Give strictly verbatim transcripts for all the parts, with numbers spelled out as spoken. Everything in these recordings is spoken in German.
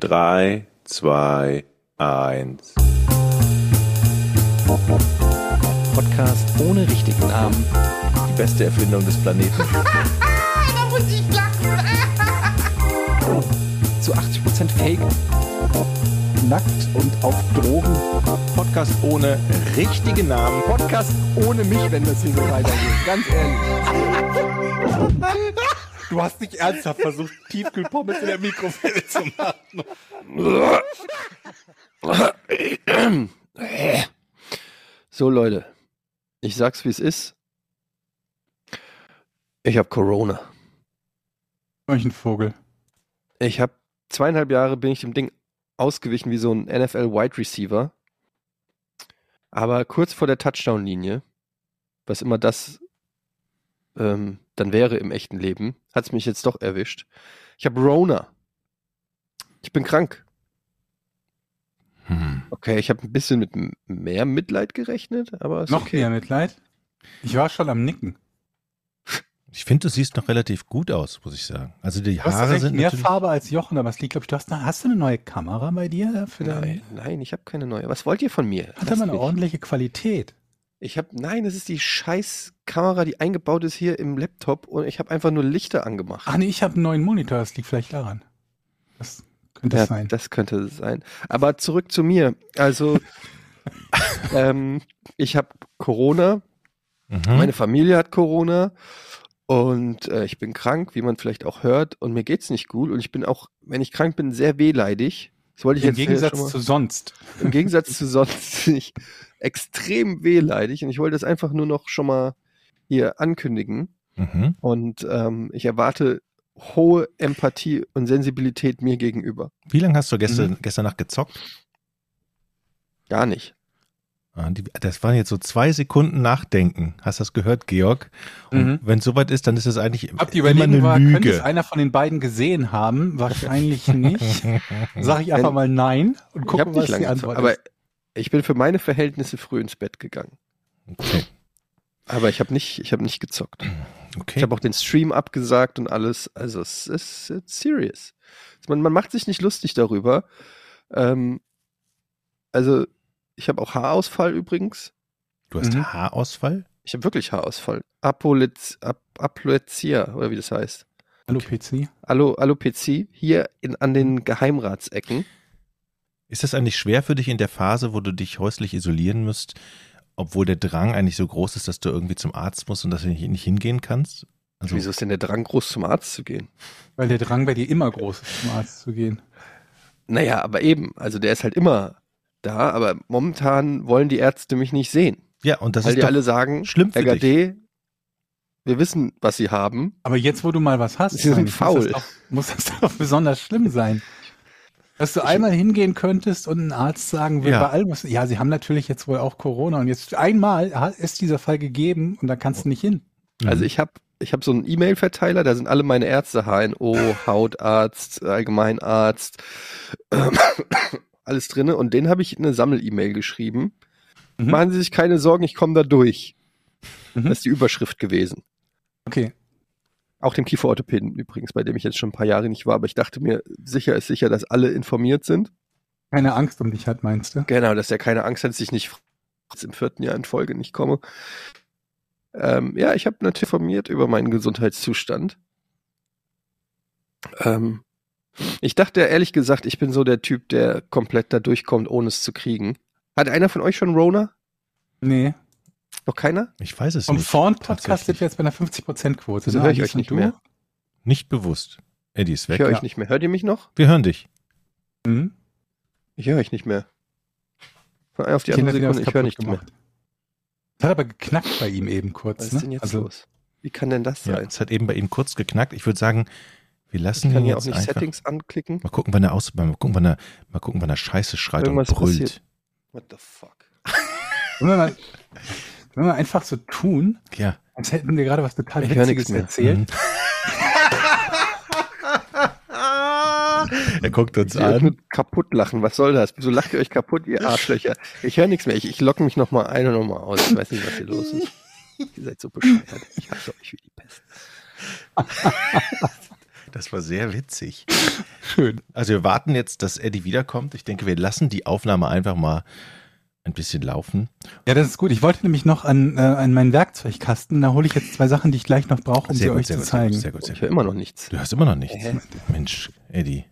Drei, zwei, eins. Podcast ohne richtigen Namen. Die beste Erfindung des Planeten. Da muss ich lachen. Zu achtzig Prozent Fake. Nackt und auf Drogen. Podcast ohne richtigen Namen. Podcast ohne mich, wenn das hier so weitergeht. Ganz ehrlich. Du hast nicht ernsthaft versucht, Tiefkühlpommes in der Mikrowelle zu machen. So Leute, ich sag's wie es ist. Ich habe Corona. Welchen Vogel? Ich habe zweieinhalb Jahre bin ich dem Ding ausgewichen wie so ein N F L Wide Receiver. Aber kurz vor der Touchdown-Linie, was immer das ähm, dann wäre im echten Leben, hat es mich jetzt doch erwischt. Ich habe Rona. Ich bin krank. Hm. Okay, ich habe ein bisschen mit m- mehr Mitleid gerechnet, aber ist Noch okay. mehr Mitleid? Ich war schon am Nicken. Ich finde, du siehst noch relativ gut aus, muss ich sagen. Also die Du hast Haare tatsächlich sind mehr natürlich... Farbe als Jochen, aber es liegt, glaube ich, du hast, eine, hast du eine neue Kamera bei dir? Für Nein, nein, ich habe keine neue. Was wollt ihr von mir? Hat er Lasst mal eine mich. ordentliche Qualität? Ich habe, nein, das ist die scheiß Kamera, die eingebaut ist hier im Laptop und ich habe einfach nur Lichter angemacht. Ach nee, ich habe einen neuen Monitor, das liegt vielleicht daran. Das könnte ja, es sein. das könnte es sein. Aber zurück zu mir. Also, ähm, ich habe Corona, Mhm. meine Familie hat Corona und äh, ich bin krank, wie man vielleicht auch hört und mir geht's nicht gut und ich bin auch, wenn ich krank bin, sehr wehleidig. Das wollte ich Im jetzt hier Gegensatz schon mal- zu sonst. Im Gegensatz zu sonst bin ich extrem wehleidig und ich wollte das einfach nur noch schon mal hier ankündigen. Mhm. Und ähm, ich erwarte hohe Empathie und Sensibilität mir gegenüber. Wie lange hast du gestern, Mhm. gestern Nacht gezockt? Gar nicht. Ah, die, das waren jetzt so zwei Sekunden Nachdenken. Hast du das gehört, Georg? Und Mhm. wenn es soweit ist, dann ist es eigentlich Ob die immer Überlegung eine war, könnte es Lüge. einer von den beiden gesehen haben? Wahrscheinlich nicht. Sag ich einfach Wenn- mal nein und ich habe gucken, was nicht lange die gezockt, Antwort aber ist. ich bin für meine Verhältnisse früh ins Bett gegangen. Okay. Aber ich habe nicht, ich habe nicht gezockt. okay. Ich habe auch den Stream abgesagt und alles. Also es ist it's serious. Man, man macht sich nicht lustig darüber. Ähm, also ich habe auch Haarausfall übrigens. Du hast Mhm. Haarausfall? Ich habe wirklich Haarausfall. Apolez, Ap, Aploezia, oder wie das heißt. Hallo P C. Alo, Alopezie, hier in, an den Geheimratsecken. Ist das eigentlich schwer für dich in der Phase, wo du dich häuslich isolieren musst, obwohl der Drang eigentlich so groß ist, dass du irgendwie zum Arzt musst und dass du nicht, nicht hingehen kannst? Also, Wieso ist denn der Drang groß, zum Arzt zu gehen? Weil der Drang bei dir immer groß ist, zum Arzt zu gehen. Naja, aber eben, also der ist halt immer da, aber momentan wollen die Ärzte mich nicht sehen. ja, und das weil ist die doch alle sagen, schlimm für Herr dich. Gade, wir wissen, was sie haben. Aber jetzt, wo du mal was hast, Sie sind meine ich, faul. Muss, das doch, muss das doch besonders schlimm sein. Dass du einmal hingehen könntest und ein Arzt sagen würde, Ja. bei allem, was, ja, sie haben natürlich jetzt wohl auch Corona und jetzt einmal ha- ist dieser Fall gegeben und da kannst du nicht hin. Also ich habe ich hab so einen E-Mail-Verteiler, da sind alle meine Ärzte, H N O, Hautarzt, Allgemeinarzt, ähm, alles drinne und denen habe ich eine Sammel-E-Mail geschrieben. Mhm. Machen Sie sich keine Sorgen, ich komme da durch. Mhm. Das ist die Überschrift gewesen. Okay. Auch dem Kieferorthopäden übrigens, bei dem ich jetzt schon ein paar Jahre nicht war, aber ich dachte mir, sicher ist sicher, dass alle informiert sind. Keine Angst um dich hat, meinst du? Genau, dass er keine Angst hat, dass ich nicht jetzt im vierten Jahr in Folge nicht komme. Ähm, ja, ich habe natürlich informiert über meinen Gesundheitszustand. Ähm, ich dachte ehrlich gesagt, ich bin so der Typ, der komplett da durchkommt, ohne es zu kriegen. Hat einer von euch schon Rona? Nee. Noch keiner? Ich weiß es Vom nicht. Vorn-Podcast tatsächlich. sind wir jetzt bei einer fünfzig Prozent Quote. Also ne? höre ich Alice euch nicht und du? mehr. Nicht bewusst. Eddie ist Ich weg. höre Ja. euch nicht mehr. Hört ihr mich noch? Wir hören dich. Mhm. Ich höre euch nicht mehr. Von einer auf die Kinder andere hat wieder Sekunde, was ich höre kaputt nicht mehr. gemacht. Das hat aber geknackt bei ihm eben kurz. Was ist ne? denn jetzt also, los? Wie kann denn das Ja, sein? es hat eben bei ihm kurz geknackt. Ich würde sagen, wir Ich lassen kann ihn hier auch jetzt nicht einfach. Settings anklicken. Mal gucken, wann er aus, mal gucken, wann er, mal gucken, wann er Scheiße schreit Irgendwas und brüllt. passiert. What the fuck? Wenn wir, mal, wenn wir einfach so tun, Ja. als hätten wir gerade was total Ich höre Witziges nichts mehr. erzählt. Mhm. Er guckt uns Ich will an. nur kaputt lachen. Was soll das? Wieso lacht ihr euch kaputt, ihr Arschlöcher? Ich höre nichts mehr. Ich, ich logge mich nochmal ein und nochmal aus. Ich weiß nicht, was hier los ist. Ihr seid so bescheuert. Ich hasse euch wie die Pest. Das war sehr witzig. Schön. Also wir warten jetzt, dass Eddie wiederkommt. Ich denke, wir lassen die Aufnahme einfach mal ein bisschen laufen. Ja, das ist gut. Ich wollte nämlich noch an, äh, an meinen Werkzeugkasten. Da hole ich jetzt zwei Sachen, die ich gleich noch brauche, um Sehr sie gut, euch sehr zu gut, sehr zeigen. gut, sehr gut, sehr Ich gut. höre immer noch nichts. Du hörst immer noch nichts. Hä? Mensch, Eddie.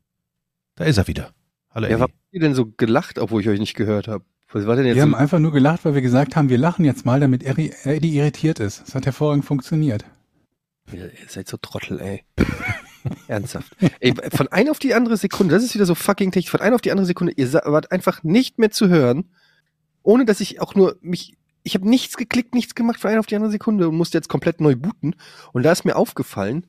Da ist er wieder. Hallo Ja, Eddie. warum habt ihr denn so gelacht, obwohl ich euch nicht gehört habe? Was war denn jetzt Wir so? haben einfach nur gelacht, weil wir gesagt haben, wir lachen jetzt mal, damit Eri- Eddie irritiert ist. Das hat hervorragend funktioniert. Ihr seid so Trottel, ey. Ernsthaft. Ey, von einer auf die andere Sekunde, das ist wieder so fucking technisch, von einer auf die andere Sekunde, ihr sa- wart einfach nicht mehr zu hören, ohne dass ich auch nur mich, ich habe nichts geklickt, nichts gemacht von einer auf die andere Sekunde und musste jetzt komplett neu booten. Und da ist mir aufgefallen,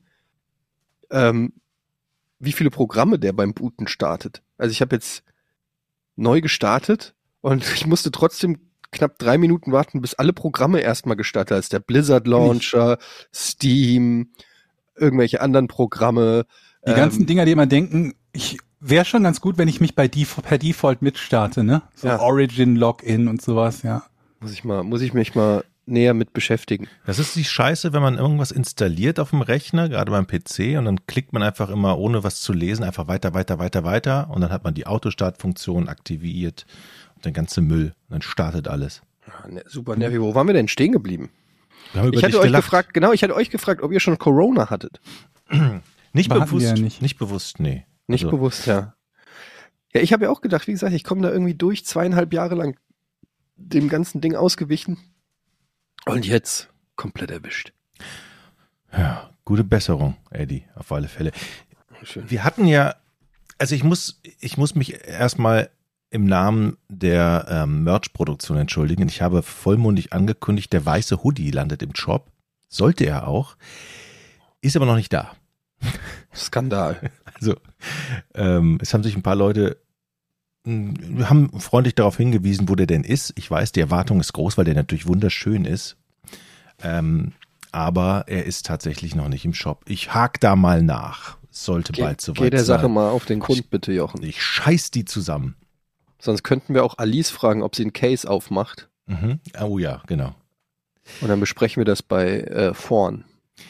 ähm, wie viele Programme der beim Booten startet. Also ich habe jetzt neu gestartet und ich musste trotzdem knapp drei Minuten warten, bis alle Programme erstmal gestartet ist. Der Blizzard Launcher, Steam, irgendwelche anderen Programme. Die ganzen Dinger, die immer denken, ich wäre schon ganz gut, wenn ich mich bei Def- per Default mitstarte, ne? So Ja. Origin, Login und sowas, ja. Muss ich mal, muss ich mich mal näher mit beschäftigen. Das ist die Scheiße, wenn man irgendwas installiert auf dem Rechner, gerade beim P C, und dann klickt man einfach immer, ohne was zu lesen, einfach weiter, weiter, weiter, weiter, und dann hat man die Autostartfunktion aktiviert und der ganze Müll. Und dann startet alles. Ah, ne, super nervig. Wo waren wir denn stehen geblieben? Wir haben über Ich hatte dich euch gelacht. gefragt, genau, ich hatte euch gefragt, ob ihr schon Corona hattet. Nicht Aber hatten bewusst, wir ja nicht. nicht. bewusst, nee. Nicht Also, bewusst, ja. Ja, ich habe ja auch gedacht, wie gesagt, ich komme da irgendwie durch, zweieinhalb Jahre lang dem ganzen Ding ausgewichen. Und jetzt komplett erwischt. Ja, gute Besserung, Eddie, auf alle Fälle. Schön. Wir hatten ja, also ich muss, ich muss mich erstmal im Namen der ähm, Merch-Produktion entschuldigen. Ich habe vollmundig angekündigt, der weiße Hoodie landet im Shop. Sollte er auch. Ist aber noch nicht da. Skandal. Also, ähm, es haben sich ein paar Leute, mh, haben freundlich darauf hingewiesen, wo der denn ist. Ich weiß, die Erwartung ist groß, weil der natürlich wunderschön ist. Ähm, aber er ist tatsächlich noch nicht im Shop. Ich hake da mal nach. Sollte Geh, bald soweit geh der Sache sein. mal auf den Grund, bitte, Jochen. Ich scheiß die zusammen. Sonst könnten wir auch Alice fragen, ob sie einen Case aufmacht. Mhm. Oh ja, genau. Und dann besprechen wir das bei äh, vorn.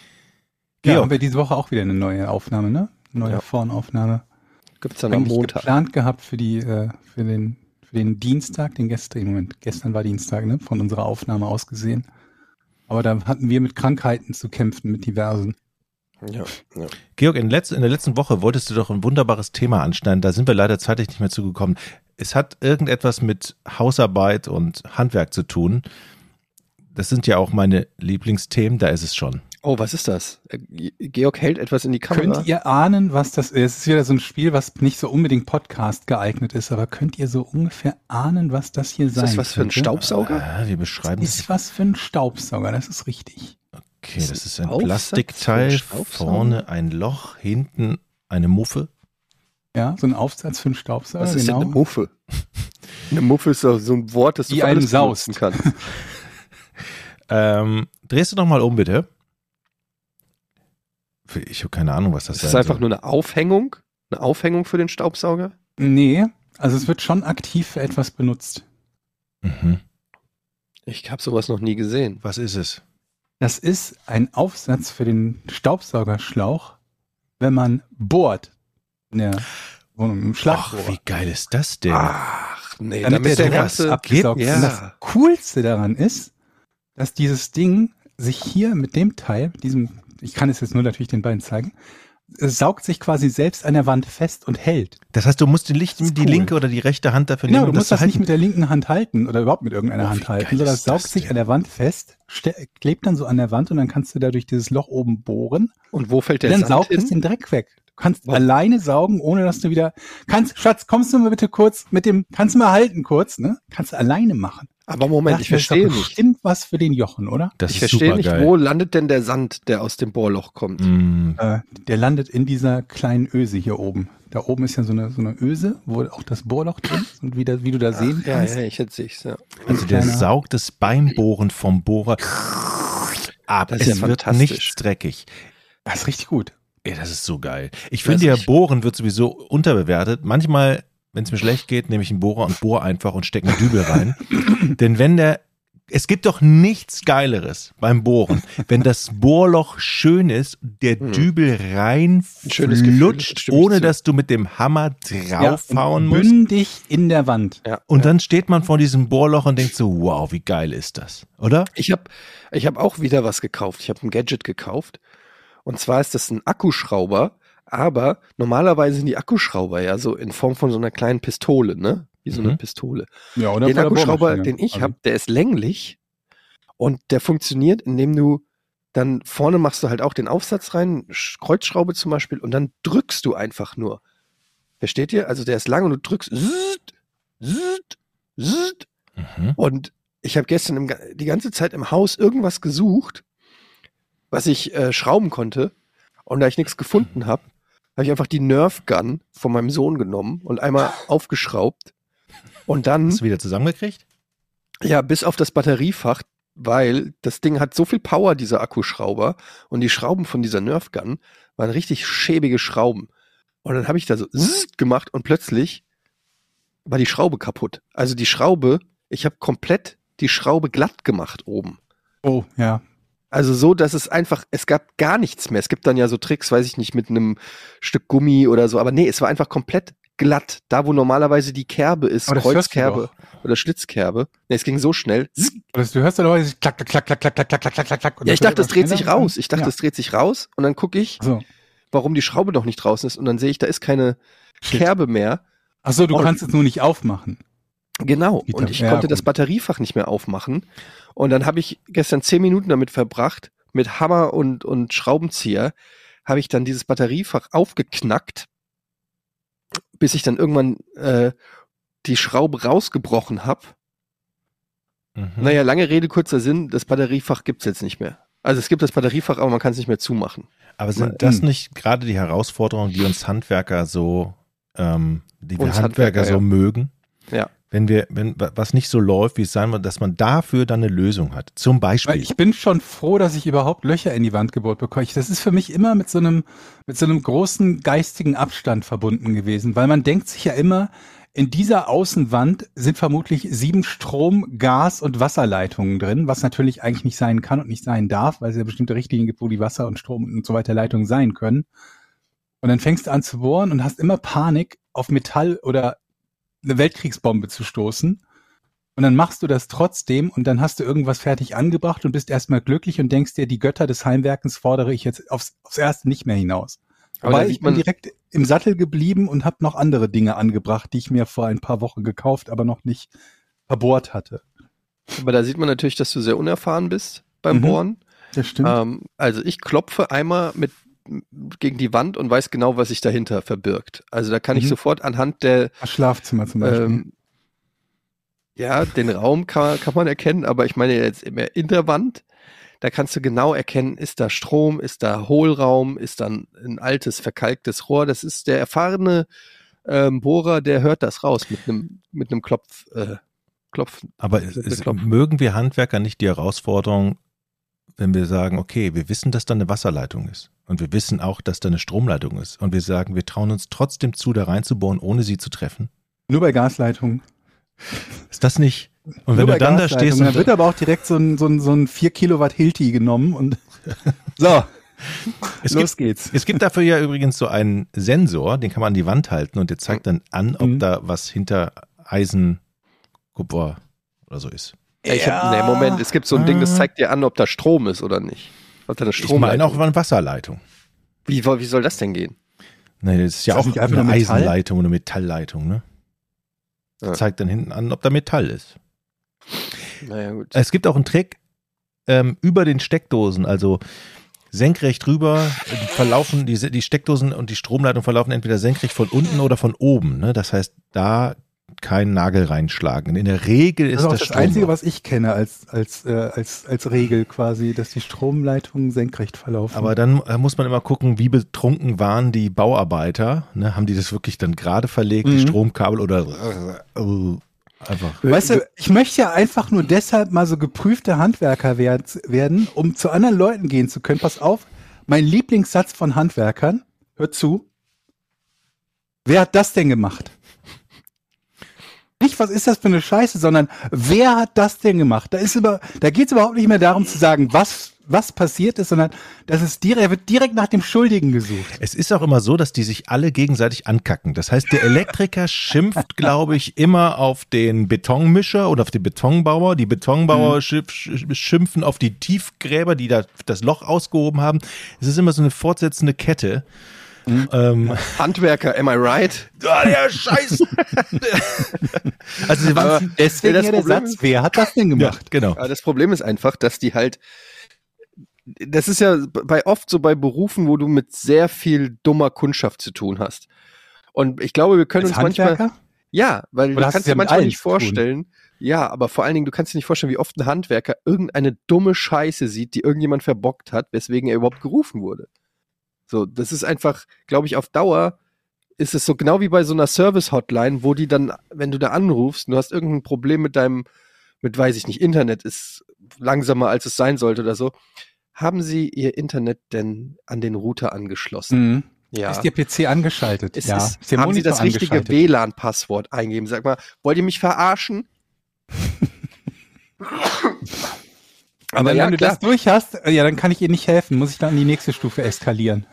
Ja, Georg. haben wir diese Woche auch wieder eine neue Aufnahme, ne? Eine neue Ja. Vornaufnahme. Gibt's dann am Eigentlich Montag. geplant gehabt für die, äh, für den, für den Dienstag, den gestrigen Moment. Gestern war Dienstag, ne? Von unserer Aufnahme aus gesehen. Aber da hatten wir mit Krankheiten zu kämpfen, mit diversen. Ja, ja. Georg, in, letz-, in der letzten Woche wolltest du doch ein wunderbares Thema anschneiden. Da sind wir leider zeitlich nicht mehr zugekommen. Es hat irgendetwas mit Hausarbeit und Handwerk zu tun. Das sind ja auch meine Lieblingsthemen. Da ist es schon. Oh, was ist das? Äh, Georg hält etwas in die Kamera. Könnt ihr ahnen, was das ist? Es ist wieder so ein Spiel, was nicht so unbedingt Podcast geeignet ist, aber könnt ihr so ungefähr ahnen, was das hier ist sein das was für ein könnte? Staubsauger? Ah, wir beschreiben Ist was für ein Staubsauger, das ist richtig. Okay, das ist ein Aufsatz Plastikteil, für Staubsauger? vorne ein Loch, hinten eine Muffe. Ja, so ein Aufsatz für einen Staubsauger, Was ist denn genau. eine Muffe? Eine Muffe ist doch so ein Wort, das du Die für einen alles saust. benutzen kannst. Ähm, drehst du noch mal um, bitte? Ich habe keine Ahnung, was das Das ist sein einfach soll. nur eine Aufhängung. Eine Aufhängung für den Staubsauger. Nee, also es wird schon aktiv für etwas benutzt. Mhm. Ich habe sowas noch nie gesehen. Was ist es? Das ist ein Aufsatz für den Staubsaugerschlauch, wenn man bohrt in der Wohnung, im Ach, Schlagbohrer. wie geil ist das denn? Ach, nee, Damit, damit der, der Dreck ganze... abgesaugt geht- wird. Und ja. das Coolste daran ist, dass dieses Ding sich hier mit dem Teil, mit diesem, ich kann es jetzt nur natürlich den beiden zeigen, es saugt sich quasi selbst an der Wand fest und hält. Das heißt, du musst die, Licht, Das ist die cool. linke oder die rechte Hand dafür Ja, nehmen, du um musst zu das nicht halten. mit der linken Hand halten oder überhaupt mit irgendeiner Oh, Hand wie halten, geil sondern ist das saugt das sich denn? an der Wand fest, ste- klebt dann so an der Wand und dann kannst du da durch dieses Loch oben bohren. Und wo fällt der Dann Sand saugt es hin? den Dreck weg. Du kannst Wow. alleine saugen, ohne dass du wieder, kannst, Schatz, kommst du mal bitte kurz mit dem, kannst du mal halten kurz, ne? Kannst du alleine machen. Aber Moment, Dachte ich mir, das ist doch verstehe nicht. bestimmt was für den Jochen, oder? Das Ich ist verstehe super nicht, geil. wo landet denn der Sand, der aus dem Bohrloch kommt? Mm, Äh, der landet in dieser kleinen Öse hier oben. Da oben ist ja so eine, so eine Öse, wo auch das Bohrloch drin ist und wie, da, wie du da sehen Ja, kannst. ja, ich jetzt sehe es, ja. also der kleiner- saugt es beim Bohren vom Bohrer ab. Das ist Es ja wird fantastisch. nichts dreckig. Das ist richtig gut. Ja, das ist so geil. Ich Das finde ist ja, richtig- Bohren wird sowieso unterbewertet. Manchmal, wenn es mir schlecht geht, nehme ich einen Bohrer und bohre einfach und stecke einen Dübel rein. Denn wenn der es gibt doch nichts Geileres beim Bohren, wenn das Bohrloch schön ist, der Dübel schönes Gefühl, reinflutscht, stimme ich ohne zu. dass du mit dem Hammer draufhauen und musst. bündig in der Wand. Ja. Und dann steht man vor diesem Bohrloch und denkt so, wow, wie geil ist das, oder? Ich habe ich hab auch wieder was gekauft. Ich habe ein Gadget gekauft. Und zwar ist das ein Akkuschrauber, aber normalerweise sind die Akkuschrauber ja so in Form von so einer kleinen Pistole, ne? Wie so eine Mhm. Pistole. Ja, oder Den von der Akkuschrauber, Bohrmaschine. den ich Also, habe, der ist länglich und der funktioniert, indem du dann vorne machst du halt auch den Aufsatz rein, Sch- Kreuzschraube zum Beispiel, und dann drückst du einfach nur. Versteht ihr? Also der ist lang und du drückst zzt, zzt, zzt. Mhm. Und ich habe gestern im, ga- die ganze Zeit im Haus irgendwas gesucht, was ich äh, schrauben konnte. Und da ich nichts gefunden habe, habe ich einfach die Nerf Gun von meinem Sohn genommen und einmal aufgeschraubt. Und dann, Hast du wieder zusammengekriegt? ja, bis auf das Batteriefach, weil das Ding hat so viel Power, dieser Akkuschrauber. Und die Schrauben von dieser Nerf Gun waren richtig schäbige Schrauben. Und dann habe ich da so zzt gemacht und plötzlich war die Schraube kaputt. Also die Schraube, ich habe komplett die Schraube glatt gemacht oben. Oh, ja. Also so, dass es einfach, es gab gar nichts mehr. Es gibt dann ja so Tricks, weiß ich nicht, mit einem Stück Gummi oder so. Aber nee, es war einfach komplett glatt. Da, wo normalerweise die Kerbe ist, Aber das hörst du Kreuzkerbe doch. oder Schlitzkerbe. Nee, es ging so schnell. Zzz. Das, du hörst dann aber klack, klack, klack, klack, klack, klack, klack, klack, klack, klack. Und Ja, ich wird dachte, das immer dreht sich schneller. raus. Ich dachte, ja. das dreht sich raus. Und dann gucke ich, So. warum die Schraube noch nicht draußen ist. Und dann sehe ich, da ist keine Shit. Kerbe mehr. Ach so, du Oh. kannst es nur nicht aufmachen. Genau. Geht Und da- ich ja, konnte das gut. Batteriefach nicht mehr aufmachen. Und dann habe ich gestern zehn Minuten damit verbracht, mit Hammer und, und Schraubenzieher, habe ich dann dieses Batteriefach aufgeknackt, bis ich dann irgendwann äh, die Schraube rausgebrochen habe. Mhm. Naja, lange Rede, kurzer Sinn, das Batteriefach gibt's jetzt nicht mehr. Also es gibt das Batteriefach, aber man kann es nicht mehr zumachen. Aber sind Mhm. das nicht gerade die Herausforderungen, die uns Handwerker so, ähm, die wir Uns Handwerker, Handwerker, so ja. mögen? Ja. Wenn wir, wenn was nicht so läuft, wie es sein wird, dass man dafür dann eine Lösung hat. Zum Weil Beispiel. ich bin schon froh, dass ich überhaupt Löcher in die Wand gebohrt bekomme. Ich- Das ist für mich immer mit so einem, mit so einem großen geistigen Abstand verbunden gewesen, weil man denkt sich ja immer, in dieser Außenwand sind vermutlich sieben Strom-, Gas- und Wasserleitungen drin, was natürlich eigentlich nicht sein kann und nicht sein darf, weil es ja bestimmte Richtlinien gibt, wo die Wasser- und Strom- und so weiter Leitungen sein können. Und dann fängst du an zu bohren und hast immer Panik, auf Metall oder eine Weltkriegsbombe zu stoßen. Und dann machst du das trotzdem und dann hast du irgendwas fertig angebracht und bist erstmal glücklich und denkst dir, die Götter des Heimwerkens fordere ich jetzt aufs, aufs Erste nicht mehr hinaus. Aber Aber da ich sieht bin man- direkt im Sattel geblieben und habe noch andere Dinge angebracht, die ich mir vor ein paar Wochen gekauft, aber noch nicht verbohrt hatte. Aber da sieht man natürlich, dass du sehr unerfahren bist beim Mhm. Bohren. Das stimmt. Ähm, also ich klopfe einmal mit gegen die Wand und weiß genau, was sich dahinter verbirgt. Also da kann ich Mhm. sofort anhand der Das Schlafzimmer zum Beispiel. ähm, ja, den Raum kann, kann man erkennen, aber ich meine jetzt immer in der Wand, da kannst du genau erkennen, ist da Strom, ist da Hohlraum, ist da ein, ein altes, verkalktes Rohr. Das ist der erfahrene ähm, Bohrer, der hört das raus mit einem mit einem Klopf, äh, Klopf. Aber Das es, ist bekloppt. mögen wir Handwerker nicht die Herausforderung, wenn wir sagen, okay, wir wissen, dass da eine Wasserleitung ist. Und wir wissen auch, dass da eine Stromleitung ist. Und wir sagen, wir trauen uns trotzdem zu, da reinzubohren, ohne sie zu treffen. Nur bei Gasleitungen. Ist das nicht? Und wenn Nur du bei dann da Gasleitungen. stehst Da und wird aber auch direkt so ein, so ein, so ein vier Kilowatt Hilti genommen und so, es los gibt, geht's. es gibt dafür ja übrigens so einen Sensor, den kann man an die Wand halten und der zeigt dann an, ob Mhm. da was hinter Eisen, Kupfer oder so ist. Ja, ich hab, nee, Moment, es gibt so ein Ding, das zeigt dir an, ob da Strom ist oder nicht. Ob da eine Ich meine Stromleitung. auch eine Wasserleitung. Wie, wie soll das denn gehen? Nee, das ist ja Ist das auch nicht einfach eine nur Metall? Eisenleitung oder Metallleitung, ne? Das Ja. zeigt dann hinten an, ob da Metall ist. Naja, gut. Es gibt auch einen Trick ähm, über den Steckdosen, also senkrecht rüber äh, verlaufen die, die Steckdosen und die Stromleitung verlaufen entweder senkrecht von unten oder von oben. Ne? Das heißt, da keinen Nagel reinschlagen. In der Regel ist Das ist auch das, das Strom. Einzige, was ich kenne als, als, äh, als, als Regel quasi, dass die Stromleitungen senkrecht verlaufen. Aber dann äh, muss man immer gucken, wie betrunken waren die Bauarbeiter. Ne? Haben die das wirklich dann gerade verlegt, die Mhm. Stromkabel oder äh, einfach. Weißt du, ich möchte ja einfach nur deshalb mal so geprüfte Handwerker werd, werden, um zu anderen Leuten gehen zu können. Pass auf, mein Lieblingssatz von Handwerkern, hört zu. Wer hat das denn gemacht? nicht, was ist das für eine Scheiße, sondern wer hat das denn gemacht? Da ist über, da geht es überhaupt nicht mehr darum zu sagen, was, was passiert ist, sondern das ist direkt, er wird direkt nach dem Schuldigen gesucht. Es ist auch immer so, dass die sich alle gegenseitig ankacken. Das heißt, der Elektriker schimpft, glaube ich, immer auf den Betonmischer oder auf den Betonbauer. Die Betonbauer mhm. schimpf, schimpfen auf die Tiefgräber, die da das Loch ausgehoben haben. Es ist immer so eine fortsetzende Kette. Mhm. Ähm, Handwerker, am I right? Ah, der Scheiß! Also sie Aber waren deswegen das ja der Problem Satz, ist- wer hat das denn ja, gemacht? genau. Aber das Problem ist einfach, dass die halt, das ist ja bei oft so bei Berufen, wo du mit sehr viel dummer Kundschaft zu tun hast. Und ich glaube, wir können Als uns manchmal, Handwerker? ja, weil Oder du hast kannst du ja dir mit manchmal allen nicht zu tun? vorstellen, ja, aber vor allen Dingen, du kannst dir nicht vorstellen, wie oft ein Handwerker irgendeine dumme Scheiße sieht, die irgendjemand verbockt hat, weswegen er überhaupt gerufen wurde. So, das ist einfach, glaube ich, auf Dauer ist es so genau wie bei so einer Service-Hotline, wo die dann, wenn du da anrufst und du hast irgendein Problem mit deinem, mit, weiß ich nicht, Internet ist langsamer, als es sein sollte oder so. Haben Sie Ihr Internet denn an den Router angeschlossen? Mhm. Ja. Ist Ihr P C angeschaltet? Es ja. ist, der haben Sie Monitor das richtige angeschaltet? W L A N-Passwort eingeben? Sag mal, wollt ihr mich verarschen? Aber ja, wenn du klar. das durch hast, ja, dann kann ich ihr nicht helfen. Muss ich dann in die nächste Stufe eskalieren.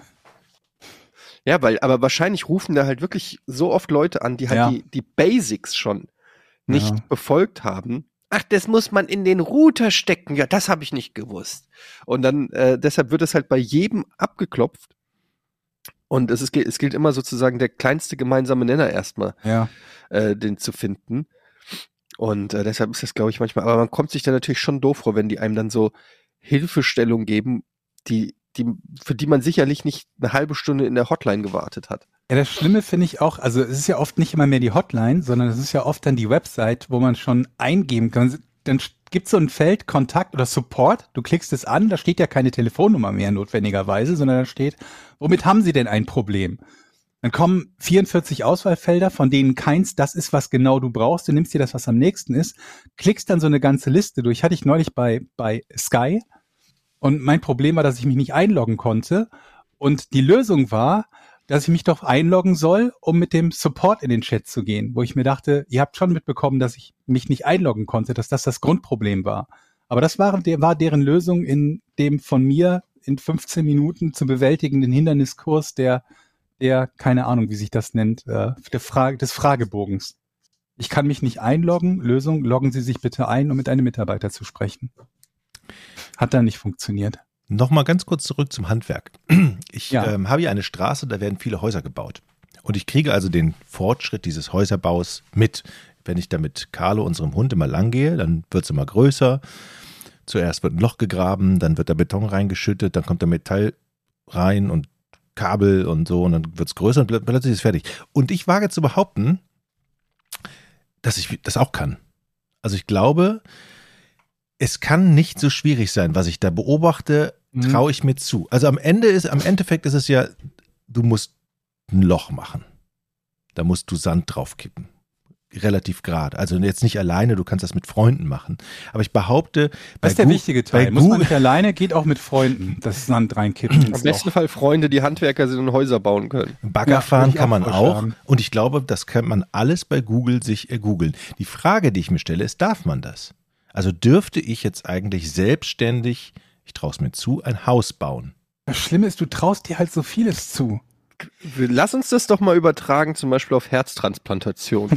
Ja, weil, aber wahrscheinlich rufen da halt wirklich so oft Leute an, die halt Ja. die, die Basics schon nicht Ja. befolgt haben. Ach, das muss man in den Router stecken. Ja, das habe ich nicht gewusst. Und dann, äh, deshalb wird es halt bei jedem abgeklopft. Und es, ist, es gilt immer sozusagen der kleinste gemeinsame Nenner erstmal, Ja. äh, den zu finden. Und äh, deshalb ist das, glaube ich, manchmal, aber man kommt sich da natürlich schon doof vor, wenn die einem dann so Hilfestellung geben, die, die, für die man sicherlich nicht eine halbe Stunde in der Hotline gewartet hat. Ja, das Schlimme finde ich auch, also es ist ja oft nicht immer mehr die Hotline, sondern es ist ja oft dann die Website, wo man schon eingeben kann. Dann gibt es so ein Feld Kontakt oder Support, du klickst es an, da steht ja keine Telefonnummer mehr notwendigerweise, sondern da steht, womit haben Sie denn ein Problem? Dann kommen vierundvierzig Auswahlfelder, von denen keins das ist, was genau du brauchst. Du nimmst dir das, was am nächsten ist, klickst dann so eine ganze Liste durch. Hatte ich neulich bei, bei Sky und mein Problem war, dass ich mich nicht einloggen konnte und die Lösung war, dass ich mich doch einloggen soll, um mit dem Support in den Chat zu gehen, wo ich mir dachte, ihr habt schon mitbekommen, dass ich mich nicht einloggen konnte, dass das das Grundproblem war. Aber das war, war deren Lösung in dem von mir in fünfzehn Minuten zu bewältigenden Hinderniskurs der, der, keine Ahnung, wie sich das nennt, äh, der Frage, des Fragebogens. Ich kann mich nicht einloggen, Lösung, loggen Sie sich bitte ein, um mit einem Mitarbeiter zu sprechen. Hat dann nicht funktioniert. Nochmal ganz kurz zurück zum Handwerk. Ich Ja. ähm, habe hier eine Straße, da werden viele Häuser gebaut. Und ich kriege also den Fortschritt dieses Häuserbaus mit. Wenn ich da mit Carlo, unserem Hund, immer lang gehe, dann wird es immer größer. Zuerst wird ein Loch gegraben, dann wird der Beton reingeschüttet, dann kommt der Metall rein und Kabel und so und dann wird es größer und pl- plötzlich ist es fertig. Und ich wage zu behaupten, dass ich das auch kann. Also ich glaube, es kann nicht so schwierig sein, was ich da beobachte, Mhm. traue ich mir zu. Also am Ende ist, am Endeffekt ist es ja, du musst ein Loch machen. Da musst du Sand draufkippen. Relativ gerade. Also jetzt nicht alleine, du kannst das mit Freunden machen. Aber ich behaupte, Das ist der Gu- wichtige Teil. bei Muss man Google, nicht alleine, geht auch mit Freunden das Sand reinkippen. Am ins besten Loch. Fall Freunde, die Handwerker sind und Häuser bauen können. Bagger Ja, fahren würde ich kann auch man auch. vorschlagen. Und ich glaube, das kann man alles bei Google sich ergoogeln. Die Frage, die ich mir stelle, ist, darf man das? Also dürfte ich jetzt eigentlich selbstständig, ich traue es mir zu, ein Haus bauen? Das Schlimme ist, du traust dir halt so vieles zu. Lass uns das doch mal übertragen, zum Beispiel auf Herztransplantation.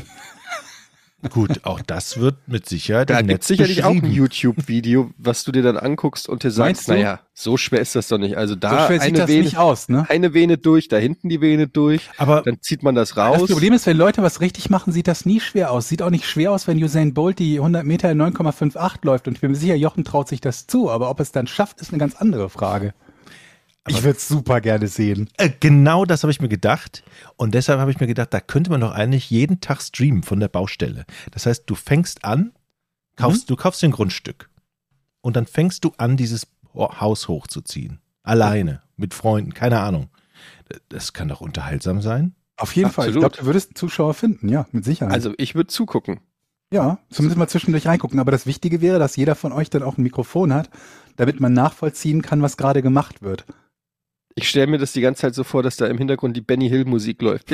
Gut, auch das wird mit Sicherheit Da im gibt es Netz sicherlich auch ein beschrieben. YouTube-Video, was du dir dann anguckst und dir Meinst sagst, du? naja, so schwer ist das doch nicht. Also So da schwer sieht eine, das Vene, nicht aus, ne? eine Vene durch, da hinten die Vene durch, Aber dann zieht man das Das raus. Problem ist, wenn Leute was richtig machen, sieht das nie schwer aus. Sieht auch nicht schwer aus, wenn Usain Bolt die hundert Meter in neun Komma acht läuft. Und ich bin mir sicher, Jochen traut sich das zu. Aber ob es dann schafft, ist eine ganz andere Frage. Ich würde es super gerne sehen. Äh, genau das habe ich mir gedacht. Und deshalb habe ich mir gedacht, da könnte man doch eigentlich jeden Tag streamen von der Baustelle. Das heißt, du fängst an, kaufst, du kaufst dir ein Grundstück. Und dann fängst du an, dieses Haus hochzuziehen. Alleine, mit Freunden, keine Ahnung. Das kann doch unterhaltsam sein. Auf jeden Fall. Ich Absolut. glaube, du würdest einen Zuschauer finden, ja, mit Sicherheit. Also ich würde zugucken. ja, zumindest mal zwischendurch reingucken. Aber das Wichtige wäre, dass jeder von euch dann auch ein Mikrofon hat, damit man nachvollziehen kann, was gerade gemacht wird. Ich stelle mir das die ganze Zeit so vor, dass da im Hintergrund die Benny Hill Musik läuft. Ja,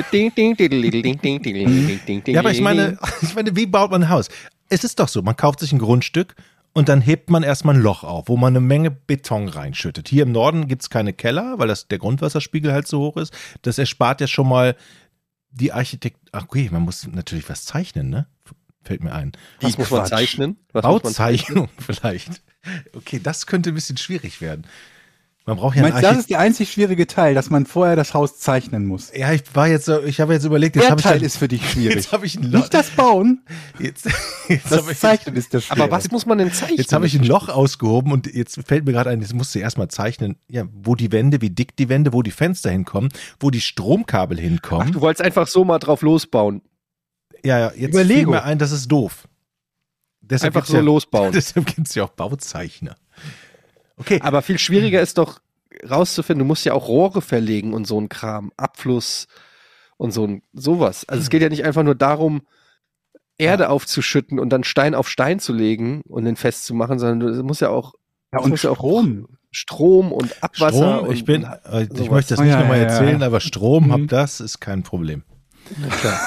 aber ich meine, ich meine, wie baut man ein Haus? Es ist doch so, man kauft sich ein Grundstück und dann hebt man erstmal ein Loch auf, wo man eine Menge Beton reinschüttet. Hier im Norden gibt es keine Keller, weil das, der Grundwasserspiegel halt so hoch ist. Das erspart ja schon mal die Architekt... Ach okay, man muss natürlich was zeichnen, ne? Fällt mir ein. Was muss man Quatsch. zeichnen? Was muss man zeichnen? Bauzeichnung vielleicht. Okay, das könnte ein bisschen schwierig werden. Man braucht Ich ja meine, einen das Architekt. ist der einzig schwierige Teil, dass man vorher das Haus zeichnen muss. Ja, ich war jetzt so, ich habe jetzt überlegt, jetzt Der habe ich Teil dann, ist für dich schwierig. jetzt habe ich ein Loch. Nicht das Bauen, Jetzt, jetzt das habe ich, Zeichnen ist das Schwere. Aber was muss man denn zeichnen? jetzt habe ich ein Loch ausgehoben und jetzt fällt mir gerade ein, jetzt musst du erstmal zeichnen, ja, wo die Wände, wie dick die Wände, wo die Fenster hinkommen, wo die Stromkabel Ach, hinkommen. du wolltest einfach so mal drauf losbauen. Ja, ja, jetzt Überlego. fiel mir ein, das ist doof. Deshalb Einfach gibt's so ja, losbauen. Deshalb gibt es ja auch Bauzeichner. Okay, Aber viel schwieriger ist doch rauszufinden, du musst ja auch Rohre verlegen und so ein Kram, Abfluss und so ein sowas. Also es geht ja nicht einfach nur darum, Erde aufzuschütten und dann Stein auf Stein zu legen und den festzumachen, sondern es muss ja auch ja, es und muss ja auch Strom. Strom und Abwasser. Strom, und, ich bin, und äh, ich sowas. möchte das Oh, nicht ja, nochmal ja, ja. erzählen, aber Strom, Mhm. hab das, ist kein Problem. Na klar.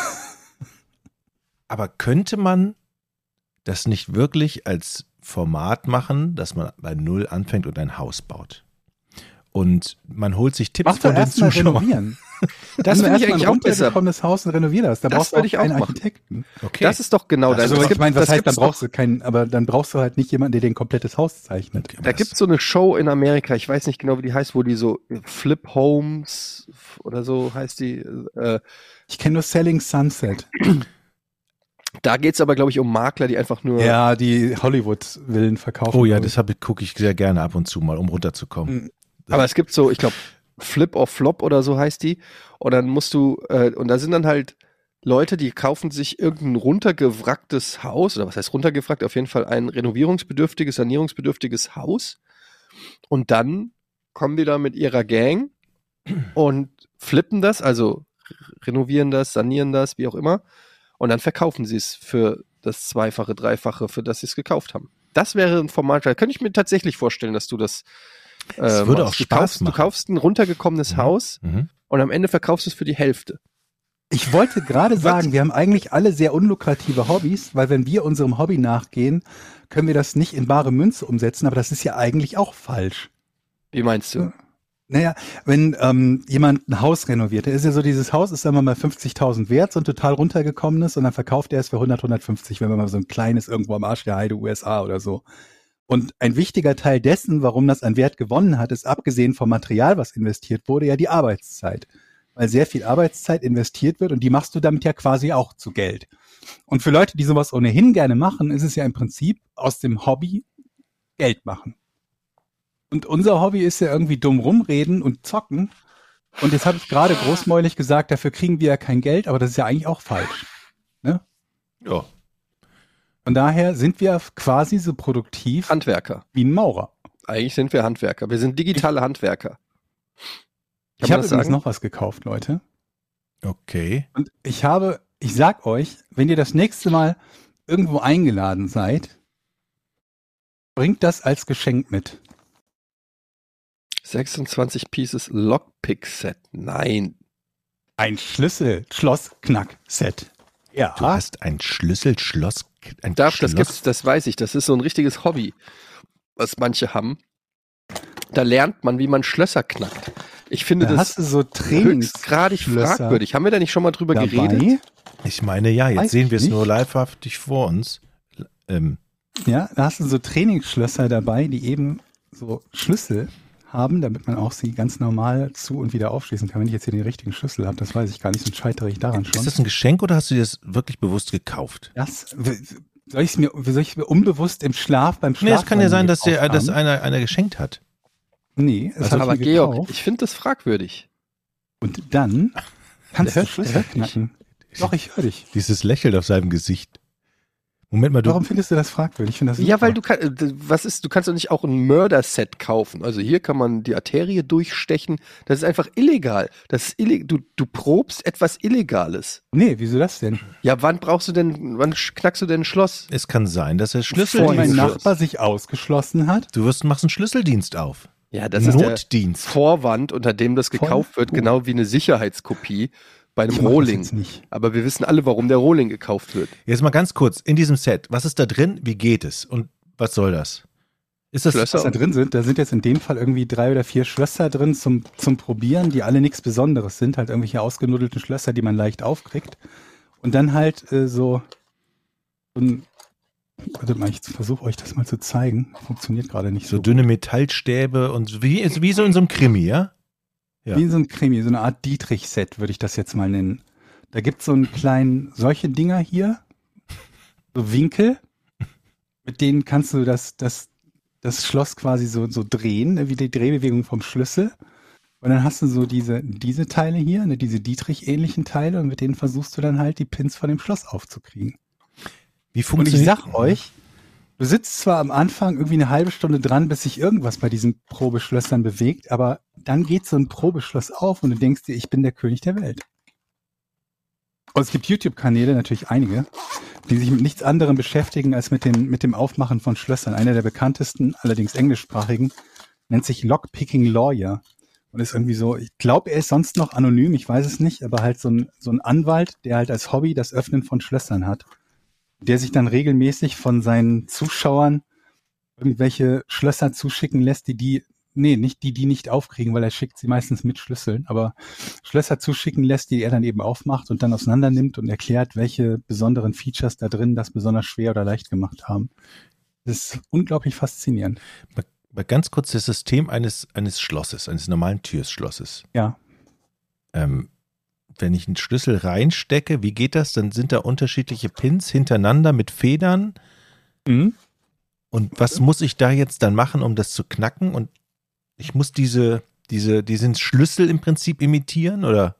Aber könnte man das nicht wirklich als Format machen, dass man bei Null anfängt und ein Haus baut? Und man holt sich Tipps Mach doch von den erstmal Zuschauern. renovieren. Das Nimm finde ich erst mal eigentlich ein auch besser. runtergekommenes Haus und renovier das. Da Das brauchst du würde auch ich auch keinen machen. Architekten. Okay. Das ist doch genau Das das. ist Also Es ich gibt- meine, was das heißt, dann gibt's doch- brauchst du keinen, aber dann brauchst du halt nicht jemanden, der dir ein komplettes Haus zeichnet. Okay, Da das- gibt es so eine Show in Amerika, ich weiß nicht genau, wie die heißt, wo die so Flip Homes oder so heißt die. Äh, Ich kenne nur Selling Sunset. da geht es aber, glaube ich, um Makler, die einfach nur. Ja, die Hollywood-Villen verkaufen. Oh ja, glaub ich. das habe ich- gucke ich sehr gerne ab und zu mal, um runterzukommen. Mhm. Aber es gibt so, ich glaube, Flip or Flop oder so heißt die. Und dann musst du, äh, und da sind dann halt Leute, die kaufen sich irgendein runtergewracktes Haus, oder was heißt runtergewrackt, auf jeden Fall ein renovierungsbedürftiges, sanierungsbedürftiges Haus. Und dann kommen die da mit ihrer Gang und flippen das, also renovieren das, sanieren das, wie auch immer. Und dann verkaufen sie es für das Zweifache, Dreifache, für das sie es gekauft haben. Das wäre ein Format, da könnte ich mir tatsächlich vorstellen, dass du das Es äh, würde machst. auch du Spaß kaufst, machen. Du kaufst ein runtergekommenes Mhm. Haus Mhm. und am Ende verkaufst du es für die Hälfte. Ich wollte gerade sagen, wir haben eigentlich alle sehr unlukrative Hobbys, weil wenn wir unserem Hobby nachgehen, können wir das nicht in bare Münze umsetzen, aber das ist ja eigentlich auch falsch. Wie meinst du? Naja, wenn ähm, jemand ein Haus renoviert, dann ist ja so, dieses Haus ist, sagen wir mal, fünfzigtausend wert, so ein total runtergekommenes, und dann verkauft er es für hundert, hundertfünfzig, wenn man mal so ein kleines irgendwo am Arsch der Heide U S A oder so. Und ein wichtiger Teil dessen, warum das an Wert gewonnen hat, ist abgesehen vom Material, was investiert wurde, ja die Arbeitszeit. Weil sehr viel Arbeitszeit investiert wird und die machst du damit ja quasi auch zu Geld. Und für Leute, die sowas ohnehin gerne machen, ist es ja im Prinzip aus dem Hobby Geld machen. Und unser Hobby ist ja irgendwie dumm rumreden und zocken. Und jetzt habe ich gerade großmäulig gesagt, dafür kriegen wir ja kein Geld, aber das ist ja eigentlich auch falsch. Ne? Ja. Von daher sind wir quasi so produktiv Handwerker. wie ein Maurer. Eigentlich sind wir Handwerker. Wir sind digitale Handwerker. Kann Ich man habe das übrigens sagen? noch was gekauft, Leute. Okay. Und ich habe, ich sag euch, wenn ihr das nächste Mal irgendwo eingeladen seid, bringt das als Geschenk mit. sechsundzwanzig Pieces Lockpick Set. Nein. Ein Schlüssel-Schloss-Knack-Set. Ja. Du hast ein Schlüsselschloss. Ein Darf, das Schloss- gibt's, das weiß ich. Das ist so ein richtiges Hobby, was manche haben. Da lernt man, wie man Schlösser knackt. Ich finde Da das hast du so höchstgradig Trainingsschlösser fragwürdig. Haben wir da nicht schon mal drüber dabei. geredet? Ich meine, ja, jetzt Weiß sehen ich wir es nicht. nur livehaftig vor uns. Ähm, Ja, da hast du so Trainingsschlösser dabei, die eben so Schlüssel haben, damit man auch sie ganz normal zu und wieder aufschließen kann. Wenn ich jetzt hier den richtigen Schlüssel habe, das weiß ich gar nicht, sonst scheitere ich daran schon. ist das ein Geschenk oder hast du dir das wirklich bewusst gekauft? Das, w- soll ich es mir, soll ich mir unbewusst im Schlaf beim Schlaf Nee, es kann ja sein, dass, der, gekauft dass haben? einer, einer geschenkt hat. Nee, es Also, hat aber mir Georg, gekauft. ich finde das fragwürdig. Und dann kannst Der du hört- Schlüssel der hört nicht. knacken. Doch, ich höre dich. Dieses Lächeln auf seinem Gesicht. Moment mal, du. Warum findest du das fragwürdig? Ich finde das Ja, super. weil du kann, äh, was ist, du kannst doch nicht auch ein Mörderset kaufen. Also hier kann man die Arterie durchstechen. Das ist einfach illegal. Das ist illeg du, du probst etwas Illegales. Nee, wieso das denn? Ja, wann brauchst du denn, wann sch- knackst du denn ein Schloss? Es kann sein, dass er Bevor Schlüsseldienst. mein Schlüssel- Nachbar sich ausgeschlossen hat. Du wirst, machst einen Schlüsseldienst auf. Ja, das ist der Notdienst. Vorwand, unter dem das gekauft wird, Oh. genau wie eine Sicherheitskopie bei einem Ich mach das Rohling. jetzt nicht. Aber wir wissen alle, warum der Rohling gekauft wird. Jetzt mal ganz kurz, in diesem Set, was ist da drin, wie geht es und was soll das? Ist das Schlösser. Was da drin sind, da sind jetzt in dem Fall irgendwie drei oder vier Schlösser drin zum, zum Probieren, die alle nichts Besonderes sind, halt irgendwelche ausgenuddelten Schlösser, die man leicht aufkriegt. Und dann halt äh, so, so ein, warte mal, ich versuche euch das mal zu zeigen. Funktioniert gerade nicht so. so dünne Metallstäbe und wie, ist wie so in so einem Krimi, ja? Ja. Wie so ein Krimi, so eine Art Dietrich-Set würde ich das jetzt mal nennen. Da gibt's so einen kleinen, solche Dinger hier, so Winkel, mit denen kannst du das, das, das Schloss quasi so, so drehen, wie die Drehbewegung vom Schlüssel. Und dann hast du so diese, diese Teile hier, ne, diese Dietrich-ähnlichen Teile, und mit denen versuchst du dann halt die Pins von dem Schloss aufzukriegen. Wie Und ich funktioniert sag euch, du sitzt zwar am Anfang irgendwie eine halbe Stunde dran, bis sich irgendwas bei diesen Probeschlössern bewegt, aber dann geht so ein Probeschloss auf und du denkst dir, ich bin der König der Welt. Und es gibt YouTube-Kanäle, natürlich einige, die sich mit nichts anderem beschäftigen als mit dem, mit dem Aufmachen von Schlössern. Einer der bekanntesten, allerdings englischsprachigen, nennt sich Lockpicking Lawyer. Und ist irgendwie so, ich glaube, er ist sonst noch anonym, ich weiß es nicht, aber halt so ein, so ein Anwalt, der halt als Hobby das Öffnen von Schlössern hat. Der sich dann regelmäßig von seinen Zuschauern irgendwelche Schlösser zuschicken lässt, die die, nee, nicht die, die nicht aufkriegen, weil er schickt sie meistens mit Schlüsseln, aber Schlösser zuschicken lässt, die er dann eben aufmacht und dann auseinander nimmt und erklärt, welche besonderen Features da drin das besonders schwer oder leicht gemacht haben. Das ist unglaublich faszinierend. Mal, mal ganz kurz das System eines, eines Schlosses, eines normalen Türschlosses. Ja. Ähm, wenn ich einen Schlüssel reinstecke, wie geht das? Dann sind da unterschiedliche Pins hintereinander mit Federn. Mhm. Und was muss ich da jetzt dann machen, um das zu knacken? Und ich muss diese, diese, diesen Schlüssel im Prinzip imitieren, oder?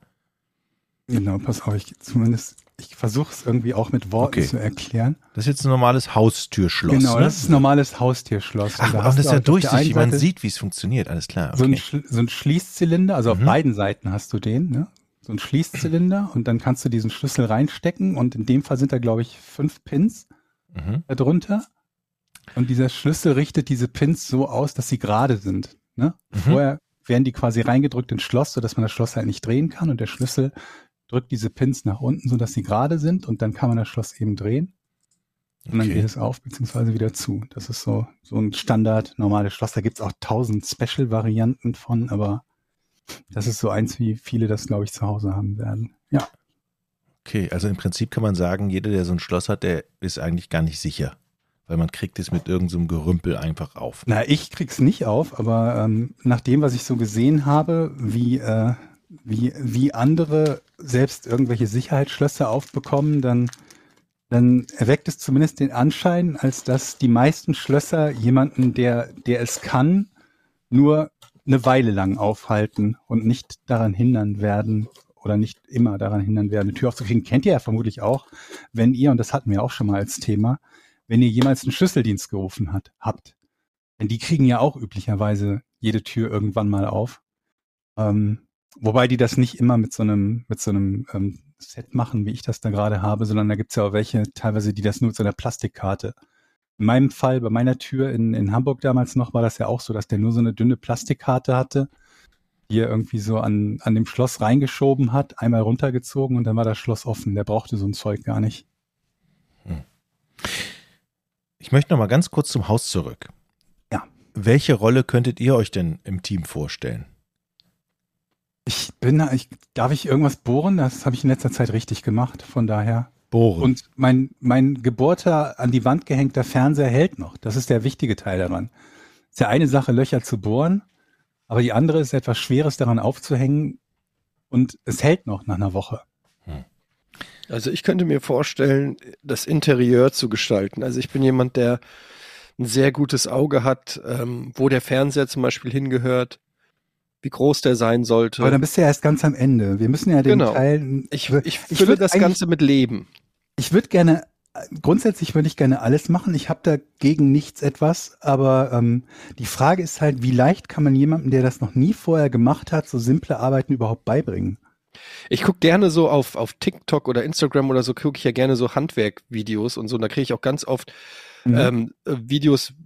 Genau, pass auf, ich zumindest, ich versuche es irgendwie auch mit Worten Okay. zu erklären. Das ist jetzt ein normales Haustürschloss. Genau, ne? das ist ein normales Haustierschloss. Ach, Und da und hast das du ist ja halt auf der einen durchsichtig, man Seite sieht, wie es funktioniert, alles klar. So ein, Okay. Schl- so ein Schließzylinder, also auf Mhm. beiden Seiten hast du den, ne? So ein Schließzylinder, und dann kannst du diesen Schlüssel reinstecken, und in dem Fall sind da, glaube ich, fünf Pins Mhm. darunter. Und dieser Schlüssel richtet diese Pins so aus, dass sie gerade sind. Ne? Mhm. Vorher werden die quasi reingedrückt ins Schloss, sodass man das Schloss halt nicht drehen kann, und der Schlüssel drückt diese Pins nach unten, sodass sie gerade sind, und dann kann man das Schloss eben drehen. Und dann Okay. geht es auf, beziehungsweise wieder zu. Das ist so, so ein Standard, normales Schloss. Da gibt's auch tausend Special-Varianten von, aber das ist so eins, wie viele das, glaube ich, zu Hause haben werden. Ja. Okay, also im Prinzip kann man sagen, jeder, der so ein Schloss hat, der ist eigentlich gar nicht sicher. Weil man kriegt es mit irgendeinem so einem Gerümpel einfach auf. Na, ich krieg's nicht auf, aber ähm, nach dem, was ich so gesehen habe, wie, äh, wie, wie andere selbst irgendwelche Sicherheitsschlösser aufbekommen, dann, dann erweckt es zumindest den Anschein, als dass die meisten Schlösser jemanden, der, der es kann, nur eine Weile lang aufhalten und nicht daran hindern werden oder nicht immer daran hindern werden, eine Tür aufzukriegen. Kennt ihr ja vermutlich auch, wenn ihr, und das hatten wir auch schon mal als Thema, wenn ihr jemals einen Schlüsseldienst gerufen hat, habt. Denn die kriegen ja auch üblicherweise jede Tür irgendwann mal auf. Ähm, wobei die das nicht immer mit so einem, mit so einem ähm, Set machen, wie ich das da gerade habe, sondern da gibt's ja auch welche, teilweise, die das nur mit so einer Plastikkarte. In meinem Fall, bei meiner Tür in, in Hamburg damals noch, war das ja auch so, dass der nur so eine dünne Plastikkarte hatte, die er irgendwie so an, an dem Schloss reingeschoben hat, einmal runtergezogen, und dann war das Schloss offen. Der brauchte so ein Zeug gar nicht. Ich möchte noch mal ganz kurz zum Haus zurück. Ja. Welche Rolle könntet ihr euch denn im Team vorstellen? Ich bin, ich, darf ich irgendwas bohren? Das habe ich in letzter Zeit richtig gemacht, von daher. Bohren. Und mein, mein gebohrter, an die Wand gehängter Fernseher hält noch. Das ist der wichtige Teil daran. Es ist ja eine Sache, Löcher zu bohren, aber die andere ist etwas Schweres daran aufzuhängen, und es hält noch nach einer Woche. Also ich könnte mir vorstellen, das Interieur zu gestalten. Also ich bin jemand, der ein sehr gutes Auge hat, ähm, wo der Fernseher zum Beispiel hingehört, wie groß der sein sollte. Aber dann bist du ja erst ganz am Ende. Wir müssen ja den Genau. Teil. ich, ich ich fülle würd das eigentlich- Ganze mit Leben. Ich würde gerne, grundsätzlich würde ich gerne alles machen. Ich habe dagegen nichts etwas, aber ähm, die Frage ist halt, wie leicht kann man jemandem, der das noch nie vorher gemacht hat, so simple Arbeiten überhaupt beibringen? Ich gucke gerne so auf, auf TikTok oder Instagram oder so, gucke ich ja gerne so Handwerkvideos und so. Und da kriege ich auch ganz oft Mhm. ähm, äh, Videos,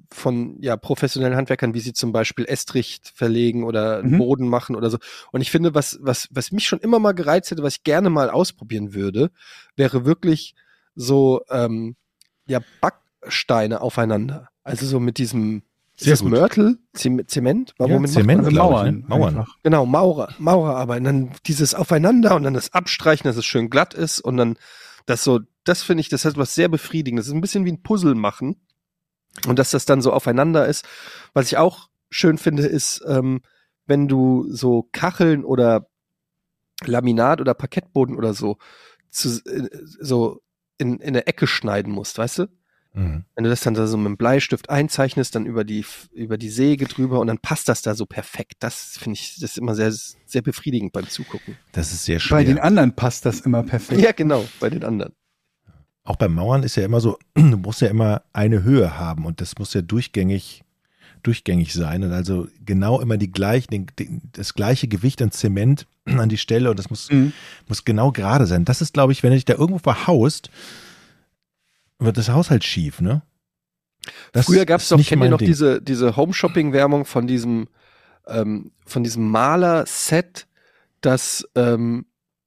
von ja professionellen Handwerkern, wie sie zum Beispiel Estrich verlegen oder einen Mhm. Boden machen oder so. Und ich finde, was, was, was mich schon immer mal gereizt hätte, was ich gerne mal ausprobieren würde, wäre wirklich so ähm, ja Backsteine aufeinander. Also so mit diesem ist Sehr das gut. Mörtel? Zem- Zement? Ja, Womit macht Zement, man das? glaub ich, Mauern. ne? Mauern. einfach. Genau, Maurer, Maurerarbeit. Und dann dieses Aufeinander und dann das Abstreichen, dass es schön glatt ist und dann das so, das finde ich, das hat was sehr Befriedigendes. Das ist ein bisschen wie ein Puzzle machen und dass das dann so aufeinander ist. Was ich auch schön finde, ist, ähm, wenn du so Kacheln oder Laminat oder Parkettboden oder so zu, äh, so in, in der Ecke schneiden musst, weißt du? Mhm. Wenn du das dann da so mit dem Bleistift einzeichnest, dann über die, über die Säge drüber und dann passt das da so perfekt. Das finde ich, das ist immer sehr, sehr befriedigend beim Zugucken. Das ist sehr schwer. Bei den anderen passt das immer perfekt. Ja, genau, bei den anderen. Auch beim Mauern ist ja immer so, du musst ja immer eine Höhe haben und das muss ja durchgängig, durchgängig sein und also genau immer die gleichen, den, den, das gleiche Gewicht an Zement an die Stelle und das muss, Mhm. muss genau gerade sein. Das ist, glaube ich, wenn du dich da irgendwo verhaust, wird das Haus halt schief, ne? Das Früher gab es ist doch, nicht kennt ihr mein noch Ding. diese, diese Home-Shopping-Werbung von diesem, ähm, von diesem Maler-Set, das, ähm,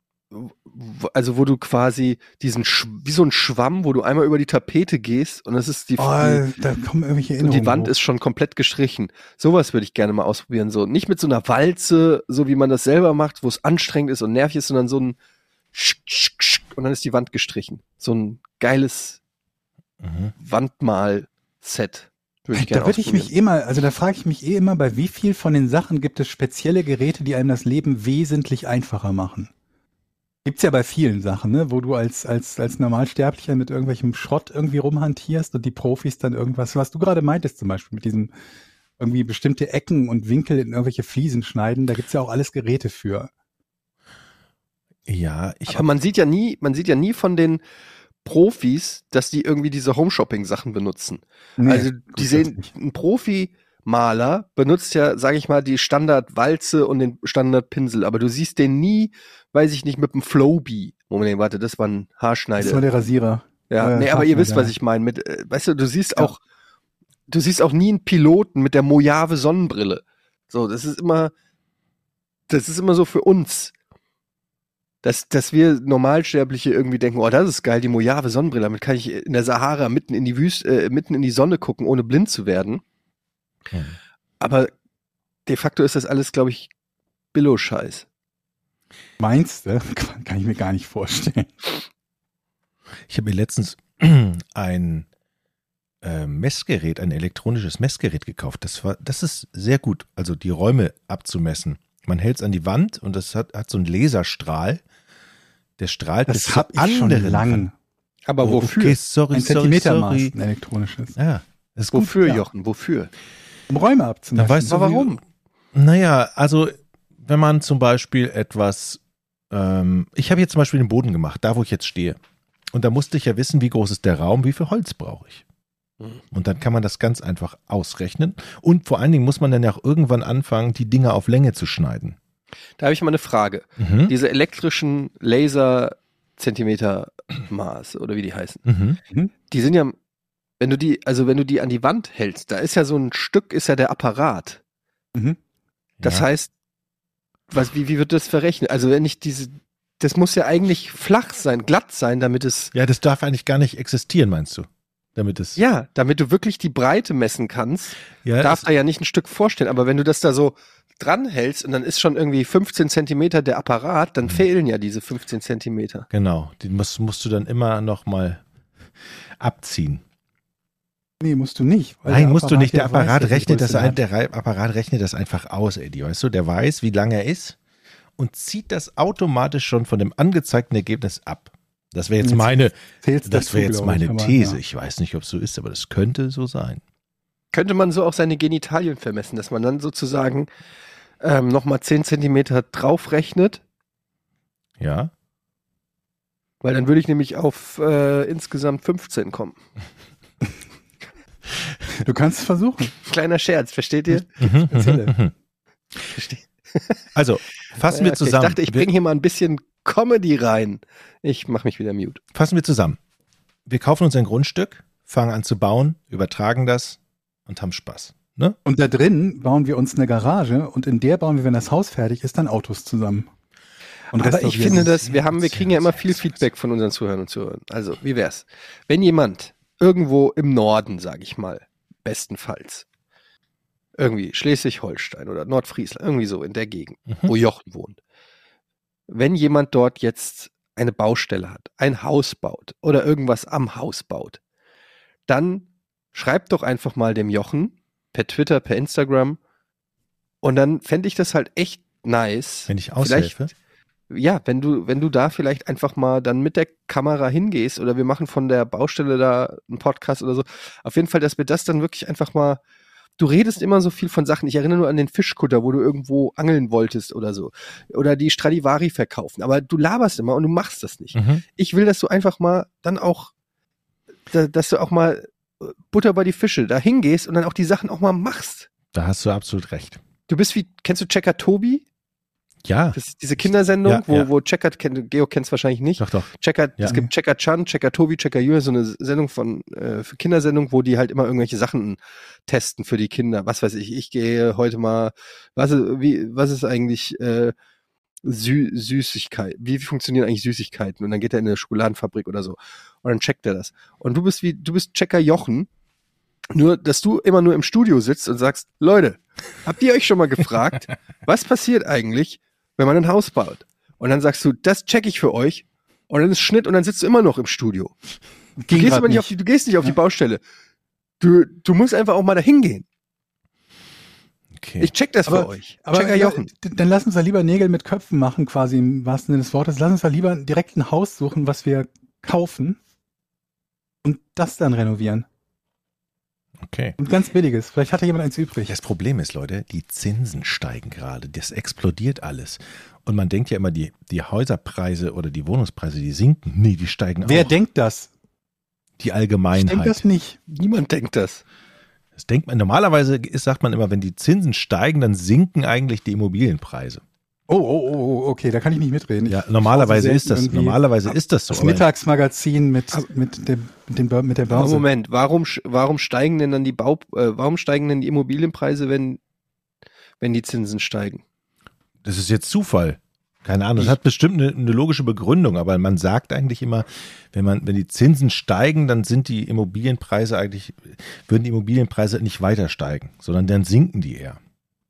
w- also wo du quasi diesen, Sch wie so ein Schwamm, wo du einmal über die Tapete gehst und das ist die, Oh, die da kommen irgendwelche und Erinnerungen. die Wand hoch. ist schon komplett gestrichen. Sowas würde ich gerne mal ausprobieren. So nicht mit so einer Walze, so wie man das selber macht, wo es anstrengend ist und nervig ist, sondern so ein Schick, Schick, Schick, und dann ist die Wand gestrichen. So ein geiles Mhm. Wandmal-Set. Würde ich gerne Da würde ich mich ausprobieren. eh mal, also da frage ich mich eh immer, bei wie viel von den Sachen gibt es spezielle Geräte, die einem das Leben wesentlich einfacher machen? Gibt's ja bei vielen Sachen, ne, wo du als, als, als Normalsterblicher mit irgendwelchem Schrott irgendwie rumhantierst und die Profis dann irgendwas, was du gerade meintest zum Beispiel mit diesem irgendwie bestimmte Ecken und Winkel in irgendwelche Fliesen schneiden, da gibt's ja auch alles Geräte für. Ja, ich Aber man sieht ja nie, man sieht ja nie von den Profis, dass die irgendwie diese Home-Shopping-Sachen benutzen. Nee, also die gut, sehen, das nicht. ein Profi-Maler benutzt ja, sage ich mal, die Standard-Walze und den Standard-Pinsel, aber du siehst den nie, weiß ich nicht, mit dem Flowbee. Moment, warte, das war ein Das Haarschneide. war der Rasierer. Ja, äh, nee, aber ihr wisst, Haarschneider. was ich meine. Mit, äh, weißt du, du siehst Ja. auch, du siehst auch nie einen Piloten mit der Mojave Sonnenbrille. So, das ist immer, das ist immer so für uns. Dass, dass wir Normalsterbliche irgendwie denken, oh, das ist geil, die Mojave Sonnenbrille, damit kann ich in der Sahara mitten in die Wüste, äh, mitten in die Sonne gucken, ohne blind zu werden. Mhm. Aber de facto ist das alles, glaube ich, Billo-Scheiß. Meinst du? Kann ich mir gar nicht vorstellen. Ich habe mir letztens ein äh, Messgerät, ein elektronisches Messgerät gekauft. Das war, das ist sehr gut, also die Räume abzumessen. Man hält es an die Wand und das hat, hat so einen Laserstrahl. Der strahlt bis Das zu hab ich schon anderen lang. Wand. Aber Oh, wofür? Okay, sorry, Ein sorry, Zentimetermaß, sorry. ein elektronisches. Ja, das ist gut. Wofür, ja. Jochen? Wofür? Um Räume abzumessen. Dann weißt du, Aber wie- warum? Naja, also wenn man zum Beispiel etwas, ähm, ich habe jetzt zum Beispiel den Boden gemacht, da wo ich jetzt stehe. Und da musste ich ja wissen, wie groß ist der Raum, wie viel Holz brauche ich. Mhm. Und dann kann man das ganz einfach ausrechnen. Und vor allen Dingen muss man dann ja auch irgendwann anfangen, die Dinge auf Länge zu schneiden. Da habe ich mal eine Frage. Mhm. Diese elektrischen Laser-Zentimeter-Maß oder wie die heißen, Mhm. die sind ja, wenn du die, also wenn du die an die Wand hältst, da ist ja so ein Stück, ist ja der Apparat. Mhm. Das Ja. heißt, was, wie, wie wird das verrechnet? Also wenn ich diese, das muss ja eigentlich flach sein, glatt sein, damit es, Ja, das darf eigentlich gar nicht existieren, meinst du? Damit es. ja, damit du wirklich die Breite messen kannst, ja darf es- da ja nicht ein Stück vorstellen. Aber wenn du das da so dran hältst und dann ist schon irgendwie fünfzehn Zentimeter der Apparat, dann Mhm. fehlen ja diese fünfzehn Zentimeter. Genau, die musst, musst du dann immer noch mal abziehen. Nee, musst du nicht. weil Nein, der musst du nicht. Der ja weiß, Apparat dass die rechnet das Größe ein, hat. der Re- Apparat rechnet das einfach aus, Eddie, weißt du? Der weiß, wie lang er ist und zieht das automatisch schon von dem angezeigten Ergebnis ab. Das wäre jetzt Jetzt meine, Zählt's das dazu, wäre jetzt glaub meine ich, aber, These. ja. Ich weiß nicht, ob es so ist, aber das könnte so sein. Könnte man so auch seine Genitalien vermessen, dass man dann sozusagen ähm, nochmal zehn Zentimeter draufrechnet, Ja? weil dann würde ich nämlich auf äh, insgesamt fünfzehn kommen. Du kannst es versuchen. Kleiner Scherz, versteht ihr? Mhm, Erzähle. mhm, mhm. Versteht. Also, fassen Ja, wir okay, zusammen. Ich dachte, ich bringe hier mal ein bisschen Comedy rein. Ich mache mich wieder mute. Fassen wir zusammen. Wir kaufen uns ein Grundstück, fangen an zu bauen, übertragen das und haben Spaß. Ne? Und da drin bauen wir uns eine Garage und in der bauen wir, wenn das Haus fertig ist, dann Autos zusammen. Und Aber ich restaurieren finde sie. das, wir haben, wir kriegen ja immer viel Feedback von unseren Zuhörern und Zuhörern. Also, wie wär's? Wenn jemand irgendwo im Norden, sage ich mal, bestenfalls, irgendwie Schleswig-Holstein oder Nordfriesland, irgendwie so in der Gegend, Mhm. wo Jochen wohnt, wenn jemand dort jetzt eine Baustelle hat, ein Haus baut oder irgendwas am Haus baut, dann schreibt doch einfach mal dem Jochen per Twitter, per Instagram und dann fände ich das halt echt nice. Wenn ich Vielleicht- aushelfe. Ja, wenn du, wenn du da vielleicht einfach mal dann mit der Kamera hingehst oder wir machen von der Baustelle da einen Podcast oder so. Auf jeden Fall, dass wir das dann wirklich einfach mal, du redest immer so viel von Sachen. Ich erinnere nur an den Fischkutter, wo du irgendwo angeln wolltest oder so. Oder die Stradivari verkaufen. Aber du laberst immer und du machst das nicht. Mhm. Ich will, dass du einfach mal dann auch, da- dass du auch mal Butter bei die Fische da hingehst und dann auch die Sachen auch mal machst. Da hast du absolut recht. Du bist wie, kennst du Checker Tobi? Ja, Das ist diese Kindersendung, Ja, wo, ja. wo Checker, kennt- Geo kennt es wahrscheinlich nicht. doch, doch. Checker, Ja. es gibt Checker Chan, Checker Tobi, Checker Julia, so eine Sendung von äh, für Kindersendung, wo die halt immer irgendwelche Sachen testen für die Kinder. Was weiß ich, ich gehe heute mal, was ist, wie, was ist eigentlich äh, Sü Süßigkeit? Wie funktionieren eigentlich Süßigkeiten? Und dann geht er in eine Schokoladenfabrik oder so. Und dann checkt er das. Und du bist wie, du bist Checker Jochen, nur, dass du immer nur im Studio sitzt und sagst, Leute, habt ihr euch schon mal gefragt, was passiert eigentlich, wenn man ein Haus baut? Und dann sagst du, das check ich für euch. Und dann ist Schnitt und dann sitzt du immer noch im Studio. Du Ging gehst grad aber nicht auf die, du gehst nicht auf die Baustelle. Du, du musst einfach auch mal dahin gehen. Okay. Ich check das Aber- für euch. Aber Checker Jochen. d- dann lass uns da lieber Nägel mit Köpfen machen, quasi im wahrsten Sinne des Wortes. Lass uns da lieber direkt ein Haus suchen, was wir kaufen und das dann renovieren. okay. Und ganz billiges. Vielleicht hat ja jemand eins übrig. Das Problem ist, Leute, die Zinsen steigen gerade. Das explodiert alles. Und man denkt ja immer, die, die Häuserpreise oder die Wohnungspreise, die sinken. Nee, die steigen Wer auch. denkt das? die Ich Allgemeinheit. denke das nicht. Niemand denkt das. Das denkt man, normalerweise ist, sagt man immer, wenn die Zinsen steigen, dann sinken eigentlich die Immobilienpreise. Oh, oh, oh, oh, okay, da kann ich nicht mitreden. Ich Ja, normalerweise schaue ist das, irgendwie normalerweise ist das so. Das aber- Mittagsmagazin mit, mit, dem, mit, den Bör- mit der Aber Börse. Moment, warum, sch- warum steigen denn dann die Bau, äh, warum steigen denn die Immobilienpreise, wenn, wenn die Zinsen steigen? Das ist jetzt Zufall. Keine Ahnung, das hat bestimmt eine, eine logische Begründung, aber man sagt eigentlich immer, wenn man, wenn die Zinsen steigen, dann sind die Immobilienpreise eigentlich, würden die Immobilienpreise nicht weiter steigen, sondern dann sinken die eher.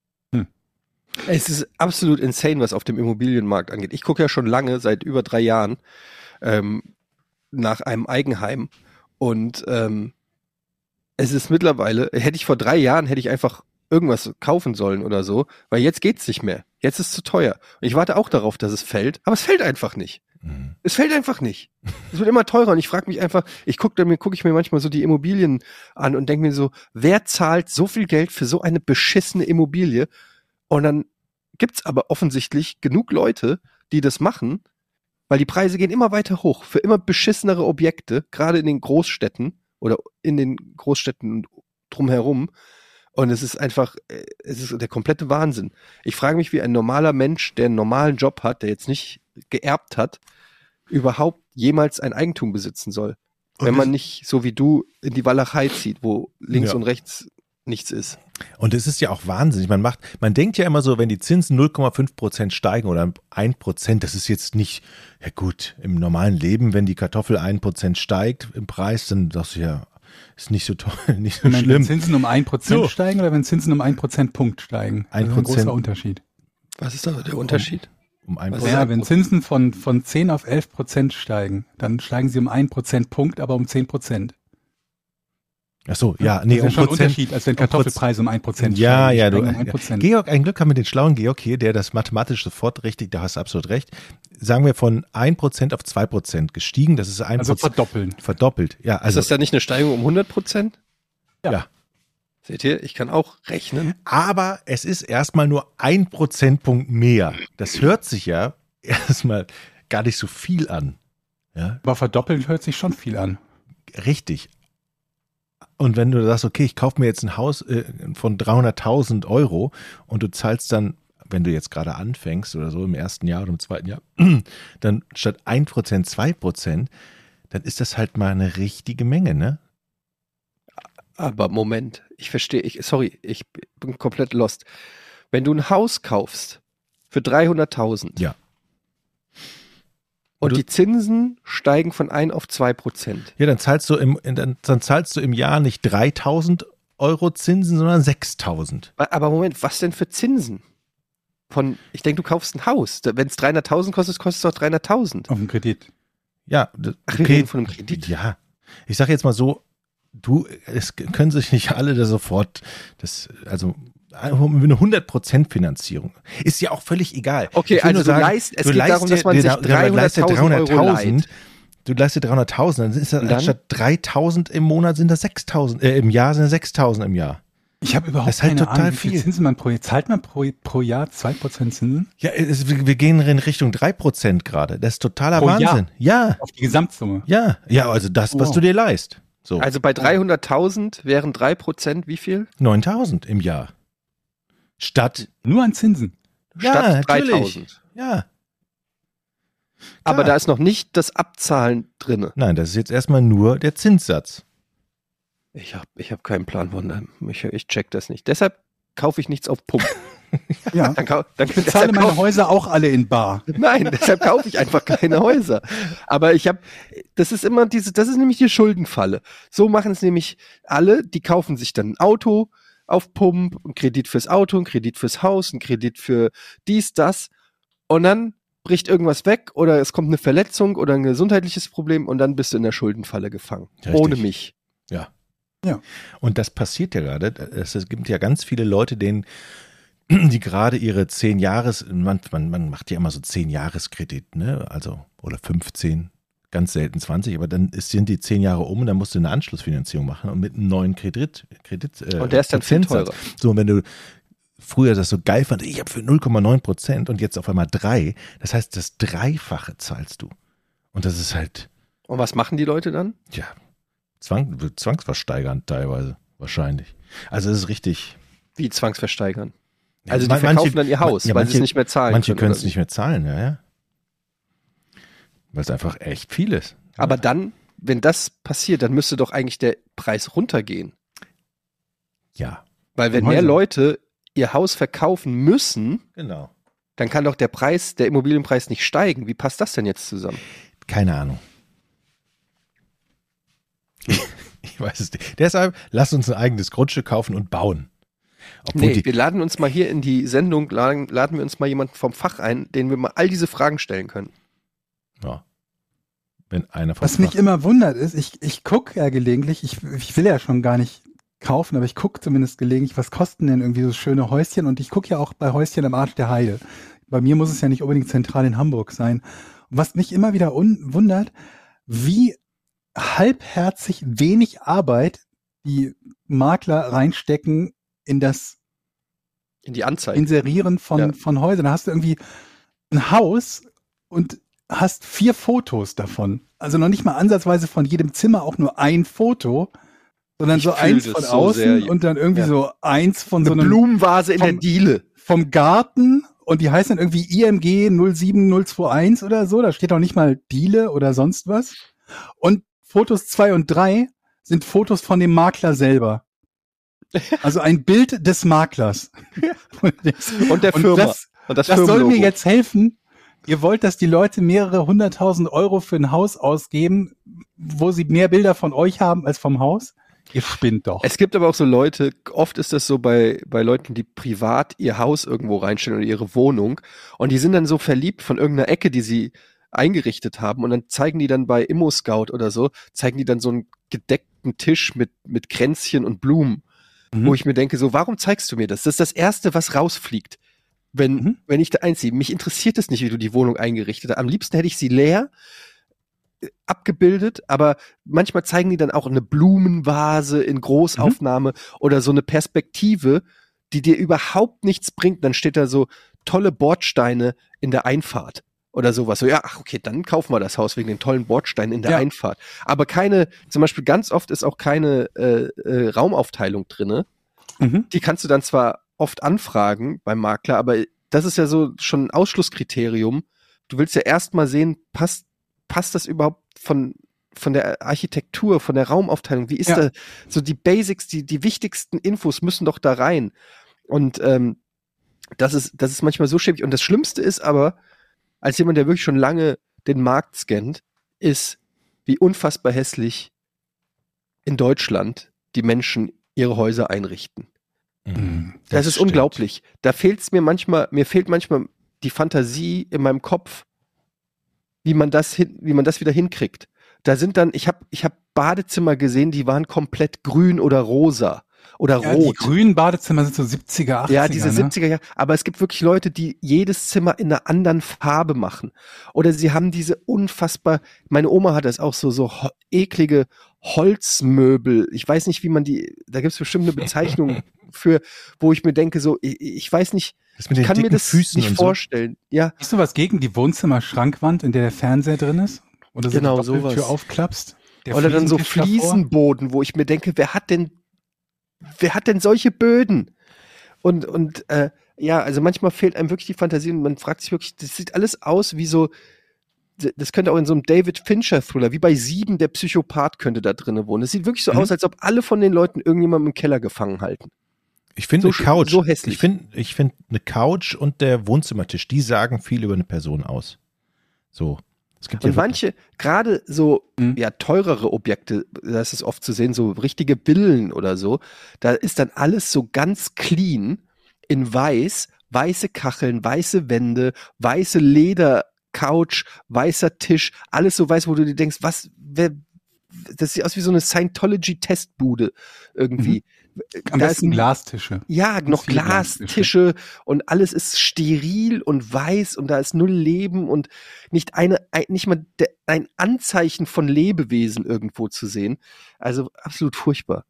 Es ist absolut insane, was auf dem Immobilienmarkt angeht. Ich gucke ja schon lange, seit über drei Jahren, ähm, nach einem Eigenheim. Und ähm, es ist mittlerweile, hätte ich vor drei Jahren, hätte ich einfach irgendwas kaufen sollen oder so, weil jetzt geht's nicht mehr. Jetzt ist es zu teuer. Und ich warte auch darauf, dass es fällt, aber es fällt einfach nicht. Mhm. Es fällt einfach nicht. Es wird immer teurer und ich frage mich einfach, ich gucke mir, gucke ich mir manchmal so die Immobilien an und denke mir so, wer zahlt so viel Geld für so eine beschissene Immobilie? Und dann gibt's aber offensichtlich genug Leute, die das machen, weil die Preise gehen immer weiter hoch für immer beschissenere Objekte, gerade in den Großstädten oder in den Großstädten drumherum. Und es ist einfach, äh, es ist der komplette Wahnsinn. Ich frage mich, wie ein normaler Mensch, der einen normalen Job hat, der jetzt nicht geerbt hat, überhaupt jemals ein Eigentum besitzen soll. Und Wenn man das- nicht, so wie du, in die Walachei zieht, wo links Ja. und rechts nichts ist. Und es ist ja auch wahnsinnig. Man macht, man denkt ja immer so, wenn die Zinsen null Komma fünf Prozent steigen oder ein Prozent, das ist jetzt nicht, ja gut, im normalen Leben, wenn die Kartoffel ein Prozent steigt im Preis, dann sagst du ja, ist nicht so toll, nicht so Moment, schlimm. wenn Zinsen um ein Prozent So. steigen oder wenn Zinsen um ein Prozentpunkt steigen? Ein Das ist ein Prozent. großer Unterschied. Was ist da der Unterschied? Um ein Was Prozent. Ja, wenn Zinsen von, von zehn auf elf Prozent steigen, dann steigen sie um ein Prozentpunkt, aber um zehn Prozent. Ach so, ja, nee, das ist um schon ein Prozent. Unterschied, als wenn um Proz- Kartoffelpreise um ein Prozent Ja, steigen. Die ja, du, steigen um ein ja. Prozent. Georg, ein Glück haben wir den schlauen Georg hier, der das mathematisch sofort richtig, da hast du absolut recht. Sagen wir von ein Prozent auf zwei Prozent gestiegen, das ist ein Also Prozent verdoppeln. verdoppelt. Ja, Ist also, das dann nicht eine Steigerung um hundert Prozent? ja. Seht ihr, ich kann auch rechnen. Aber es ist erstmal nur ein Prozentpunkt mehr. Das hört sich ja erstmal gar nicht so viel an. Ja, Aber verdoppeln hört sich schon viel an. richtig. Und wenn du sagst, okay, ich kaufe mir jetzt ein Haus äh, von dreihunderttausend Euro und du zahlst dann, wenn du jetzt gerade anfängst oder so im ersten Jahr oder im zweiten Jahr, dann statt ein Prozent, zwei Prozent, dann ist das halt mal eine richtige Menge, ne? Aber Moment, ich verstehe, ich, sorry, ich bin komplett lost. Wenn du ein Haus kaufst für dreihunderttausend. Ja. Und du- die Zinsen steigen von ein auf zwei Prozent. Ja, dann zahlst du im, dann, dann zahlst du im Jahr nicht dreitausend Euro Zinsen, sondern sechstausend. Aber Moment, was denn für Zinsen? Von, ich denke, du kaufst ein Haus. Wenn es dreihunderttausend kostet, kostet es auch dreihunderttausend. Auf dem Kredit. Ja, d- Ach, wir reden von einem Kredit. Ja, ich sage jetzt mal so, du, es können sich nicht alle da sofort, das, also eine hundert Prozent Finanzierung ist ja auch völlig egal. Okay, Ich will also nur du sagen, leist- es du geht leist darum, dir- dass man dir- sich du leist dir dreihunderttausend Euro leiht. Du leistest dreihunderttausend, dann ist das Und dann? anstatt dreitausend im Monat sind das sechstausend, äh, im Jahr sind das sechstausend im Jahr. Ich habe überhaupt Das ist halt keine total Ahnung, wie viel viel. Zinsen man pro Jahr, zahlt man pro, pro Jahr zwei Prozent Zinsen? Ja, es, wir wir gehen in Richtung drei Prozent gerade. Das ist totaler Pro Jahr? Wahnsinn. Ja, Auf die Gesamtsumme. ja, ja, also das, was Wow. du dir leist. So, Also bei dreihunderttausend wären drei Prozent wie viel? neuntausend im Jahr. Statt, Nur an Zinsen. ja, Statt natürlich. dreitausend. Ja. Aber Klar. da ist noch nicht das Abzahlen drinne. Nein, das ist jetzt erstmal nur der Zinssatz. Ich habe ich hab keinen Plan von ich, ich check das nicht. Deshalb kaufe ich nichts auf Pump. Ja. Dann, kau- dann, Ich zahle deshalb meine kauf, Häuser auch alle in bar. nein, deshalb kaufe ich einfach keine Häuser. Aber ich habe, das ist immer diese, das ist nämlich die Schuldenfalle. So machen es nämlich alle, die kaufen sich dann ein Auto auf Pump, einen Kredit fürs Auto, einen Kredit fürs Haus, einen Kredit für dies, das. Und dann bricht irgendwas weg oder es kommt eine Verletzung oder ein gesundheitliches Problem und dann bist du in der Schuldenfalle gefangen. Richtig. Ohne mich. Ja. Ja. Und das passiert ja gerade. Es es gibt ja ganz viele Leute, denen, die gerade ihre zehn Jahres, man, man, man macht ja immer so zehn Jahreskredit, ne? Also, oder fünfzehn, ganz selten zwanzig, aber dann ist, sind die zehn Jahre um und dann musst du eine Anschlussfinanzierung machen und mit einem neuen Kredit, Kredit äh, Und der ist dann viel Prozentsatz. teurer. So, und wenn du früher das so geil fand, ich habe für null Komma neun Prozent und jetzt auf einmal drei, das heißt, das Dreifache zahlst du. Und das ist halt, Und was machen die Leute dann? ja, Zwang, zwangsversteigernd teilweise, wahrscheinlich. Also es ist richtig. Wie zwangsversteigern? Ja, Also die man- verkaufen manche- dann ihr Haus, ja, weil manche- sie es nicht mehr zahlen Manche können. können es oder nicht mehr zahlen, ja, ja. Weil es einfach echt viel ist. wie? Aber dann, wenn das passiert, dann müsste doch eigentlich der Preis runtergehen. Ja, Weil wenn Häuser. mehr Leute ihr Haus verkaufen müssen, genau. dann kann doch der Preis, der Immobilienpreis nicht steigen. Wie passt das denn jetzt zusammen? Keine Ahnung. Ich weiß es nicht. Deshalb, lass uns ein eigenes Grundstück kaufen und bauen. Obwohl Nee, die, wir laden uns mal hier in die Sendung, laden, laden wir uns mal jemanden vom Fach ein, den wir mal all diese Fragen stellen können. ja, wenn einer von Was mich immer wundert ist, ich, ich gucke ja gelegentlich, ich, ich will ja schon gar nicht kaufen, aber ich gucke zumindest gelegentlich, was kosten denn irgendwie so schöne Häuschen und ich gucke ja auch bei Häuschen am Arsch der Heide. Bei mir muss es ja nicht unbedingt zentral in Hamburg sein. Und was mich immer wieder un- wundert, wie halbherzig wenig Arbeit die Makler reinstecken in das In die Anzeige. Inserieren von, Ja. von Häusern. Da hast du irgendwie ein Haus und hast vier Fotos davon. Also noch nicht mal ansatzweise von jedem Zimmer auch nur ein Foto, sondern Ich so fühl eins das von so außen sehr. und dann irgendwie Ja. so eins von so Eine einem Blumenvase in der vom- Diele. vom Garten und die heißen dann irgendwie I M G null sieben null zwei eins oder so. Da steht auch nicht mal Diele oder sonst was. Und Fotos zwei und drei sind Fotos von dem Makler selber. Also ein Bild des Maklers. Und der Und Firma. das, Und das, das soll Firmenlogo. mir jetzt helfen. Ihr wollt, dass die Leute mehrere hunderttausend Euro für ein Haus ausgeben, wo sie mehr Bilder von euch haben als vom Haus? Ihr spinnt doch. Es gibt aber auch so Leute, oft ist das so bei, bei Leuten, die privat ihr Haus irgendwo reinstellen oder ihre Wohnung und die sind dann so verliebt von irgendeiner Ecke, die sie eingerichtet haben und dann zeigen die dann bei ImmoScout oder so, zeigen die dann so einen gedeckten Tisch mit, mit Kränzchen und Blumen, Mhm. wo ich mir denke, so, warum zeigst du mir das? Das ist das Erste, was rausfliegt, wenn, Mhm. wenn ich da einziehe. Mich interessiert es nicht, wie du die Wohnung eingerichtet hast. Am liebsten hätte ich sie leer äh, abgebildet, aber manchmal zeigen die dann auch eine Blumenvase in Großaufnahme oder so eine Perspektive, die dir überhaupt nichts bringt. Dann steht da so tolle Bordsteine in der Einfahrt oder sowas. So, ja, ach, okay, dann kaufen wir das Haus wegen den tollen Bordsteinen in der Ja. Einfahrt. Aber keine, zum Beispiel ganz oft ist auch keine äh, äh, Raumaufteilung drinne. Mhm. Die kannst du dann zwar oft anfragen beim Makler, aber das ist ja so schon ein Ausschlusskriterium. Du willst ja erst mal sehen, passt, passt das überhaupt von, von der Architektur, von der Raumaufteilung, wie ist Ja. da, so die Basics, die, die wichtigsten Infos müssen doch da rein. Und ähm, das ist, das ist manchmal so schäbig. Und das Schlimmste ist aber, als jemand, der wirklich schon lange den Markt scannt, ist, wie unfassbar hässlich in Deutschland die Menschen ihre Häuser einrichten. Mhm. Das, ist stimmt. unglaublich. Da fehlt es mir manchmal, mir fehlt manchmal die Fantasie in meinem Kopf, wie man das hin, wie man das wieder hinkriegt. Da sind dann, ich habe ich hab Badezimmer gesehen, die waren komplett grün oder rosa oder Ja, die rot. grünen Badezimmer sind so siebziger, achtziger. Ja, diese ne? siebziger Jahre. Aber es gibt wirklich Leute, die jedes Zimmer in einer anderen Farbe machen. Oder sie haben diese unfassbar, meine Oma hat das auch so, so ho- eklige Holzmöbel. Ich weiß nicht, wie man die, da gibt es bestimmt eine Bezeichnung für, wo ich mir denke, so, ich, ich weiß nicht, Das mit ich den kann mir dicken das Füßen nicht und so. vorstellen. Ja, Hast du was gegen die Wohnzimmer-Schrankwand, in der der Fernseher drin ist? Oder so Genau, eine Doppeltür sowas. aufklappst? Der oder dann so Fliesentisch davor? Fliesenboden, wo ich mir denke, wer hat denn, wer hat denn solche Böden? Und, und äh, ja, also manchmal fehlt einem wirklich die Fantasie und man fragt sich wirklich, das sieht alles aus wie so, das könnte auch in so einem David Fincher-Thriller, wie bei Sieben, der Psychopath könnte da drinnen wohnen. Es sieht wirklich so Mhm. aus, als ob alle von den Leuten irgendjemanden im Keller gefangen halten. Ich finde So eine sch- Couch, so hässlich. ich finde ich finde eine Couch und der Wohnzimmertisch, die sagen viel über eine Person aus. So. Es gibt Und ja wirklich- manche, gerade so Mhm. ja, teurere Objekte, das ist oft zu sehen, so richtige Villen oder so, da ist dann alles so ganz clean in weiß, weiße Kacheln, weiße Wände, weiße Ledercouch, weißer Tisch, alles so weiß, wo du dir denkst, was, wer, das sieht aus wie so eine Scientology-Testbude irgendwie. Am Da besten ist ein- Glastische. Ja, noch viele Glastische und alles ist steril und weiß und da ist null Leben und nicht eine, ein, nicht mal de, ein Anzeichen von Lebewesen irgendwo zu sehen. Also absolut furchtbar.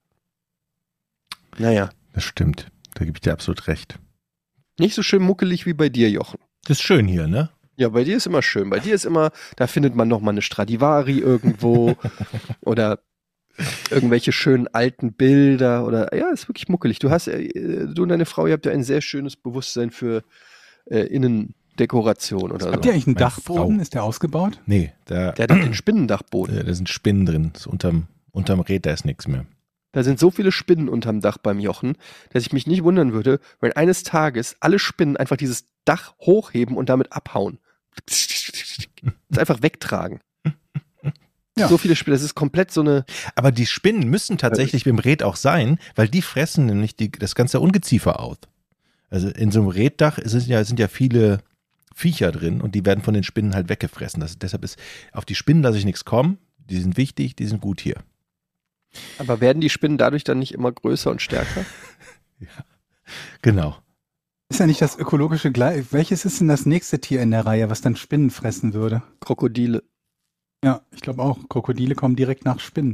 Naja, Das stimmt. Da gebe ich dir absolut recht. nicht so schön muckelig wie bei dir, Jochen. Das ist schön hier, ne? Ja, bei dir ist immer schön. Bei dir ist immer, da findet man noch mal eine Stradivari irgendwo oder irgendwelche schönen alten Bilder oder ja, ist wirklich muckelig. Du hast, äh, du und deine Frau, ihr habt ja ein sehr schönes Bewusstsein für äh, Innendekoration oder Habt so. ihr eigentlich einen Meine Dachboden? Frau. Ist der ausgebaut? Nee, da, Der hat auch den Spinnendachboden. äh, da sind Spinnen drin. Das ist unterm, unterm Räd, da ist nichts mehr. Da sind so viele Spinnen unterm Dach beim Jochen, dass ich mich nicht wundern würde, wenn eines Tages alle Spinnen einfach dieses Dach hochheben und damit abhauen. Das einfach wegtragen. Ja. So viele Spinnen, das ist komplett so eine. Aber die Spinnen müssen tatsächlich beim Räd auch sein, weil die fressen nämlich die, das ganze Ungeziefer aus. Also in so einem Räddach sind ja, sind ja viele Viecher drin und die werden von den Spinnen halt weggefressen. Das, deshalb ist auf die Spinnen lasse ich nichts kommen. Die sind wichtig, die sind gut hier. Aber werden die Spinnen dadurch dann nicht immer größer und stärker? Genau. Ist ja nicht das ökologische Gleich. Welches ist denn das nächste Tier in der Reihe, was dann Spinnen fressen würde? Krokodile. Ja, ich glaube auch. Krokodile kommen direkt nach Spinnen.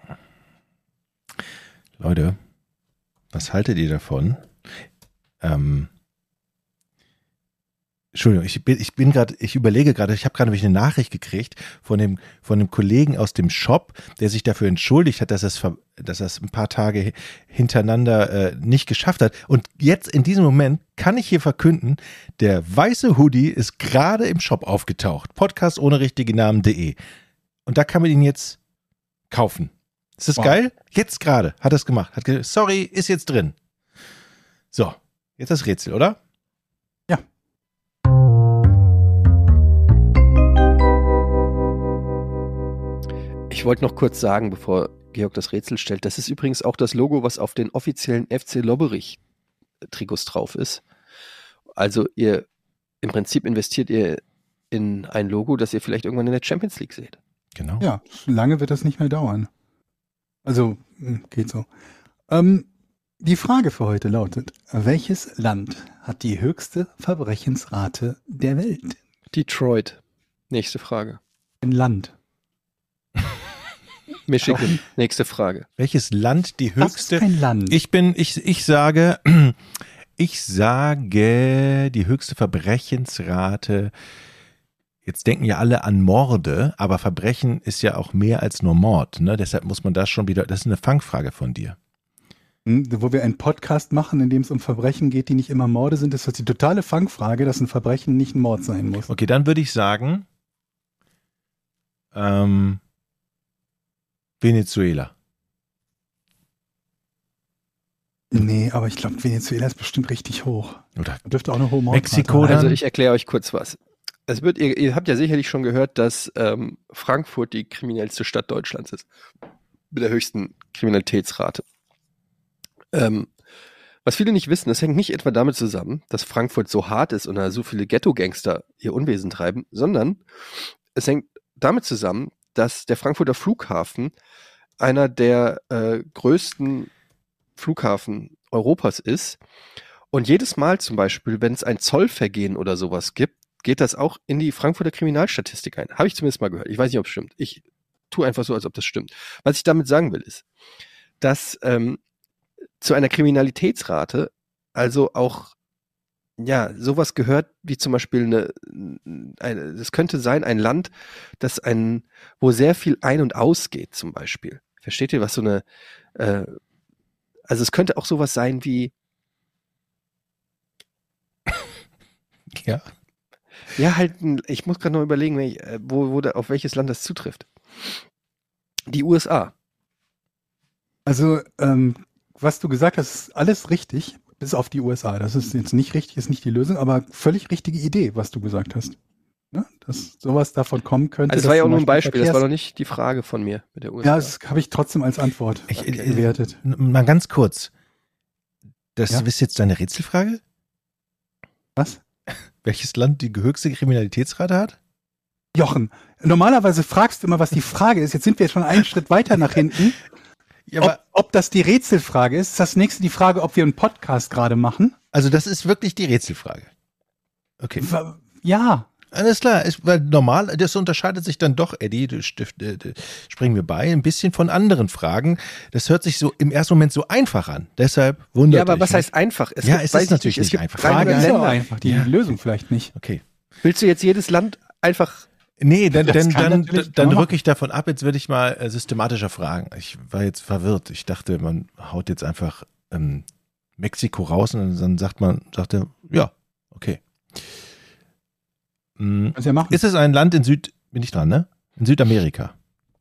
Leute, was haltet ihr davon? Ähm, Entschuldigung, ich bin, ich bin gerade, ich überlege gerade, ich habe gerade nämlich eine Nachricht gekriegt von dem, von dem Kollegen aus dem Shop, der sich dafür entschuldigt hat, dass er es, ver- dass er es ein paar Tage hintereinander äh, nicht geschafft hat. Und jetzt in diesem Moment kann ich hier verkünden, der weiße Hoodie ist gerade im Shop aufgetaucht. Podcast ohne richtige Namen.de. Und da kann man ihn jetzt kaufen. Ist das Wow. geil? Jetzt gerade hat er es gemacht. Hat gesagt, sorry, ist jetzt drin. So, jetzt das Rätsel, oder? Ja. Ich wollte noch kurz sagen, bevor Georg das Rätsel stellt, das ist übrigens auch das Logo, was auf den offiziellen F C Lobberich-Trikots drauf ist. Also ihr, im Prinzip investiert ihr in ein Logo, das ihr vielleicht irgendwann in der Champions League seht. Genau. Ja, lange wird das nicht mehr dauern. Also, hm, geht so. Ähm, die Frage für heute lautet, welches Land hat die höchste Verbrechensrate der Welt? Detroit. Nächste Frage. Ein Land. Michigan. Nächste Frage. Welches Land die Was höchste? ist ein Land? Ich bin, ich, ich sage, ich sage, die höchste Verbrechensrate. Jetzt denken ja alle an Morde, aber Verbrechen ist ja auch mehr als nur Mord, ne? Deshalb muss man das schon wieder, das ist eine Fangfrage von dir. Hm, wo wir einen Podcast machen, in dem es um Verbrechen geht, die nicht immer Morde sind, ist das die totale Fangfrage, dass ein Verbrechen nicht ein Mord sein muss. Okay, dann würde ich sagen, ähm, Venezuela. Nee, aber ich glaube, Venezuela ist bestimmt richtig hoch. Oder Da dürfte auch eine hohe Mexiko Mordrate dann? Also ich erkläre euch kurz was. Es wird, ihr, ihr habt ja sicherlich schon gehört, dass ähm, Frankfurt die kriminellste Stadt Deutschlands ist. Mit der höchsten Kriminalitätsrate. Ähm, was viele nicht wissen, das hängt nicht etwa damit zusammen, dass Frankfurt so hart ist und da so viele Ghetto-Gangster ihr Unwesen treiben, sondern es hängt damit zusammen, dass der Frankfurter Flughafen einer der äh, größten Flughafen Europas ist. Und jedes Mal zum Beispiel, wenn es ein Zollvergehen oder sowas gibt, geht das auch in die Frankfurter Kriminalstatistik ein. Habe ich zumindest mal gehört. Ich weiß nicht, ob es stimmt. Ich tue einfach so, als ob das stimmt. Was ich damit sagen will, ist, dass ähm, zu einer Kriminalitätsrate also auch ja sowas gehört wie zum Beispiel eine, eine das könnte sein ein Land, das ein, wo sehr viel ein- und ausgeht zum Beispiel. Versteht ihr, was so eine äh, also es könnte auch sowas sein wie Ja. ja halt, ein- ich muss gerade noch überlegen, welch- äh, wo, wo da, auf welches Land das zutrifft. Die U S A. Also, ähm, was du gesagt hast, ist alles richtig, bis auf die U S A. Das ist jetzt nicht richtig, ist nicht die Lösung, aber völlig richtige Idee, was du gesagt hast. Ne? Dass sowas davon kommen könnte. Also das dass war ja auch zum nur ein Beispiel, das war Verkehrs- noch nicht die Frage von mir mit der U S A. Ja, das habe ich trotzdem als Antwort Ich, äh, äh, gewertet. n- mal ganz kurz. Das Ja? ist jetzt deine Rätselfrage? Was? Welches Land die höchste Kriminalitätsrate hat? Jochen, normalerweise fragst du immer, was die Frage ist. Jetzt sind wir schon einen Schritt weiter nach hinten. Ja, Ob, ob das die Rätselfrage ist, ist das nächste die Frage, ob wir einen Podcast gerade machen. also das ist wirklich die Rätselfrage. Okay. W- Ja, Alles klar, ist, weil normal, das unterscheidet sich dann doch, Eddie, du stift, äh, äh, springen wir bei, ein bisschen von anderen Fragen. Das hört sich so im ersten Moment so einfach an. Deshalb wundert Ja, aber euch was nicht. heißt einfach? Ja, gibt- es ist weiß ich natürlich es nicht gibt einfach. dreihundert Frage ist Länder. ja einfach, die Ja. Lösung vielleicht nicht. Okay. Willst du jetzt jedes Land einfach Nee, dann, Das dann, kann dann, natürlich- kann dann man rücke ich davon ab, jetzt werde ich mal äh, systematischer fragen. Ich war jetzt verwirrt. Ich dachte, man haut jetzt einfach ähm, Mexiko raus und dann sagt man, sagt er, ja, okay. Hm. Kannst ja machen. Ist es ein Land in Süd, bin ich dran, ne? In Südamerika?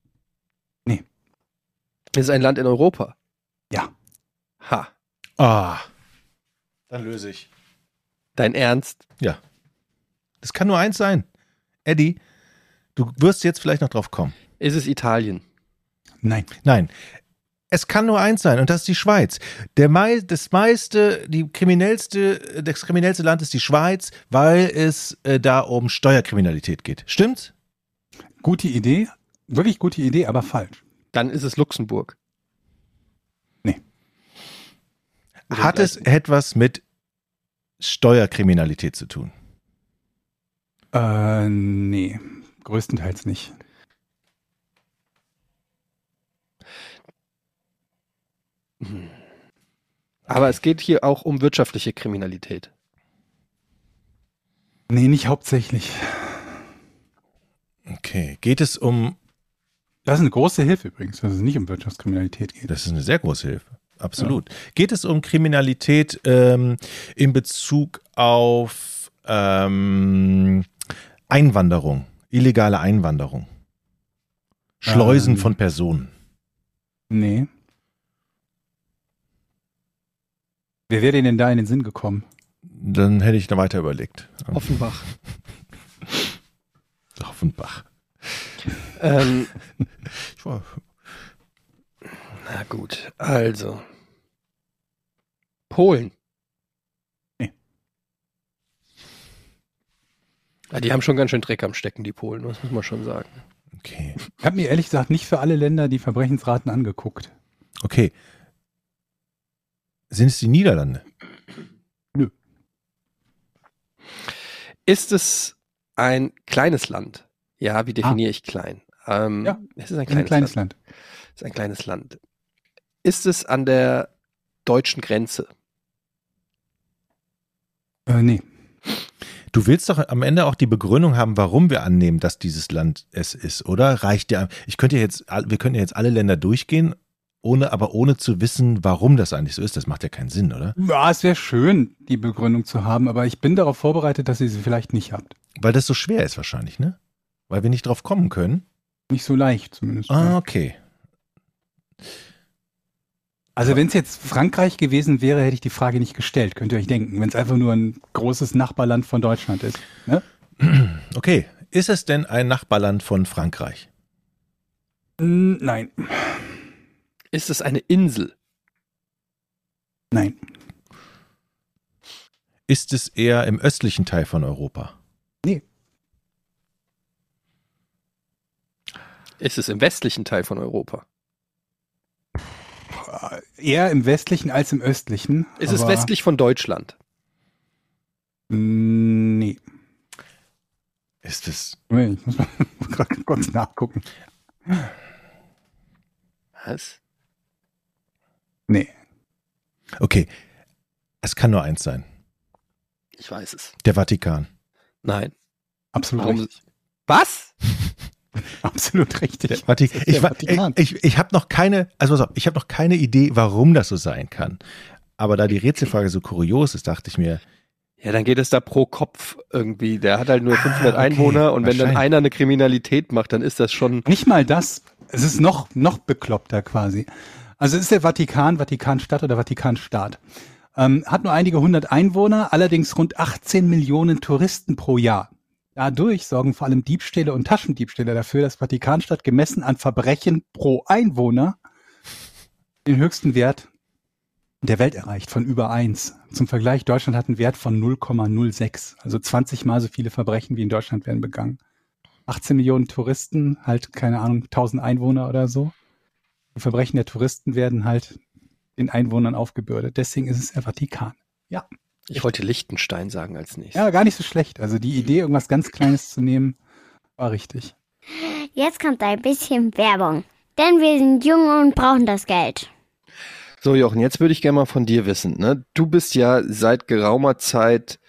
Das ist ein Land in Europa. Ja. Ha. Ah. Dann löse ich. Dein Ernst? Das kann nur eins sein. Eddie, du wirst jetzt vielleicht noch drauf kommen. Ist es Italien? Nein. Nein. Es kann nur eins sein und das ist die Schweiz. Der mei das meiste, die kriminellste, das kriminellste Land ist die Schweiz, weil es äh, da um Steuerkriminalität geht. Stimmt's? Gute Idee, wirklich gute Idee, aber falsch. Dann ist es Luxemburg. Oder Hat es gleich- etwas mit Steuerkriminalität zu tun? Äh, nee, größtenteils nicht. Aber es geht hier auch um wirtschaftliche Kriminalität. Nee, nicht hauptsächlich. Okay. Geht es um, Das ist eine große Hilfe übrigens, dass es nicht um Wirtschaftskriminalität geht. das ist eine sehr große Hilfe. Absolut. Geht es um Kriminalität ähm, in Bezug auf ähm, Einwanderung, illegale Einwanderung? Schleusen Ähm. von Personen? Nee. Wer wäre denn da in den Sinn gekommen? Dann hätte ich da weiter überlegt. Offenbach. Offenbach. ähm, Ich war, na gut, also. Polen. Nee. Ja, die haben schon ganz schön Dreck am Stecken, die Polen, das muss man schon sagen. okay. Ich habe mir ehrlich gesagt nicht für alle Länder die Verbrechensraten angeguckt. Okay. Sind es die Niederlande? Ist es ein kleines Land? Ja, wie definiere ich klein? Ähm, Ja, es ist ein Ein kleines, kleines Land. Land. Es ist ein kleines Land. Ist es an der deutschen Grenze? Äh, nee. Du willst doch am Ende auch die Begründung haben, warum wir annehmen, dass dieses Land es ist, oder? Reicht ja. Ich könnte jetzt, wir könnten ja jetzt alle Länder durchgehen, ohne, aber ohne zu wissen, warum das eigentlich so ist. Das macht ja keinen Sinn, oder? Ja, es wäre schön, die Begründung zu haben, aber ich bin darauf vorbereitet, dass ihr sie vielleicht nicht habt. Weil das so schwer ist wahrscheinlich, ne? Weil wir nicht drauf kommen können. Nicht so leicht zumindest. Ah, okay. Also wenn es jetzt Frankreich gewesen wäre, hätte ich die Frage nicht gestellt, könnt ihr euch denken, wenn es einfach nur ein großes Nachbarland von Deutschland ist. Ne? Okay, ist es denn ein Nachbarland von Frankreich? Mm, Nein, Ist es eine Insel? nein, Ist es eher im östlichen Teil von Europa? nee, Ist es im westlichen Teil von Europa? eher im westlichen als im östlichen. Ist es aber, westlich von Deutschland? Mm, Nee, Ist es, ich muss mal gerade kurz nachgucken. Was? Nee, okay, es kann nur eins sein. Ich weiß es. Der Vatikan. Nein. absolut Warum? richtig. Was? Absolut richtig. Der Vati- Das ist ich der wa- Vatikan. ich, ich, ich habe noch keine, also pass auf, ich habe noch keine Idee, warum das so sein kann. Aber da die Rätselfrage so kurios ist, dachte ich mir, Ja, dann geht es da pro Kopf irgendwie. Der hat halt nur fünfhundert okay. Einwohner und wenn dann Wahrscheinlich. einer eine Kriminalität macht, dann ist das schon. Nicht mal das. Es ist noch, noch bekloppter quasi. Also es ist der Vatikan, Vatikanstadt oder Vatikanstaat. Ähm, hat nur einige hundert Einwohner, allerdings rund achtzehn Millionen Touristen pro Jahr. Dadurch sorgen vor allem Diebstähle und Taschendiebstähle dafür, dass Vatikanstadt gemessen an Verbrechen pro Einwohner den höchsten Wert der Welt erreicht, von über eins. Zum Vergleich, Deutschland hat einen Wert von null Komma null sechs. Also zwanzig Mal so viele Verbrechen wie in Deutschland werden begangen. achtzehn Millionen Touristen, halt, keine Ahnung, tausend Einwohner oder so. Die Verbrechen der Touristen werden halt den Einwohnern aufgebürdet. Deswegen ist es der Vatikan. Ja, Ich wollte Liechtenstein sagen als nächstes. ja, gar nicht so schlecht. Also die Idee, irgendwas ganz Kleines zu nehmen, war richtig. Jetzt kommt ein bisschen Werbung. Denn wir sind jung und brauchen das Geld. So, Jochen, jetzt würde ich gerne mal von dir wissen. Ne? Du bist ja seit geraumer Zeit,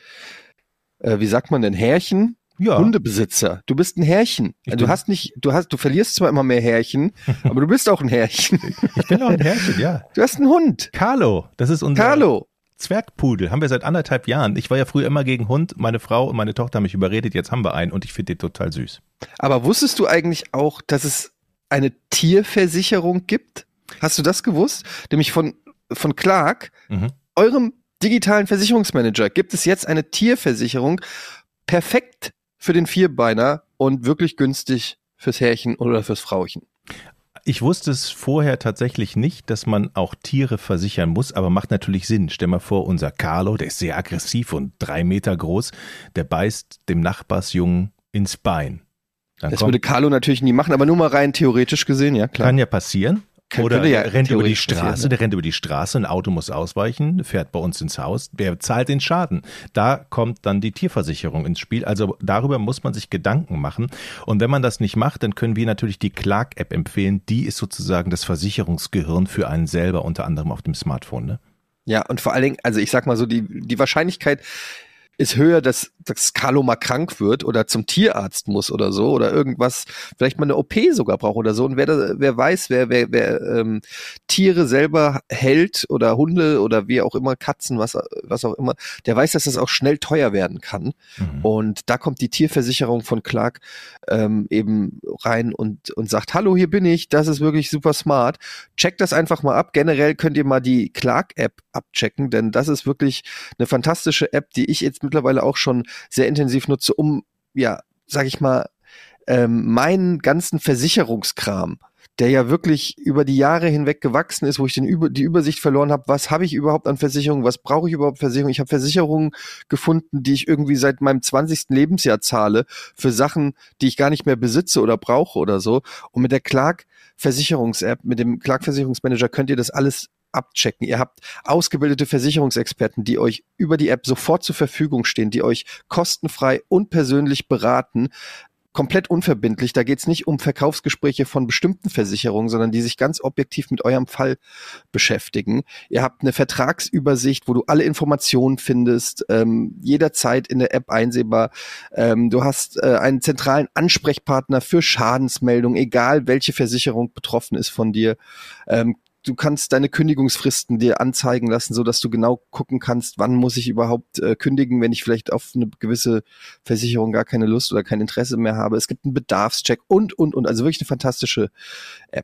äh, wie sagt man denn, Härchen? ja, Hundebesitzer. Du bist ein Härchen. Ich du bin- hast nicht, du hast, du verlierst zwar immer mehr Härchen, aber du bist auch ein Härchen. ich bin auch ein Herrchen, ja. Du hast einen Hund. Carlo, das ist unser Carlo. Zwergpudel, haben wir seit anderthalb Jahren. Ich war ja früher immer gegen Hund, meine Frau und meine Tochter haben mich überredet, jetzt haben wir einen und ich finde den total süß. Aber wusstest du eigentlich auch, dass es eine Tierversicherung gibt? Hast du das gewusst? Nämlich von, von Clark, Mhm. eurem digitalen Versicherungsmanager, gibt es jetzt eine Tierversicherung, perfekt für den Vierbeiner und wirklich günstig fürs Härchen oder fürs Frauchen. Ich wusste es vorher tatsächlich nicht, dass man auch Tiere versichern muss, aber macht natürlich Sinn. Stell mal vor, unser Carlo, der ist sehr aggressiv und drei Meter groß, der beißt dem Nachbarsjungen ins Bein. Dann Das kommt, würde Carlo natürlich nie machen, aber nur mal rein theoretisch gesehen, ja klar. kann ja passieren. Kann- Oder könnte ja der rennt über die theoretisch Straße, passieren, ne? der rennt über die Straße, ein Auto muss ausweichen, fährt bei uns ins Haus, wer zahlt den Schaden? Da kommt dann die Tierversicherung ins Spiel. Also darüber muss man sich Gedanken machen. Und wenn man das nicht macht, dann können wir natürlich die Clark-App empfehlen. Die ist sozusagen das Versicherungsgehirn für einen selber, unter anderem auf dem Smartphone. Ne? Ja, und vor allen Dingen, also ich sag mal so, die, die Wahrscheinlichkeit ist höher, dass, dass Carlo mal krank wird oder zum Tierarzt muss oder so oder irgendwas, vielleicht mal eine O P sogar braucht oder so. Und wer, da, wer weiß, wer, wer, wer ähm, Tiere selber hält oder Hunde oder wie auch immer, Katzen, was, was auch immer, der weiß, dass das auch schnell teuer werden kann. Mhm. Und da kommt die Tierversicherung von Clark ähm, eben rein und, und sagt, hallo, hier bin ich, das ist wirklich super smart. Checkt das einfach mal ab. Generell könnt ihr mal die Clark-App abchecken, denn das ist wirklich eine fantastische App, die ich jetzt mittlerweile auch schon sehr intensiv nutze, um, ja, sag ich mal, ähm, meinen ganzen Versicherungskram, der ja wirklich über die Jahre hinweg gewachsen ist, wo ich den über, die Übersicht verloren habe, was habe ich überhaupt an Versicherungen, was brauche ich überhaupt Versicherungen. Ich habe Versicherungen gefunden, die ich irgendwie seit meinem zwanzigsten Lebensjahr zahle, für Sachen, die ich gar nicht mehr besitze oder brauche oder so. Und mit der Clark Versicherungs-App, mit dem Clark Versicherungsmanager könnt ihr das alles abchecken. Ihr habt ausgebildete Versicherungsexperten, die euch über die App sofort zur Verfügung stehen, die euch kostenfrei und persönlich beraten, komplett unverbindlich. Da geht es nicht um Verkaufsgespräche von bestimmten Versicherungen, sondern die sich ganz objektiv mit eurem Fall beschäftigen. Ihr habt eine Vertragsübersicht, wo du alle Informationen findest, ähm, jederzeit in der App einsehbar. Ähm, du hast äh, einen zentralen Ansprechpartner für Schadensmeldungen, egal welche Versicherung betroffen ist von dir. Ähm, Du kannst deine Kündigungsfristen dir anzeigen lassen, so dass du genau gucken kannst, wann muss ich überhaupt äh, kündigen, wenn ich vielleicht auf eine gewisse Versicherung gar keine Lust oder kein Interesse mehr habe. Es gibt einen Bedarfscheck und, und, und. Also wirklich eine fantastische App.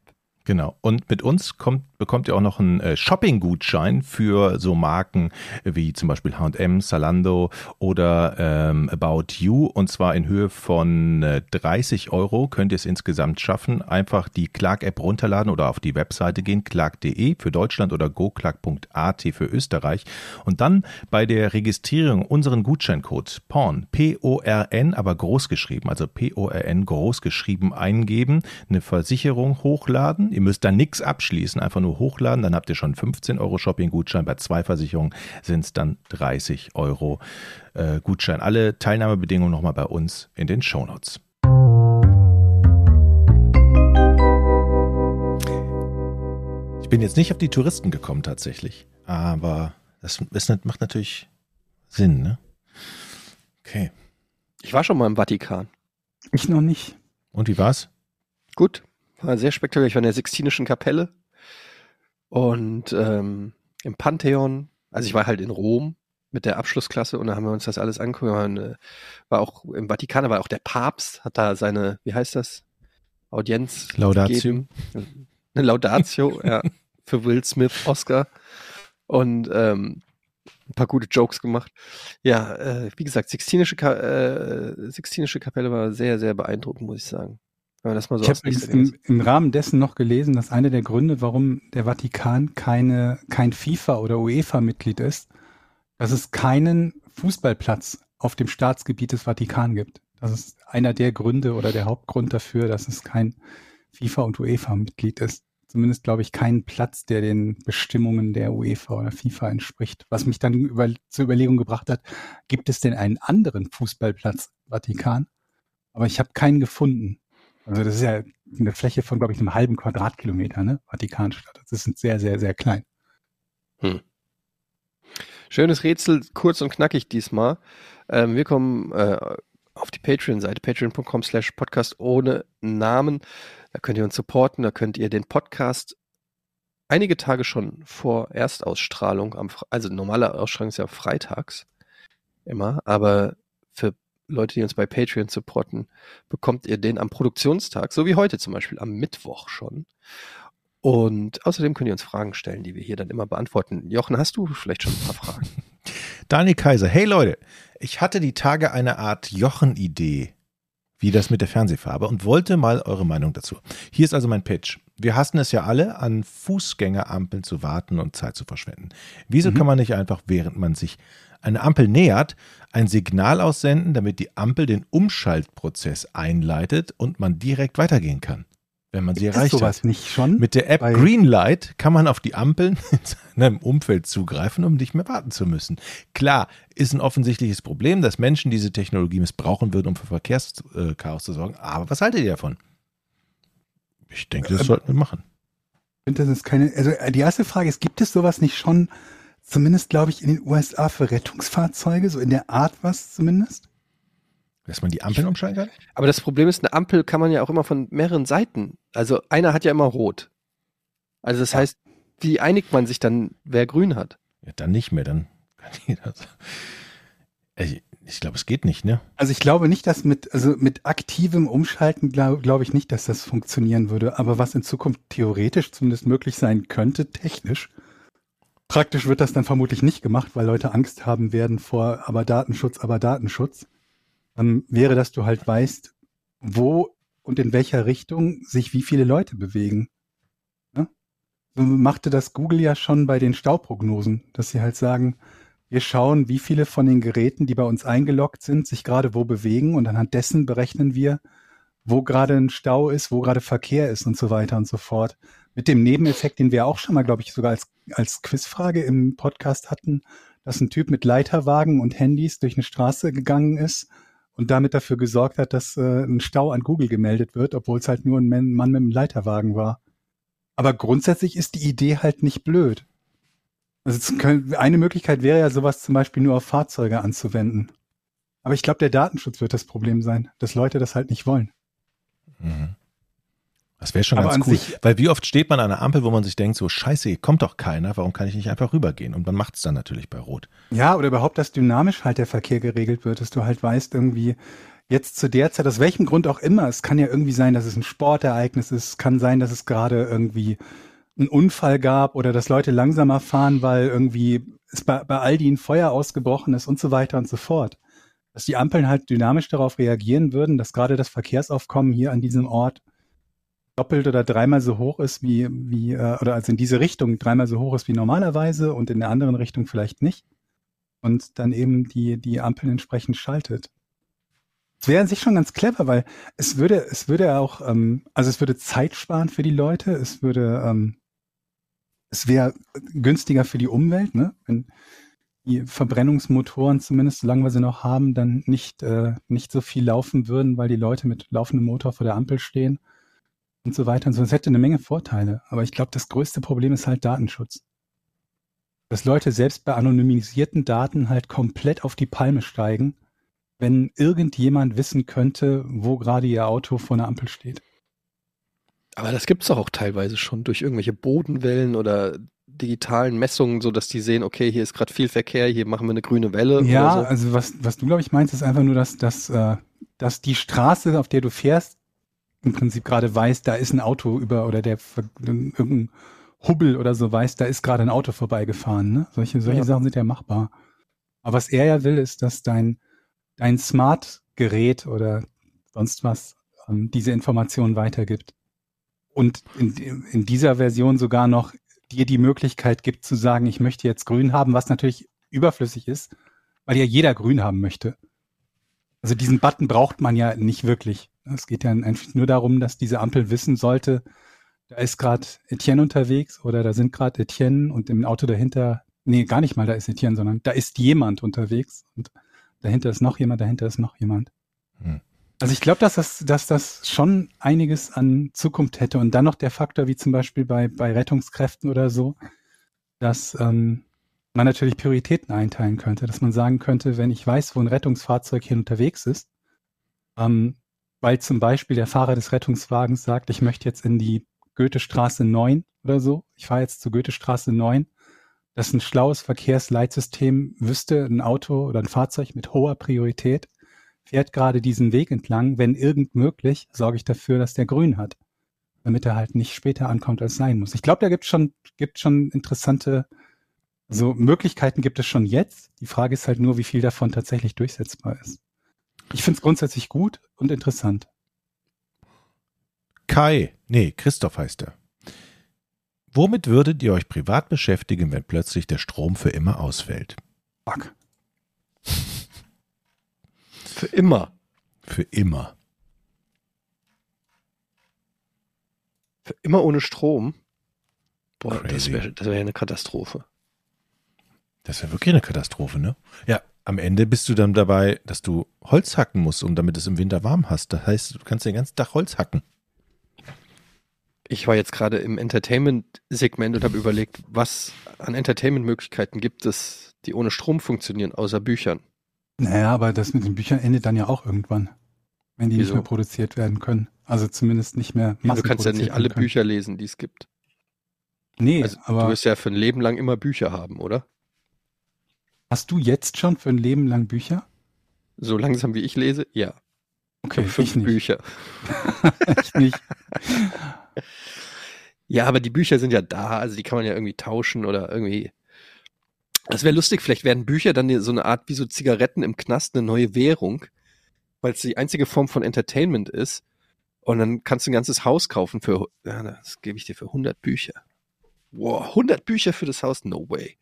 Genau. Und mit uns kommt, bekommt ihr auch noch einen äh, Shopping-Gutschein für so Marken wie zum Beispiel H und M, Zalando oder ähm, About You. Und zwar in Höhe von äh, dreißig Euro könnt ihr es insgesamt schaffen. Einfach die Clark-App runterladen oder auf die Webseite gehen, clark punkt de für Deutschland oder goclark punkt at für Österreich. Und dann bei der Registrierung unseren Gutscheincode P O R N, P O R N, aber groß geschrieben, also P O R N groß geschrieben eingeben, eine Versicherung hochladen. Ihr müsst da nichts abschließen, einfach nur hochladen, dann habt ihr schon fünfzehn Euro Shopping-Gutschein. Bei zwei Versicherungen sind es dann dreißig Euro äh, Gutschein. Alle Teilnahmebedingungen nochmal bei uns in den Shownotes. Ich bin jetzt nicht auf die Touristen gekommen tatsächlich, aber das, das macht natürlich Sinn, ne? Okay. Ich war schon mal im Vatikan. Ich noch nicht. Und wie war's? Gut, war sehr spektakulär. Ich war in der Sixtinischen Kapelle und ähm, im Pantheon. Also ich war halt in Rom mit der Abschlussklasse und da haben wir uns das alles angeguckt. War, war auch im Vatikan, da war auch der Papst, hat da seine, wie heißt das, Audienz Laudatio. gegeben. Eine Laudatio, ja, für Will Smith, Oscar. Und ähm, ein paar gute Jokes gemacht. Ja, äh, wie gesagt, Sixtinische, Ka- äh, Sixtinische Kapelle war sehr, sehr beeindruckend, muss ich sagen. Wenn man das mal so Ich habe aus- im, im Rahmen dessen noch gelesen, dass einer der Gründe, warum der Vatikan keine, kein FIFA- oder UEFA-Mitglied ist, dass es keinen Fußballplatz auf dem Staatsgebiet des Vatikan gibt. Das ist einer der Gründe oder der Hauptgrund dafür, dass es kein FIFA- und UEFA-Mitglied ist. Zumindest, glaube ich, keinen Platz, der den Bestimmungen der UEFA oder FIFA entspricht. Was mich dann über, zur Überlegung gebracht hat, gibt es denn einen anderen Fußballplatz im Vatikan? Aber ich habe keinen gefunden. Also das ist ja eine Fläche von, glaube ich, einem halben Quadratkilometer, ne? Vatikanstadt. Das ist sehr, sehr, sehr klein. Hm. Schönes Rätsel, kurz und knackig diesmal. Ähm, wir kommen äh, auf die Patreon-Seite, patreon punkt com slash podcast ohne Namen. Da könnt ihr uns supporten, da könnt ihr den Podcast einige Tage schon vor Erstausstrahlung, am, Fre- also normale Ausstrahlung ist ja freitags immer, aber für Leute, die uns bei Patreon supporten, bekommt ihr den am Produktionstag, so wie heute zum Beispiel, am Mittwoch schon. Und außerdem könnt ihr uns Fragen stellen, die wir hier dann immer beantworten. Jochen, hast du vielleicht schon ein paar Fragen? Daniel Kaiser, hey Leute, ich hatte die Tage eine Art Jochen-Idee, wie das mit der Fernsehfarbe, und wollte mal eure Meinung dazu. Hier ist also mein Pitch. Wir hassen es ja alle, an Fußgängerampeln zu warten und Zeit zu verschwenden. Wieso Mhm. kann man nicht einfach, während man sich eine Ampel nähert, ein Signal aussenden, damit die Ampel den Umschaltprozess einleitet und man direkt weitergehen kann, wenn man sie Ist erreicht sowas hat? nicht schon? Mit der App Bei- Greenlight kann man auf die Ampeln in seinem Umfeld zugreifen, um nicht mehr warten zu müssen. Klar, ist ein offensichtliches Problem, dass Menschen diese Technologie missbrauchen würden, um für Verkehrschaos zu sorgen. Aber was haltet ihr davon? Ich denke, das Ähm, sollten wir machen. Ich finde, das ist keine, also äh, die erste Frage ist, gibt es sowas nicht schon, zumindest glaube ich in den U S A für Rettungsfahrzeuge, so in der Art was zumindest? Dass man die Ampeln umschalten kann? Aber das Problem ist, eine Ampel kann man ja auch immer von mehreren Seiten. Also einer hat ja immer rot. Also das heißt, wie einigt man sich dann, wer grün hat? Ja, dann nicht mehr, dann kann jeder. Ich, ich glaube, es geht nicht, ne? Also ich glaube nicht, dass mit, also mit aktivem Umschalten glaube glaub ich nicht, dass das funktionieren würde. Aber was in Zukunft theoretisch zumindest möglich sein könnte, technisch, praktisch wird das dann vermutlich nicht gemacht, weil Leute Angst haben werden vor aber Datenschutz, aber Datenschutz. Dann wäre, dass du halt weißt, wo und in welcher Richtung sich wie viele Leute bewegen. Ne? So machte das Google ja schon bei den Stauprognosen, dass sie halt sagen, wir schauen, wie viele von den Geräten, die bei uns eingeloggt sind, sich gerade wo bewegen und anhand dessen berechnen wir, wo gerade ein Stau ist, wo gerade Verkehr ist und so weiter und so fort. Mit dem Nebeneffekt, den wir auch schon mal, glaube ich, sogar als, als Quizfrage im Podcast hatten, dass ein Typ mit Leiterwagen und Handys durch eine Straße gegangen ist und damit dafür gesorgt hat, dass äh, ein Stau an Google gemeldet wird, obwohl es halt nur ein Mann, Mann mit einem Leiterwagen war. Aber grundsätzlich ist die Idee halt nicht blöd. Also es können, eine Möglichkeit wäre ja, sowas zum Beispiel nur auf Fahrzeuge anzuwenden. Aber ich glaube, der Datenschutz wird das Problem sein, dass Leute das halt nicht wollen. Mhm. Das wäre schon Aber ganz an cool. sich- Weil wie oft steht man an einer Ampel, wo man sich denkt, so scheiße, hier kommt doch keiner, warum kann ich nicht einfach rübergehen? Und man macht es dann natürlich bei Rot. Ja, oder überhaupt, dass dynamisch halt der Verkehr geregelt wird, dass du halt weißt irgendwie, jetzt zu der Zeit, aus welchem Grund auch immer, es kann ja irgendwie sein, dass es ein Sportereignis ist, es kann sein, dass es gerade irgendwie einen Unfall gab oder dass Leute langsamer fahren, weil irgendwie es bei, bei Aldi ein Feuer ausgebrochen ist und so weiter und so fort. Dass die Ampeln halt dynamisch darauf reagieren würden, dass gerade das Verkehrsaufkommen hier an diesem Ort doppelt oder dreimal so hoch ist wie, wie äh, oder also in diese Richtung dreimal so hoch ist wie normalerweise und in der anderen Richtung vielleicht nicht. Und dann eben die, die Ampeln entsprechend schaltet. Es wäre an sich schon ganz clever, weil es würde, es würde auch, ähm, also es würde Zeit sparen für die Leute, es würde, ähm, es wäre günstiger für die Umwelt, ne? Wenn die Verbrennungsmotoren zumindest, solange wir sie noch haben, dann nicht, äh, nicht so viel laufen würden, weil die Leute mit laufendem Motor vor der Ampel stehen und so weiter und so. Es hätte eine Menge Vorteile, aber ich glaube, das größte Problem ist halt Datenschutz. Dass Leute selbst bei anonymisierten Daten halt komplett auf die Palme steigen, wenn irgendjemand wissen könnte, wo gerade ihr Auto vor einer Ampel steht. Aber das gibt's doch auch teilweise schon durch irgendwelche Bodenwellen oder digitalen Messungen, so dass die sehen, okay, hier ist gerade viel Verkehr, hier machen wir eine grüne Welle. Ja, oder so. also was, was du, glaube ich, meinst, ist einfach nur, dass, dass, äh, dass die Straße, auf der du fährst, im Prinzip gerade weiß, da ist ein Auto über oder der irgendein Hubbel oder so weiß, da ist gerade ein Auto vorbeigefahren. Ne? Solche, solche Ja. Sachen sind ja machbar. Aber was er ja will, ist, dass dein, dein Smart-Gerät oder sonst was ähm, diese Informationen weitergibt. Und in, in dieser Version sogar noch dir die Möglichkeit gibt zu sagen, ich möchte jetzt grün haben, was natürlich überflüssig ist, weil ja jeder grün haben möchte. Also diesen Button braucht man ja nicht wirklich. Es geht ja einfach nur darum, dass diese Ampel wissen sollte, da ist gerade Etienne unterwegs oder da sind gerade Etienne und im Auto dahinter, nee, gar nicht mal da ist Etienne, sondern da ist jemand unterwegs und dahinter ist noch jemand, dahinter ist noch jemand. Hm. Also ich glaube, dass das, dass das schon einiges an Zukunft hätte. Und dann noch der Faktor, wie zum Beispiel bei, bei Rettungskräften oder so, dass ähm, man natürlich Prioritäten einteilen könnte, dass man sagen könnte, wenn ich weiß, wo ein Rettungsfahrzeug hier unterwegs ist, ähm, weil zum Beispiel der Fahrer des Rettungswagens sagt, ich möchte jetzt in die Goethestraße neun oder so, ich fahre jetzt zur Goethestraße neun, dass ein schlaues Verkehrsleitsystem wüsste, ein Auto oder ein Fahrzeug mit hoher Priorität fährt gerade diesen Weg entlang, wenn irgend möglich, sorge ich dafür, dass der grün hat, damit er halt nicht später ankommt, als sein muss. Ich glaube, da gibt es schon, gibt schon interessante, so Möglichkeiten gibt es schon jetzt. Die Frage ist halt nur, wie viel davon tatsächlich durchsetzbar ist. Ich finde es grundsätzlich gut und interessant. Kai, nee, Christoph heißt er. Womit würdet ihr euch privat beschäftigen, wenn plötzlich der Strom für immer ausfällt? Fuck. Für immer. Für immer. Für immer ohne Strom. Boah, das Crazy. wäre das wär eine Katastrophe. Das wäre wirklich eine Katastrophe, ne? Ja, am Ende bist du dann dabei, dass du Holz hacken musst, um damit es im Winter warm hast. Das heißt, du kannst den ganzen Tag Holz hacken. Ich war jetzt gerade im Entertainment-Segment und habe überlegt, was an Entertainment-Möglichkeiten gibt es, die ohne Strom funktionieren, außer Büchern. Naja, aber das mit den Büchern endet dann ja auch irgendwann, wenn die Wieso? nicht mehr produziert werden können. Also zumindest nicht mehr Ja, du kannst ja massenproduziert nicht alle werden können. Bücher lesen, die es gibt. Nee, Also, du aber wirst ja für ein Leben lang immer Bücher haben, oder? hast du jetzt schon für ein Leben lang Bücher? So langsam wie ich lese, ja. Okay, Ich hab fünf ich nicht. Bücher. Ich nicht. Ja, aber die Bücher sind ja da, also die kann man ja irgendwie tauschen oder irgendwie. Das wäre lustig, vielleicht werden Bücher dann so eine Art wie so Zigaretten im Knast, eine neue Währung, weil es die einzige Form von Entertainment ist. Und dann kannst du ein ganzes Haus kaufen für, ja, das gebe ich dir für hundert Bücher. Wow, hundert Bücher für das Haus? No way.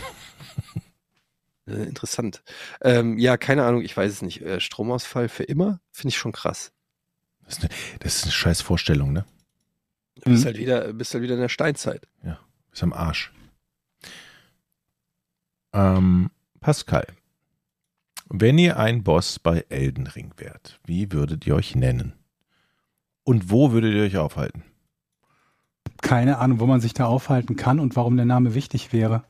äh, interessant. Ähm, ja, keine Ahnung, ich weiß es nicht. Äh, Stromausfall für immer? Finde ich schon krass. Das ist eine, das ist eine scheiß Vorstellung, ne? Du bist Mhm. halt wieder, bist halt wieder in der Steinzeit. Ist am Arsch. Ähm, Pascal, wenn ihr ein Boss bei Elden Ring wärt, wie würdet ihr euch nennen? Und wo würdet ihr euch aufhalten? Keine Ahnung, wo man sich da aufhalten kann und warum der Name wichtig wäre.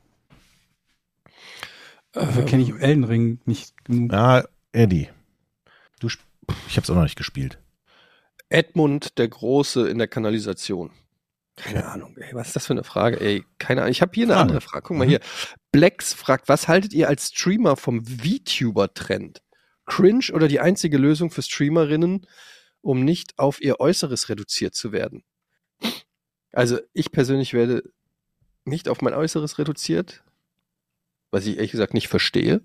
Dafür Ähm, kenne ich Elden Ring nicht genug. Ah, Eddie. Du, sp- ich habe es auch noch nicht gespielt. Edmund der Große in der Kanalisation. Keine Ahnung, ey, was ist das für eine Frage? Ey, keine Ahnung. Ich habe hier eine Frage. andere Frage. Guck mal Mhm. hier. Blex fragt, was haltet ihr als Streamer vom VTuber-Trend? cringe oder die einzige Lösung für Streamerinnen, um nicht auf ihr Äußeres reduziert zu werden. Also ich persönlich werde nicht auf mein Äußeres reduziert, was ich ehrlich gesagt nicht verstehe.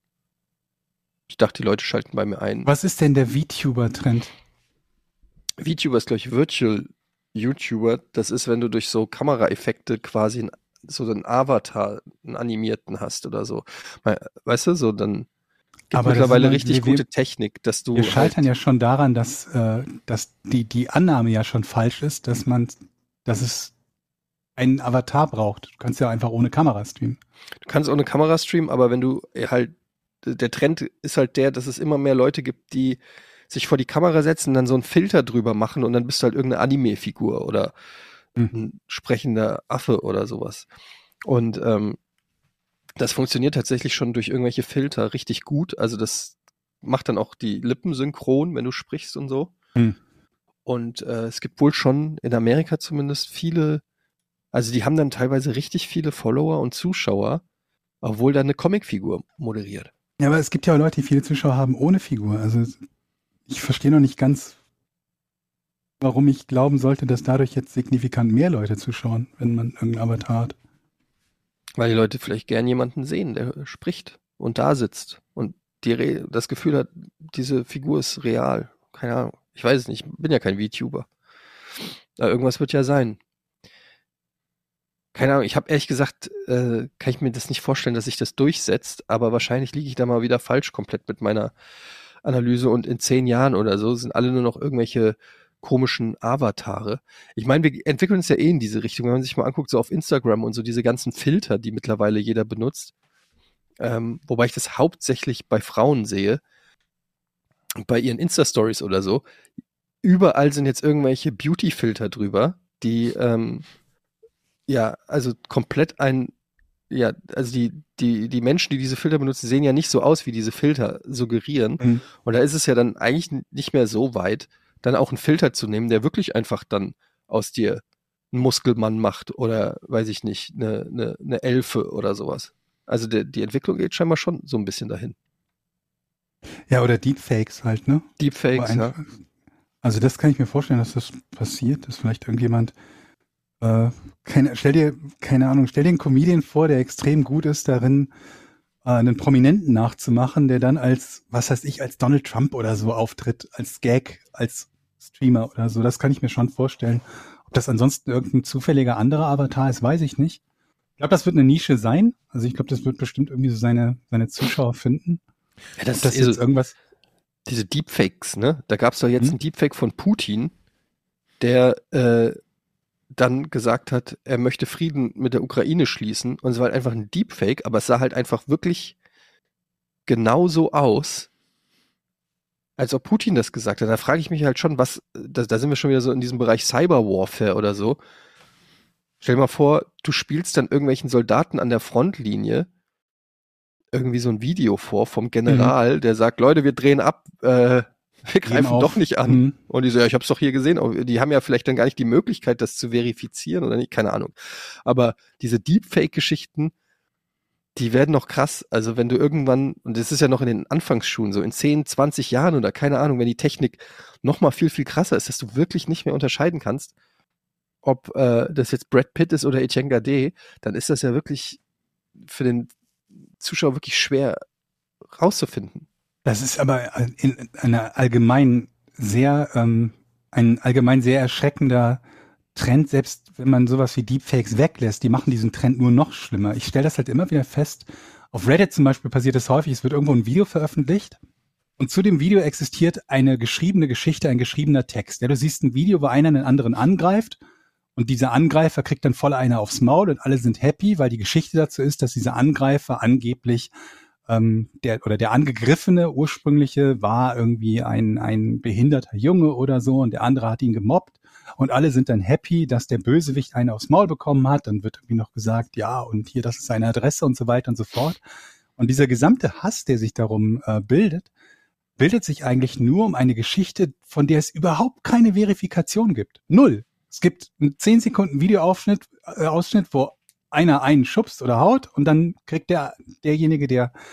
Ich dachte, die Leute schalten bei mir ein. Was ist denn der VTuber-Trend? VTuber ist, glaube ich, Virtual YouTuber. Das ist, wenn du durch so Kameraeffekte quasi ein, so einen Avatar, einen animierten hast oder so. Weißt du, so dann gibt Aber mittlerweile das ist- richtig wir- gute Technik, dass du Wir scheitern halt, ja schon daran, dass, äh, dass die, die Annahme ja schon falsch ist, dass man, dass es einen Avatar braucht. Du kannst ja einfach ohne Kamera streamen. du kannst ohne Kamera streamen, aber wenn du halt, der Trend ist halt der, dass es immer mehr Leute gibt, die sich vor die Kamera setzen, dann so einen Filter drüber machen und dann bist du halt irgendeine Anime-Figur oder Hm. ein sprechender Affe oder sowas. Und ähm, das funktioniert tatsächlich schon durch irgendwelche Filter richtig gut. Also das macht dann auch die Lippen synchron, wenn du sprichst und so. Hm. Und äh, es gibt wohl schon in Amerika zumindest viele, also die haben dann teilweise richtig viele Follower und Zuschauer, obwohl da eine Comicfigur moderiert. Ja, aber es gibt ja auch Leute, die viele Zuschauer haben ohne Figur. Also ich verstehe noch nicht ganz, warum ich glauben sollte, dass dadurch jetzt signifikant mehr Leute zuschauen, wenn man irgendeinen Avatar hat. Weil die Leute vielleicht gern jemanden sehen, der spricht und da sitzt und die Re- das Gefühl hat, diese Figur ist real. Keine Ahnung. Ich weiß es nicht. Ich bin ja kein VTuber. Aber irgendwas wird ja sein. Keine Ahnung. Ich habe ehrlich gesagt, äh, kann ich mir das nicht vorstellen, dass sich das durchsetzt. Aber wahrscheinlich liege ich da mal wieder falsch komplett mit meiner Analyse. Und in zehn Jahren oder so sind alle nur noch irgendwelche komischen Avatare. Ich meine, wir entwickeln uns ja eh in diese Richtung. Wenn man sich mal anguckt, so auf Instagram und so diese ganzen Filter, die mittlerweile jeder benutzt. Ähm, wobei ich das hauptsächlich bei Frauen sehe, bei ihren Insta-Stories oder so. Überall sind jetzt irgendwelche Beauty-Filter drüber, die ähm, ja, also komplett ein, ja, also die, die, die Menschen, die diese Filter benutzen, sehen ja nicht so aus, wie diese Filter suggerieren. Mhm. Und da ist es ja dann eigentlich n- nicht mehr so weit, dann auch einen Filter zu nehmen, der wirklich einfach dann aus dir einen Muskelmann macht oder, weiß ich nicht, eine, eine, eine Elfe oder sowas. Also der, die Entwicklung geht scheinbar schon so ein bisschen dahin. Ja, oder Deepfakes halt, ne? Deepfakes, Wo ja. einfach- Also das kann ich mir vorstellen, dass das passiert, dass vielleicht irgendjemand, äh, keine, stell dir, keine Ahnung, stell dir einen Comedian vor, der extrem gut ist darin, äh, einen Prominenten nachzumachen, der dann als, was heißt ich, als Donald Trump oder so auftritt, als Gag, als Streamer oder so. Das kann ich mir schon vorstellen. Ob das ansonsten irgendein zufälliger anderer Avatar ist, weiß ich nicht. Ich glaube, das wird eine Nische sein. Also ich glaube, das wird bestimmt irgendwie so seine, seine Zuschauer finden. Ja, das Ob das ist jetzt irgendwas, diese Deepfakes, ne? Da gab es doch jetzt Hm? einen Deepfake von Putin, der äh, dann gesagt hat, er möchte Frieden mit der Ukraine schließen. Und es war halt einfach ein Deepfake, aber es sah halt einfach wirklich genauso aus, als ob Putin das gesagt hat. Da frage ich mich halt schon, was, da, da sind wir schon wieder so in diesem Bereich Cyberwarfare oder so. Stell dir mal vor, du spielst dann irgendwelchen Soldaten an der Frontlinie irgendwie so ein Video vor vom General, der sagt, Leute, wir drehen ab, äh, wir greifen auf. doch nicht an. Mhm. Und die so, ja, ich hab's doch hier gesehen. Aber die haben ja vielleicht dann gar nicht die Möglichkeit, das zu verifizieren oder nicht, keine Ahnung. Aber diese Deepfake-Geschichten, die werden noch krass. Also wenn du irgendwann, und das ist ja noch in den Anfangsschuhen, so in zehn, zwanzig Jahren oder keine Ahnung, wenn die Technik noch mal viel, viel krasser ist, dass du wirklich nicht mehr unterscheiden kannst, ob äh, das jetzt Brad Pitt ist oder Etienne Gade, dann ist das ja wirklich für den Zuschauer wirklich schwer rauszufinden. Das ist aber in einer allgemein sehr, ähm, ein allgemein sehr erschreckender Trend, selbst wenn man sowas wie Deepfakes weglässt, die machen diesen Trend nur noch schlimmer. Ich stelle das halt immer wieder fest. Auf Reddit zum Beispiel passiert es häufig, es wird irgendwo ein Video veröffentlicht und zu dem Video existiert eine geschriebene Geschichte, ein geschriebener Text. Ja, du siehst ein Video, wo einer einen anderen angreift und dieser Angreifer kriegt dann voll eine aufs Maul und alle sind happy, weil die Geschichte dazu ist, dass dieser Angreifer angeblich ähm, der oder der Angegriffene ursprüngliche war irgendwie ein ein behinderter Junge oder so und der andere hat ihn gemobbt und alle sind dann happy, dass der Bösewicht eine aufs Maul bekommen hat. Dann wird irgendwie noch gesagt, ja und hier, das ist seine Adresse und so weiter und so fort. Und dieser gesamte Hass, der sich darum äh, bildet, bildet sich eigentlich nur um eine Geschichte, von der es überhaupt keine Verifikation gibt. Null. Es gibt einen zehn Sekunden Videoausschnitt, äh, Ausschnitt, wo einer einen schubst oder haut und dann kriegt der derjenige, der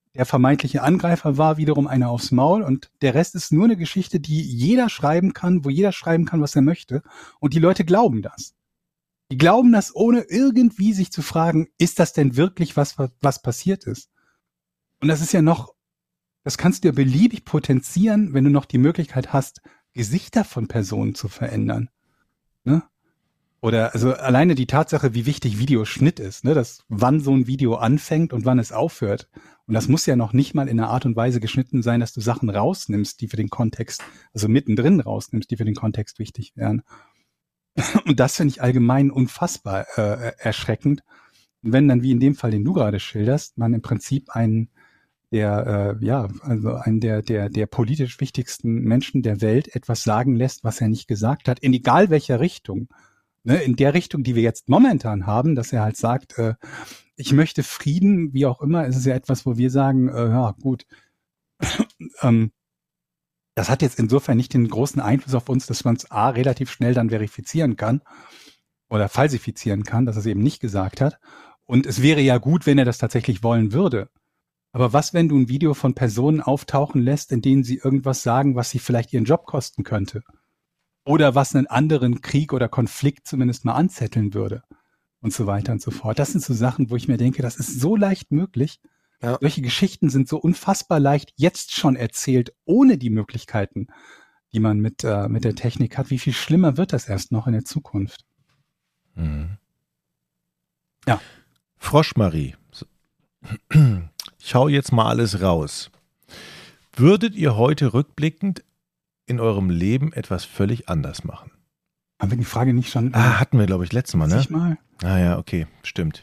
der vermeintliche Angreifer war wiederum einer aufs Maul und der Rest ist nur eine Geschichte, die jeder schreiben kann, wo jeder schreiben kann, was er möchte und die Leute glauben das. Die glauben das, ohne irgendwie sich zu fragen, ist das denn wirklich was, was passiert ist? Und das ist ja noch, das kannst du ja beliebig potenzieren, wenn du noch die Möglichkeit hast, Gesichter von Personen zu verändern. Ne? Oder also alleine die Tatsache, wie wichtig Videoschnitt ist, ne? Dass wann so ein Video anfängt und wann es aufhört. Und das muss ja noch nicht mal in einer Art und Weise geschnitten sein, dass du Sachen rausnimmst, die für den Kontext, also mittendrin rausnimmst, die für den Kontext wichtig wären. Und das finde ich allgemein unfassbar äh, erschreckend. Und wenn dann, wie in dem Fall, den du gerade schilderst, man im Prinzip einen der, äh, ja, also einen der, der, der politisch wichtigsten Menschen der Welt etwas sagen lässt, was er nicht gesagt hat, in egal welcher Richtung. Ne, in der Richtung, die wir jetzt momentan haben, dass er halt sagt, äh, ich möchte Frieden, wie auch immer, ist es ja etwas, wo wir sagen, äh, ja gut, ähm, das hat jetzt insofern nicht den großen Einfluss auf uns, dass man es A, relativ schnell dann verifizieren kann oder falsifizieren kann, dass er es eben nicht gesagt hat. Und es wäre ja gut, wenn er das tatsächlich wollen würde. Aber was, wenn du ein Video von Personen auftauchen lässt, in denen sie irgendwas sagen, was sie vielleicht ihren Job kosten könnte? Oder was einen anderen Krieg oder Konflikt zumindest mal anzetteln würde und so weiter und so fort. Das sind so Sachen, wo ich mir denke, das ist so leicht möglich. Ja. Solche Geschichten sind so unfassbar leicht jetzt schon erzählt, ohne die Möglichkeiten, die man mit, äh, mit der Technik hat. Wie viel schlimmer wird das erst noch in der Zukunft? Mhm. Ja. Froschmarie, ich hau jetzt mal alles raus. Würdet ihr heute rückblickend in eurem Leben etwas völlig anders machen? Haben wir die Frage nicht schon? Ah, hatten wir, glaube ich, letztes Mal, ne? Mal? Ah ja, okay, stimmt.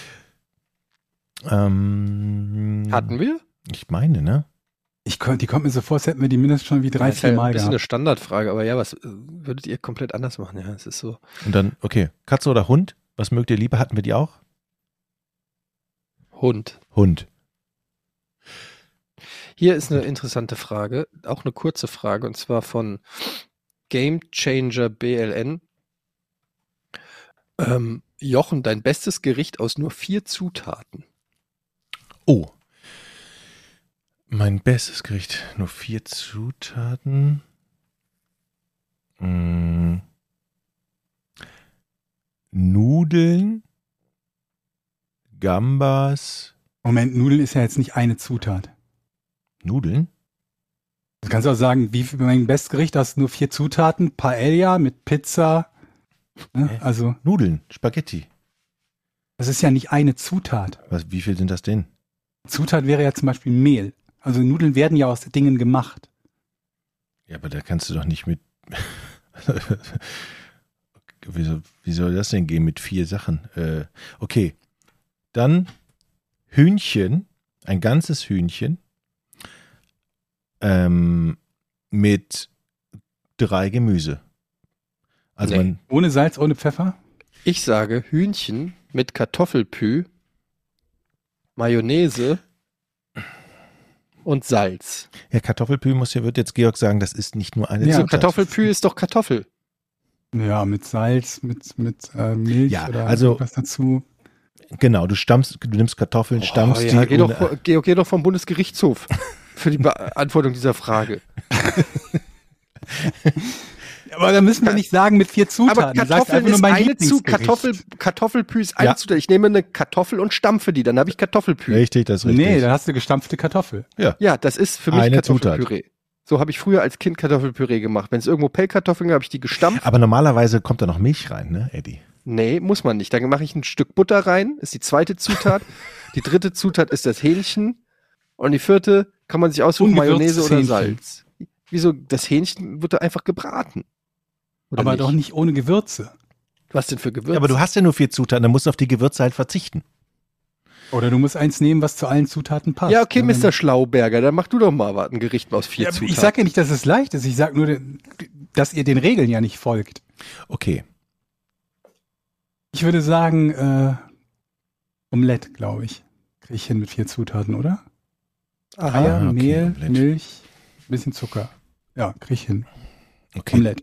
Ähm, Hatten wir? Ich meine, ne? Ich könnte, die kommt mir so vor, als hätten wir die mindestens schon wie drei, Ja, ist vier ja Mal ein bisschen gehabt. eine Standardfrage, aber ja, was äh, würdet ihr komplett anders machen? Ja, es ist so. Und dann, okay, Katze oder Hund? Was mögt ihr lieber? Hatten wir die auch? Hund. Hund. Hier ist eine interessante Frage, auch eine kurze Frage, und zwar von Game Changer B L N. Ähm, Jochen, dein bestes Gericht aus nur vier Zutaten. Oh. Mein bestes Gericht. Nur vier Zutaten. Hm. Nudeln. Gambas. Moment, Nudeln ist ja jetzt nicht eine Zutat. Nudeln? Du kannst auch sagen, wie für mein bestes Gericht hast du nur vier Zutaten. Paella mit Pizza. Ne? Hä? Also, Nudeln, Spaghetti. das ist ja nicht eine Zutat. Was, wie viel sind das denn? Zutat wäre ja zum Beispiel Mehl. Also Nudeln werden ja aus Dingen gemacht. Ja, aber da kannst du doch nicht mit. wie, soll, wie soll das denn gehen mit vier Sachen? Äh, okay. Dann Hühnchen, ein ganzes Hühnchen ähm, mit drei Gemüse. Also Nee. man, Ohne Salz, ohne Pfeffer? Ich sage Hühnchen mit Kartoffelpü, Mayonnaise und Salz. ja, Kartoffelpü muss ja, wird jetzt Georg sagen, das ist nicht nur eine Ja, So, Zutat. Kartoffelpü ist doch Kartoffel. Ja, mit Salz, mit, mit äh, Milch Ja, oder also- was dazu. Genau, du stammst, du nimmst Kartoffeln, stammst oh, ja, die. geh, ohne- doch, geh, geh doch vom Bundesgerichtshof für die Beantwortung dieser Frage. Aber da müssen wir nicht sagen mit vier Zutaten. Aber Du sagst Kartoffeln einfach nur ist mein eine Zu Lieblingsgericht. Kartoffel, Kartoffelpü ist eine Ja. Zutat. Ich nehme eine Kartoffel und stampfe die, dann habe ich Kartoffelpü. Richtig, das ist richtig. Nee, da hast du gestampfte Kartoffel. Ja, das ist für mich Eine Kartoffelpüree. So habe ich früher als Kind Kartoffelpüree gemacht. Wenn es irgendwo Pellkartoffeln gab, habe ich die gestampft. Aber normalerweise kommt da noch Milch rein, ne, Eddie? Nee, muss man nicht. Dann mache ich ein Stück Butter rein, ist die zweite Zutat. Die dritte Zutat ist das Hähnchen. Und die vierte kann man sich aussuchen, Mayonnaise oder Ungewürztes Salz. Wieso? Das Hähnchen wird da einfach gebraten. Oder Aber nicht? doch nicht ohne Gewürze. Was denn für Gewürze? Ja, aber du hast ja nur vier Zutaten, dann musst du auf die Gewürze halt verzichten. Oder du musst eins nehmen, was zu allen Zutaten passt. Ja, okay, Ne, Mister Schlauberger, dann mach du doch mal was, ein Gericht aus vier Ja, Zutaten. ich sage ja nicht, dass es leicht ist. Ich sage nur, dass ihr den Regeln ja nicht folgt. Okay. Ich würde sagen, äh, Omelette, glaube ich. Kriege ich hin mit vier Zutaten, oder? Ah, Eier, ja, okay, Mehl, Omelette. Milch, bisschen Zucker. Ja, kriege ich hin. Okay. Omelette.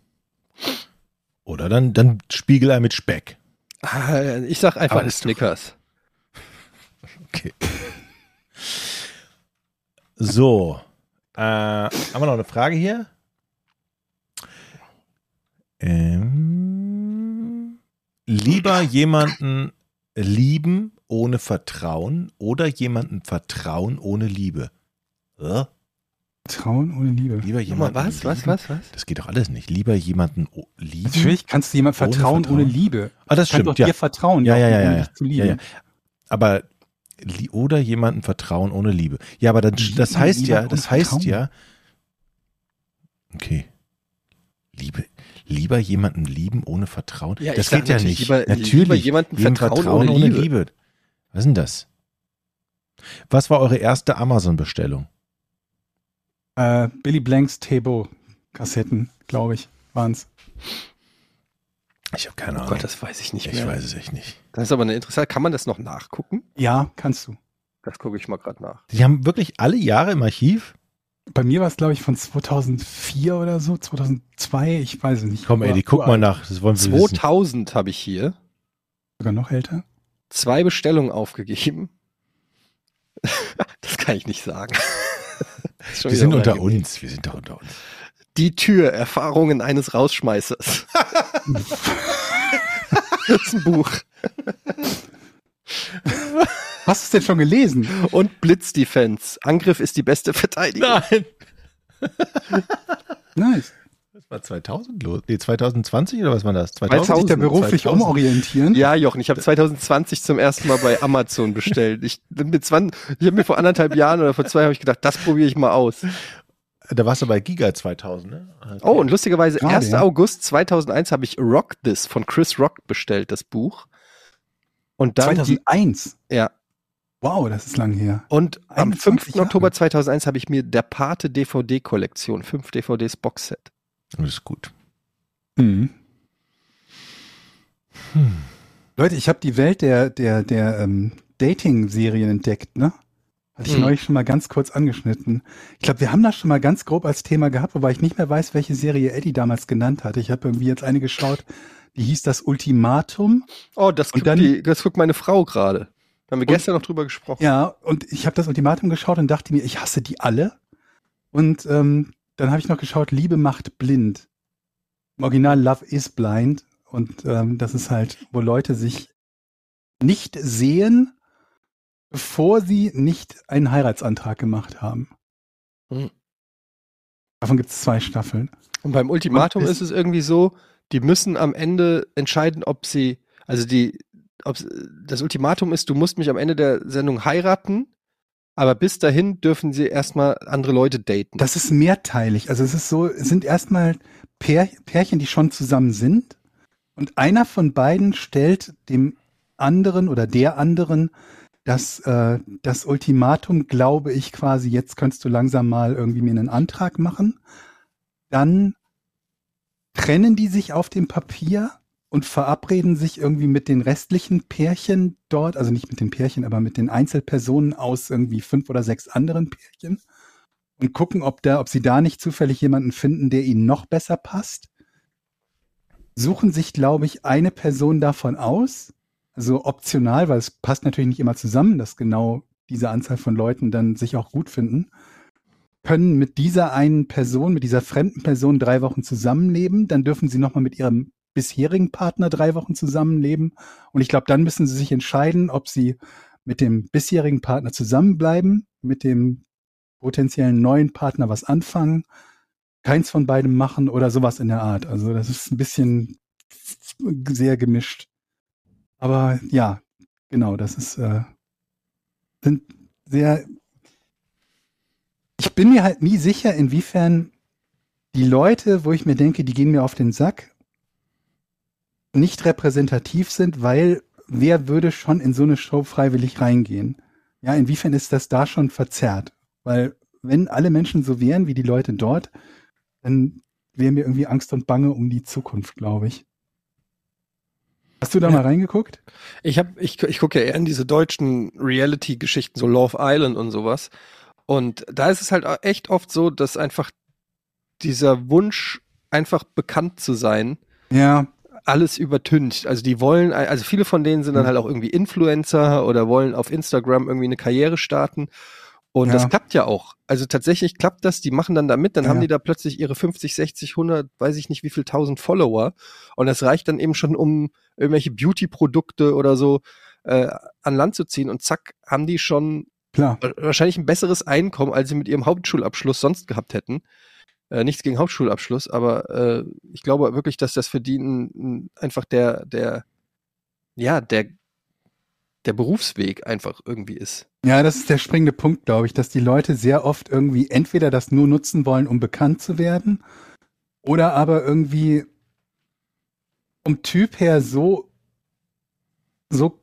Oder dann, dann Spiegelei mit Speck. Ah, ich sag einfach Aber ein das ist doch- Snickers. Okay. So. Äh, haben wir noch eine Frage hier? Ähm, lieber jemanden lieben ohne Vertrauen oder jemanden vertrauen ohne Liebe? Äh? Vertrauen ohne Liebe. Lieber jemanden was, lieben. was, was, was? Das geht doch alles nicht. Lieber jemanden o- lieben. Natürlich kannst du jemand Ohne vertrauen ohne, Vertrauen. Liebe. Ah, das Kann stimmt. doch Ja. dir vertrauen, Ja, ja, ja, ohne ja, dich zu ja, lieben. ja. Aber li- oder jemanden vertrauen ohne Liebe. Ja, aber dann, Lieben das heißt ja, jemanden das ohne heißt Vertrauen. ja. Okay. Liebe, lieber jemanden lieben ohne Vertrauen. Ja, ich das sag geht ja natürlich nicht. lieber- natürlich. lieber jemanden Jedem vertrauen ohne Liebe. Was ist denn das? Was war eure erste Amazon-Bestellung? Äh, Billy Blanks Tebo-Kassetten, glaube ich, waren's. Ich habe keine Oh Ahnung. Gott, das weiß ich nicht ich mehr. weiß es echt nicht. Das ist aber eine interessante. Kann man das noch nachgucken? Ja, kannst du. Das gucke ich mal gerade nach. Die haben wirklich alle Jahre im Archiv? Bei mir war es, glaube ich, von zweitausendvier oder so, zweitausendzwei, ich weiß es nicht. Komm, ey, Aber die guck mal uralt. nach. Das wollen wir wissen. zweitausend habe ich hier. Sogar noch älter. Zwei Bestellungen aufgegeben. Das kann ich nicht sagen. Das ist schon Wir wieder sind unter unangenehm. uns. Wir sind doch unter uns. Die Tür, Erfahrungen eines Rausschmeißers. Das ist ein Buch. Hast du es denn schon gelesen? Und Blitzdefense. Angriff ist die beste Verteidigung. Nein. Nice. Das war zweitausend los. Nee, zwanzig zwanzig oder was war das? Willst du dich da beruflich zweitausend. umorientieren? Ja, Jochen, ich habe zwanzig zwanzig zum ersten Mal bei Amazon bestellt. Ich, mit zwanzig, ich habe mir vor anderthalb Jahren oder vor zwei habe ich gedacht, das probiere ich mal aus. Da warst du bei Giga zweitausend, ne? Okay. Oh, und lustigerweise, Gerade, erster ja. August zweitausendeins habe ich Rock This von Chris Rock bestellt, das Buch. Und dann die, zweitausendeins. ja, Wow, das ist lang her. und am einundzwanzig fünften Jahre. Oktober zweitausendeins habe ich mir der Pate D V D-Kollektion, fünf D V Ds Boxset. Das ist gut. Mhm. Leute, ich habe die Welt der, der, der ähm, Dating-Serien entdeckt, ne? Hatte ich Hm. neulich schon mal ganz kurz angeschnitten. Ich glaube, wir haben das schon mal ganz grob als Thema gehabt, wobei ich nicht mehr weiß, welche Serie Eddie damals genannt hatte. Ich habe irgendwie jetzt eine geschaut, die hieß das Ultimatum. Oh, das Und guckt, dann- die, das guckt meine Frau gerade. Da haben wir Und- gestern noch drüber gesprochen. Ja, und ich habe das Ultimatum geschaut und dachte mir, ich hasse die alle. Und ähm, dann habe ich noch geschaut, Liebe macht blind. Im Original Love is Blind. Und ähm, das ist halt, wo Leute sich nicht sehen, bevor sie nicht einen Heiratsantrag gemacht haben. Hm. Davon gibt es zwei Staffeln. Und beim Ultimatum Und ist es irgendwie so, die müssen am Ende entscheiden, ob sie, also die, ob das Ultimatum ist, du musst mich am Ende der Sendung heiraten, aber bis dahin dürfen sie erstmal andere Leute daten. Das ist mehrteilig. Also es ist so, es sind erstmal Pär, Pärchen, die schon zusammen sind. Und einer von beiden stellt dem anderen oder der anderen das, äh, das Ultimatum, glaube ich, quasi, jetzt könntest du langsam mal irgendwie mir einen Antrag machen. Dann trennen die sich auf dem Papier und verabreden sich irgendwie mit den restlichen Pärchen dort, also nicht mit den Pärchen, aber mit den Einzelpersonen aus irgendwie fünf oder sechs anderen Pärchen und gucken, ob da, ob sie da nicht zufällig jemanden finden, der ihnen noch besser passt. Suchen sich, glaube ich, eine Person davon aus, also optional, weil es passt natürlich nicht immer zusammen, dass genau diese Anzahl von Leuten dann sich auch gut finden, können mit dieser einen Person, mit dieser fremden Person drei Wochen zusammenleben, dann dürfen sie nochmal mit ihrem bisherigen Partner drei Wochen zusammenleben und ich glaube, dann müssen sie sich entscheiden, ob sie mit dem bisherigen Partner zusammenbleiben, mit dem potenziellen neuen Partner was anfangen, keins von beidem machen oder sowas in der Art. Also das ist ein bisschen sehr gemischt. Aber ja, genau, das ist äh, sind sehr. Ich bin mir halt nie sicher, inwiefern die Leute, wo ich mir denke, die gehen mir auf den Sack, nicht repräsentativ sind, weil wer würde schon in so eine Show freiwillig reingehen? Ja, inwiefern ist das da schon verzerrt? Weil wenn alle Menschen so wären wie die Leute dort, dann wäre mir irgendwie Angst und Bange um die Zukunft, glaube ich. Hast du da Ja. mal reingeguckt? Ich hab, ich, ich gucke ja eher in diese deutschen Reality-Geschichten, so Love Island und sowas. Und da ist es halt echt oft so, dass einfach dieser Wunsch, einfach bekannt zu sein, Ja, alles übertüncht. Also die wollen, also viele von denen sind dann Mhm. halt auch irgendwie Influencer oder wollen auf Instagram irgendwie eine Karriere starten. Und Ja. das klappt ja auch. Also tatsächlich klappt das, die machen dann da mit, dann Ja. haben die da plötzlich ihre fünfzig, sechzig, hundert, weiß ich nicht wie viel tausend Follower. Und das reicht dann eben schon, um irgendwelche Beauty-Produkte oder so äh, an Land zu ziehen. Und zack, haben die schon Klar. wahrscheinlich ein besseres Einkommen, als sie mit ihrem Hauptschulabschluss sonst gehabt hätten. Äh, nichts gegen Hauptschulabschluss, aber äh, ich glaube wirklich, dass das für die ein, ein, einfach der, der, ja, der, der Berufsweg einfach irgendwie ist. Ja, das ist der springende Punkt, glaube ich, dass die Leute sehr oft irgendwie entweder das nur nutzen wollen, um bekannt zu werden, oder aber irgendwie vom Typ her so, so,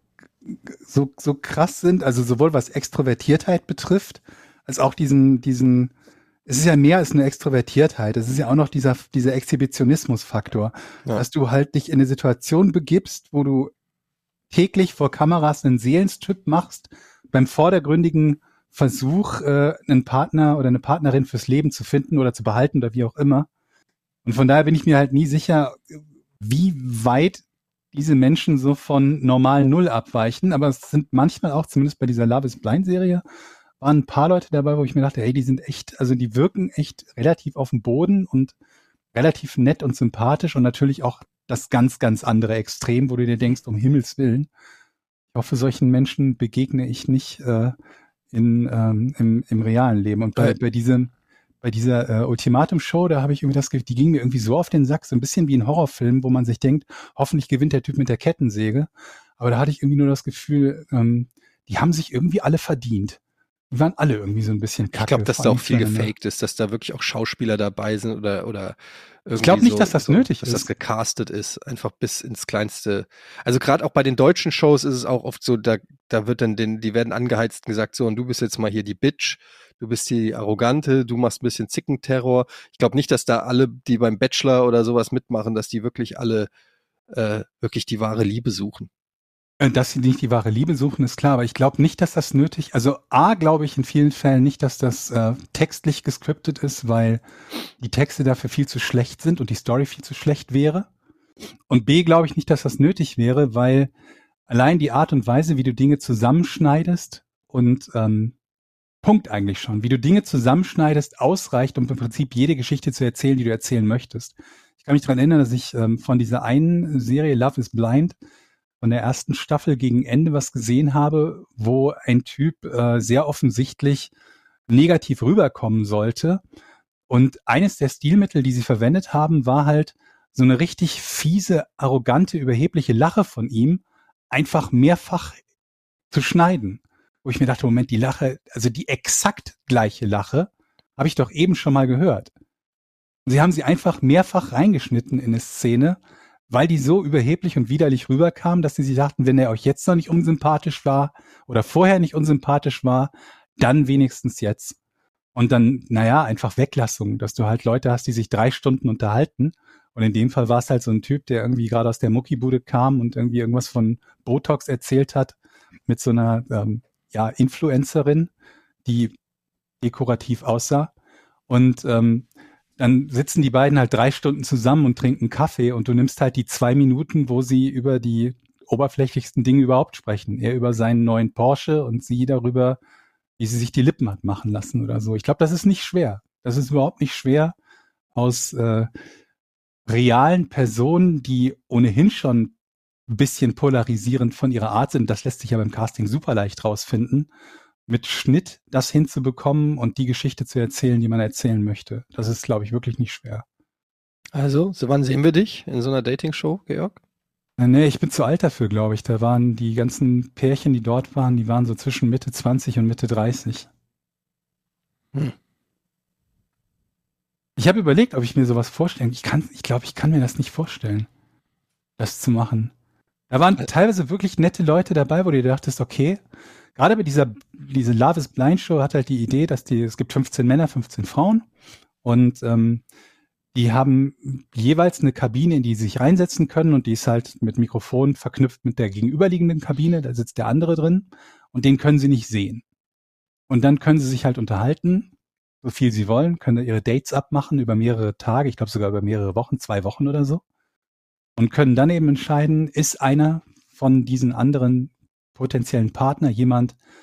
so, so krass sind, also sowohl was Extrovertiertheit betrifft, als auch diesen, diesen, es ist ja mehr als eine Extrovertiertheit, es ist ja auch noch dieser, dieser Exhibitionismus-Faktor, Ja. dass du halt dich in eine Situation begibst, wo du täglich vor Kameras einen Seelenstrip machst, beim vordergründigen Versuch, äh, einen Partner oder eine Partnerin fürs Leben zu finden oder zu behalten oder wie auch immer. Und von daher bin ich mir halt nie sicher, wie weit diese Menschen so von normal Null abweichen. Aber es sind manchmal auch, zumindest bei dieser Love is Blind Serie, waren ein paar Leute dabei, wo ich mir dachte, hey, die sind echt, also die wirken echt relativ auf dem Boden und relativ nett und sympathisch und natürlich auch das ganz, ganz andere Extrem, wo du dir denkst, um Himmels Willen. Ich hoffe, solchen Menschen begegne ich nicht äh, in, ähm, im, im realen Leben. Und bei, Ja. bei diesem, bei dieser äh, Ultimatum-Show, da habe ich irgendwie das Gefühl, die ging mir irgendwie so auf den Sack, so ein bisschen wie ein Horrorfilm, wo man sich denkt, hoffentlich gewinnt der Typ mit der Kettensäge. Aber da hatte ich irgendwie nur das Gefühl, ähm, die haben sich irgendwie alle verdient. Die waren alle irgendwie so ein bisschen kacke. Ich glaube, dass vor da allem auch viel füreinander. gefaked ist, dass da wirklich auch Schauspieler dabei sind oder oder irgendwie glaub nicht, so, dass das so, nötig dass ist. das gecastet ist, einfach bis ins kleinste. Also gerade auch bei den deutschen Shows ist es auch oft so, da da wird dann den, die werden angeheizt und gesagt, so und du bist jetzt mal hier die Bitch, du bist die Arrogante, du machst ein bisschen Zickenterror. Ich glaube nicht, dass da alle, die beim Bachelor oder sowas mitmachen, dass die wirklich alle äh, wirklich die wahre Liebe suchen. Äh, Dass sie nicht die wahre Liebe suchen, ist klar, aber ich glaube nicht, dass das nötig, also A, glaube ich in vielen Fällen nicht, dass das äh, textlich gescriptet ist, weil die Texte dafür viel zu schlecht sind und die Story viel zu schlecht wäre. Und B, glaube ich nicht, dass das nötig wäre, weil allein die Art und Weise, wie du Dinge zusammenschneidest und ähm, Punkt eigentlich schon, wie du Dinge zusammenschneidest, ausreicht, um im Prinzip jede Geschichte zu erzählen, die du erzählen möchtest. Ich kann mich daran erinnern, dass ich ähm, von dieser einen Serie Love is Blind von der ersten Staffel gegen Ende was gesehen habe, wo ein Typ äh, sehr offensichtlich negativ rüberkommen sollte. Und eines der Stilmittel, die sie verwendet haben, war halt so eine richtig fiese, arrogante, überhebliche Lache von ihm einfach mehrfach zu schneiden. Wo ich mir dachte, Moment, die Lache, also die exakt gleiche Lache, habe ich doch eben schon mal gehört. Und sie haben sie einfach mehrfach reingeschnitten in eine Szene, weil die so überheblich und widerlich rüberkam, dass sie sich dachten, wenn er euch jetzt noch nicht unsympathisch war oder vorher nicht unsympathisch war, dann wenigstens jetzt. Und dann, naja, einfach Weglassung, dass du halt Leute hast, die sich drei Stunden unterhalten. Und in dem Fall war es halt so ein Typ, der irgendwie gerade aus der Muckibude kam und irgendwie irgendwas von Botox erzählt hat mit so einer ähm, ja, Influencerin, die dekorativ aussah. Und ähm, dann sitzen die beiden halt drei Stunden zusammen und trinken Kaffee und du nimmst halt die zwei Minuten, wo sie über die oberflächlichsten Dinge überhaupt sprechen. Er über seinen neuen Porsche und sie darüber, wie sie sich die Lippen hat machen lassen oder so. Ich glaube, das ist nicht schwer. Das ist überhaupt nicht schwer, aus äh, realen Personen, die ohnehin schon ein bisschen polarisierend von ihrer Art sind, das lässt sich ja beim Casting super leicht rausfinden, mit Schnitt das hinzubekommen und die Geschichte zu erzählen, die man erzählen möchte. Das ist, glaube ich, wirklich nicht schwer. Also, so wann sehen wir dich in so einer Dating-Show, Georg? Äh, Nee, ich bin zu alt dafür, glaube ich. Da waren die ganzen Pärchen, die dort waren, die waren so zwischen Mitte zwanzig und Mitte dreißig. Hm. Ich habe überlegt, ob ich mir sowas vorstellen. Ich kann, ich glaube, ich kann mir das nicht vorstellen, das zu machen. Da waren teilweise wirklich nette Leute dabei, wo du dir dachtest, okay, gerade bei dieser diese Love is Blind Show hat halt die Idee, dass die, es gibt fünfzehn Männer, fünfzehn Frauen und ähm, die haben jeweils eine Kabine, in die sie sich reinsetzen können und die ist halt mit Mikrofon verknüpft mit der gegenüberliegenden Kabine, da sitzt der andere drin und den können sie nicht sehen. Und dann können sie sich halt unterhalten, so viel sie wollen, können ihre Dates abmachen über mehrere Tage, ich glaube sogar über mehrere Wochen, zwei Wochen oder so. Und können dann eben entscheiden, ist einer von diesen anderen potenziellen Partner jemand,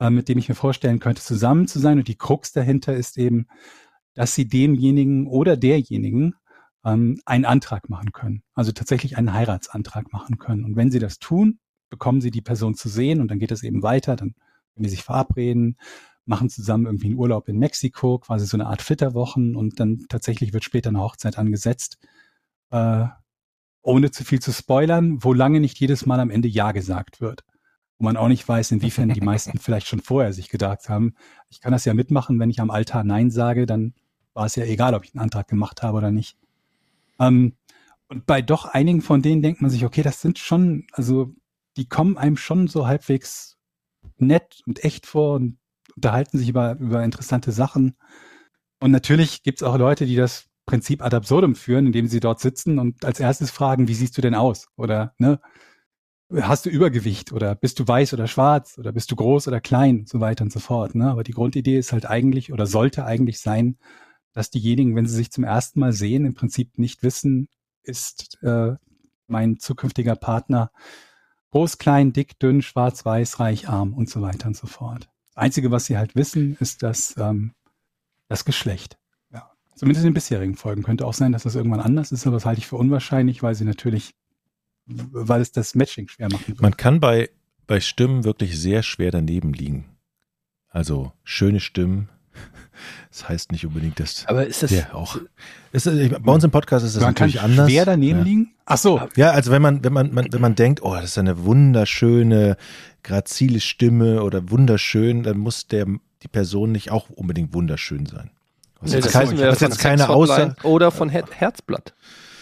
äh, mit dem ich mir vorstellen könnte, zusammen zu sein. Und die Krux dahinter ist eben, dass sie demjenigen oder derjenigen ähm, einen Antrag machen können. Also tatsächlich einen Heiratsantrag machen können. Und wenn sie das tun, bekommen sie die Person zu sehen und dann geht es eben weiter. Dann können die sich verabreden, machen zusammen irgendwie einen Urlaub in Mexiko, quasi so eine Art Flitterwochen und dann tatsächlich wird später eine Hochzeit angesetzt. Äh, ohne zu viel zu spoilern, wo lange nicht jedes Mal am Ende Ja gesagt wird. Wo man auch nicht weiß, inwiefern die meisten vielleicht schon vorher sich gedacht haben, ich kann das ja mitmachen, wenn ich am Altar Nein sage, dann war es ja egal, ob ich einen Antrag gemacht habe oder nicht. Ähm, und bei doch einigen von denen denkt man sich, okay, das sind schon, also die kommen einem schon so halbwegs nett und echt vor und unterhalten sich über, über interessante Sachen. Und natürlich gibt es auch Leute, die das Prinzip ad absurdum führen, indem sie dort sitzen und als erstes fragen, wie siehst du denn aus? Oder ne, hast du Übergewicht oder bist du weiß oder schwarz oder bist du groß oder klein und so weiter und so fort. Ne? Aber die Grundidee ist halt eigentlich oder sollte eigentlich sein, dass diejenigen, wenn sie sich zum ersten Mal sehen, im Prinzip nicht wissen, ist äh, mein zukünftiger Partner groß, klein, dick, dünn, schwarz, weiß, reich, arm und so weiter und so fort. Das Einzige, was sie halt wissen, ist das, ähm, das Geschlecht. Ja. Zumindest in den bisherigen Folgen. Könnte auch sein, dass das irgendwann anders ist, aber das halte ich für unwahrscheinlich, weil sie natürlich, weil es das Matching schwer machen wird. Man kann bei, bei Stimmen wirklich sehr schwer daneben liegen. Also schöne Stimmen. Das heißt nicht unbedingt, dass Aber ist das der auch. Ist, bei uns im Podcast ist das Man kann natürlich anders. schwer daneben ja. liegen? Ach so. Ja, also wenn man, wenn man, man, wenn man denkt, oh, das ist eine wunderschöne, grazile Stimme oder wunderschön, dann muss der, die Person nicht auch unbedingt wunderschön sein. Was Nee, jetzt, das kein, wissen wir ja was von jetzt keine Sexhotline Aussage. oder von Her- Herzblatt.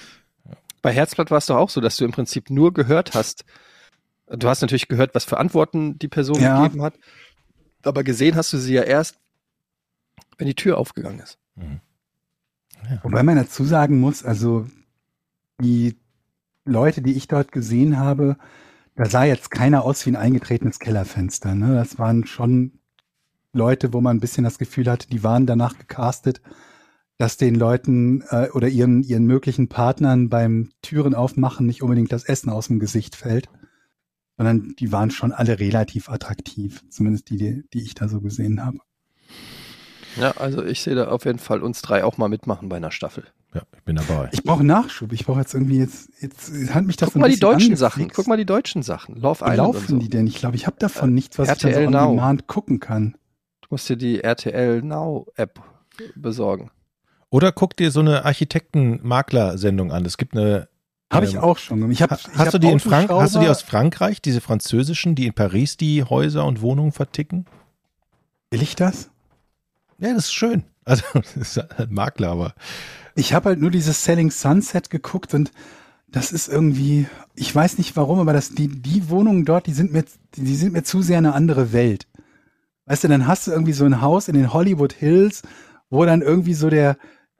Bei Herzblatt war es doch auch so, dass du im Prinzip nur gehört hast. Du hast natürlich gehört, was für Antworten die Person Ja. gegeben hat, aber gesehen hast du sie ja erst, wenn die Tür aufgegangen ist. Wobei man dazu sagen muss, also die Leute, die ich dort gesehen habe, da sah jetzt keiner aus wie ein eingetretenes Kellerfenster. Ne? Das waren schon Leute, wo man ein bisschen das Gefühl hatte, die waren danach gecastet, dass den Leuten äh, oder ihren, ihren möglichen Partnern beim Türen aufmachen nicht unbedingt das Essen aus dem Gesicht fällt, sondern die waren schon alle relativ attraktiv, zumindest die, die, die ich da so gesehen habe. Ja, also ich sehe da auf jeden Fall uns drei auch mal mitmachen bei einer Staffel. Ja, ich bin dabei. Ich brauche Nachschub. Ich brauche jetzt irgendwie jetzt, jetzt hat mich das Guck so ein mal die bisschen deutschen angefixt. Sachen. Guck mal die deutschen Sachen. Love Wie Island laufen und so. die denn? Ich glaube, ich habe davon nichts, was R ich T L dann so on Now. demand gucken kann. Du musst dir die R T L Now App besorgen. Oder guck dir so eine Architekten-Makler-Sendung an. Es gibt eine. Habe ich ähm, auch schon. Ich hab, ha- ich hast hab du die in Frank Autoschrauber- Hast du die aus Frankreich, diese französischen, die in Paris die Häuser und Wohnungen verticken? Will ich das? Ja, das ist schön. Also, das ist halt Makler, aber. Ich habe halt nur dieses Selling Sunset geguckt und das ist irgendwie, ich weiß nicht warum, aber das, die, die Wohnungen dort, die sind mir, die sind mir zu sehr eine andere Welt. Weißt du, dann hast du irgendwie so ein Haus in den Hollywood Hills, wo dann irgendwie so der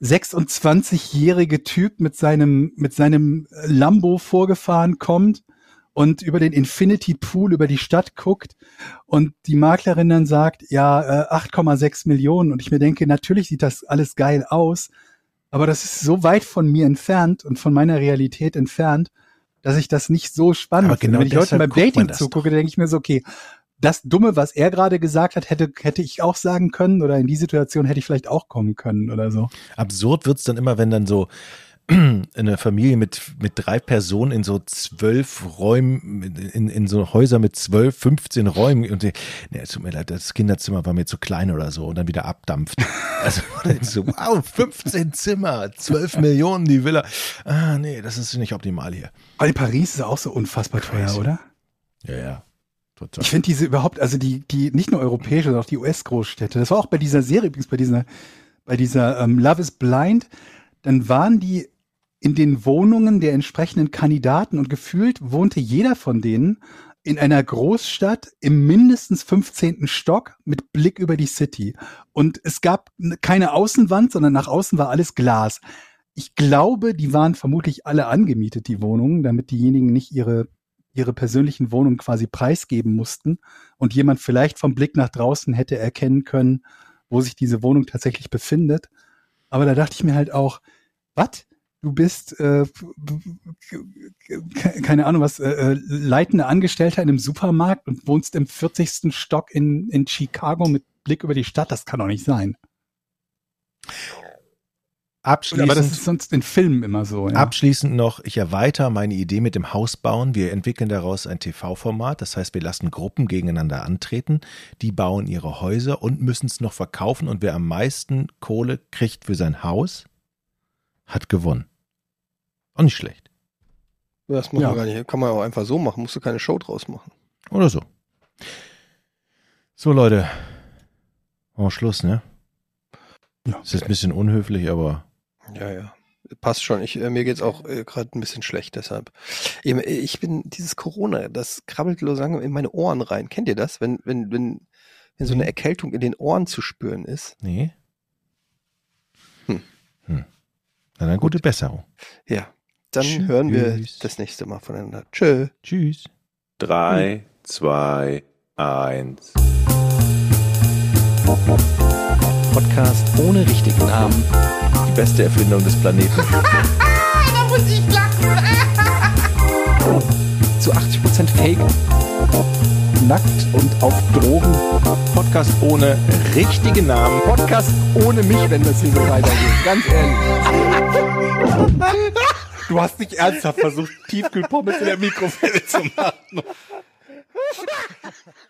sechsundzwanzigjährige Typ mit seinem, mit seinem Lambo vorgefahren kommt und über den Infinity Pool über die Stadt guckt und die Maklerin dann sagt, ja, äh, acht Komma sechs Millionen und ich mir denke, natürlich sieht das alles geil aus, aber das ist so weit von mir entfernt und von meiner Realität entfernt, dass ich das nicht so spannend Aber finde. genau Wenn ich Leuten deshalb beim guckt man Dating das zugucke, denke ich mir so, okay, das Dumme, was er gerade gesagt hat, hätte, hätte ich auch sagen können oder in die Situation hätte ich vielleicht auch kommen können oder so. Absurd wird's dann immer, wenn dann so eine Familie mit, mit drei Personen in so zwölf Räumen, in, in so Häuser mit zwölf, fünfzehn Räumen und die, nee, tut mir leid, das Kinderzimmer war mir zu klein oder so und dann wieder abdampft. Also so, wow, fünfzehn Zimmer, zwölf Millionen die Villa. Ah, nee, das ist nicht optimal hier. Aber in Paris ist auch so unfassbar teuer, Crazy. oder? Ja, ja. Total. Ich finde diese überhaupt, also die, die nicht nur europäische, sondern auch die U S-Großstädte. Das war auch bei dieser Serie übrigens, bei dieser, bei dieser ähm, Love is Blind. Dann waren die in den Wohnungen der entsprechenden Kandidaten und gefühlt wohnte jeder von denen in einer Großstadt im mindestens fünfzehnten Stock mit Blick über die City. Und es gab keine Außenwand, sondern nach außen war alles Glas. Ich glaube, die waren vermutlich alle angemietet, die Wohnungen, damit diejenigen nicht ihre ihre persönlichen Wohnungen quasi preisgeben mussten und jemand vielleicht vom Blick nach draußen hätte erkennen können, wo sich diese Wohnung tatsächlich befindet. Aber da dachte ich mir halt auch, was? du bist, äh, keine Ahnung was, äh, leitender Angestellter in einem Supermarkt und wohnst im vierzigsten Stock in, in Chicago mit Blick über die Stadt. Das kann doch nicht sein. Abschließend, Aber das ist sonst in Filmen immer so. Ja. abschließend noch, ich erweitere meine Idee mit dem Hausbauen. Wir entwickeln daraus ein T V-Format. Das heißt, wir lassen Gruppen gegeneinander antreten. Die bauen ihre Häuser und müssen es noch verkaufen. Und wer am meisten Kohle kriegt für sein Haus, hat gewonnen. Auch nicht schlecht. Das muss Ja. man gar nicht. Kann man auch einfach so machen. Musst du keine Show draus machen. Oder so. So, Leute. Machen wir Schluss, ne? Ja. Es ist ein bisschen unhöflich, aber Ja, ja. Passt schon. Ich, äh, mir geht's auch äh, gerade ein bisschen schlecht, deshalb. Ich, ich bin, dieses Corona, das krabbelt so lange in meine Ohren rein. Kennt ihr das? Wenn, wenn, wenn, wenn so eine Erkältung in den Ohren zu spüren ist? nee. Hm. Hm. Na dann gute Besserung. Ja. Dann Tschüss. hören wir das nächste Mal voneinander. Tschö. Tschüss. drei, zwei, eins. Podcast ohne richtigen Namen. Die beste Erfindung des Planeten. Da muss ich lachen. Zu achtzig Prozent Fake. Nackt und auf Drogen. Podcast ohne richtigen Namen. Podcast ohne mich, wenn das hier so weitergeht. Ganz ehrlich. Du hast nicht ernsthaft versucht, Tiefkühlpommes in der Mikrowelle zu machen.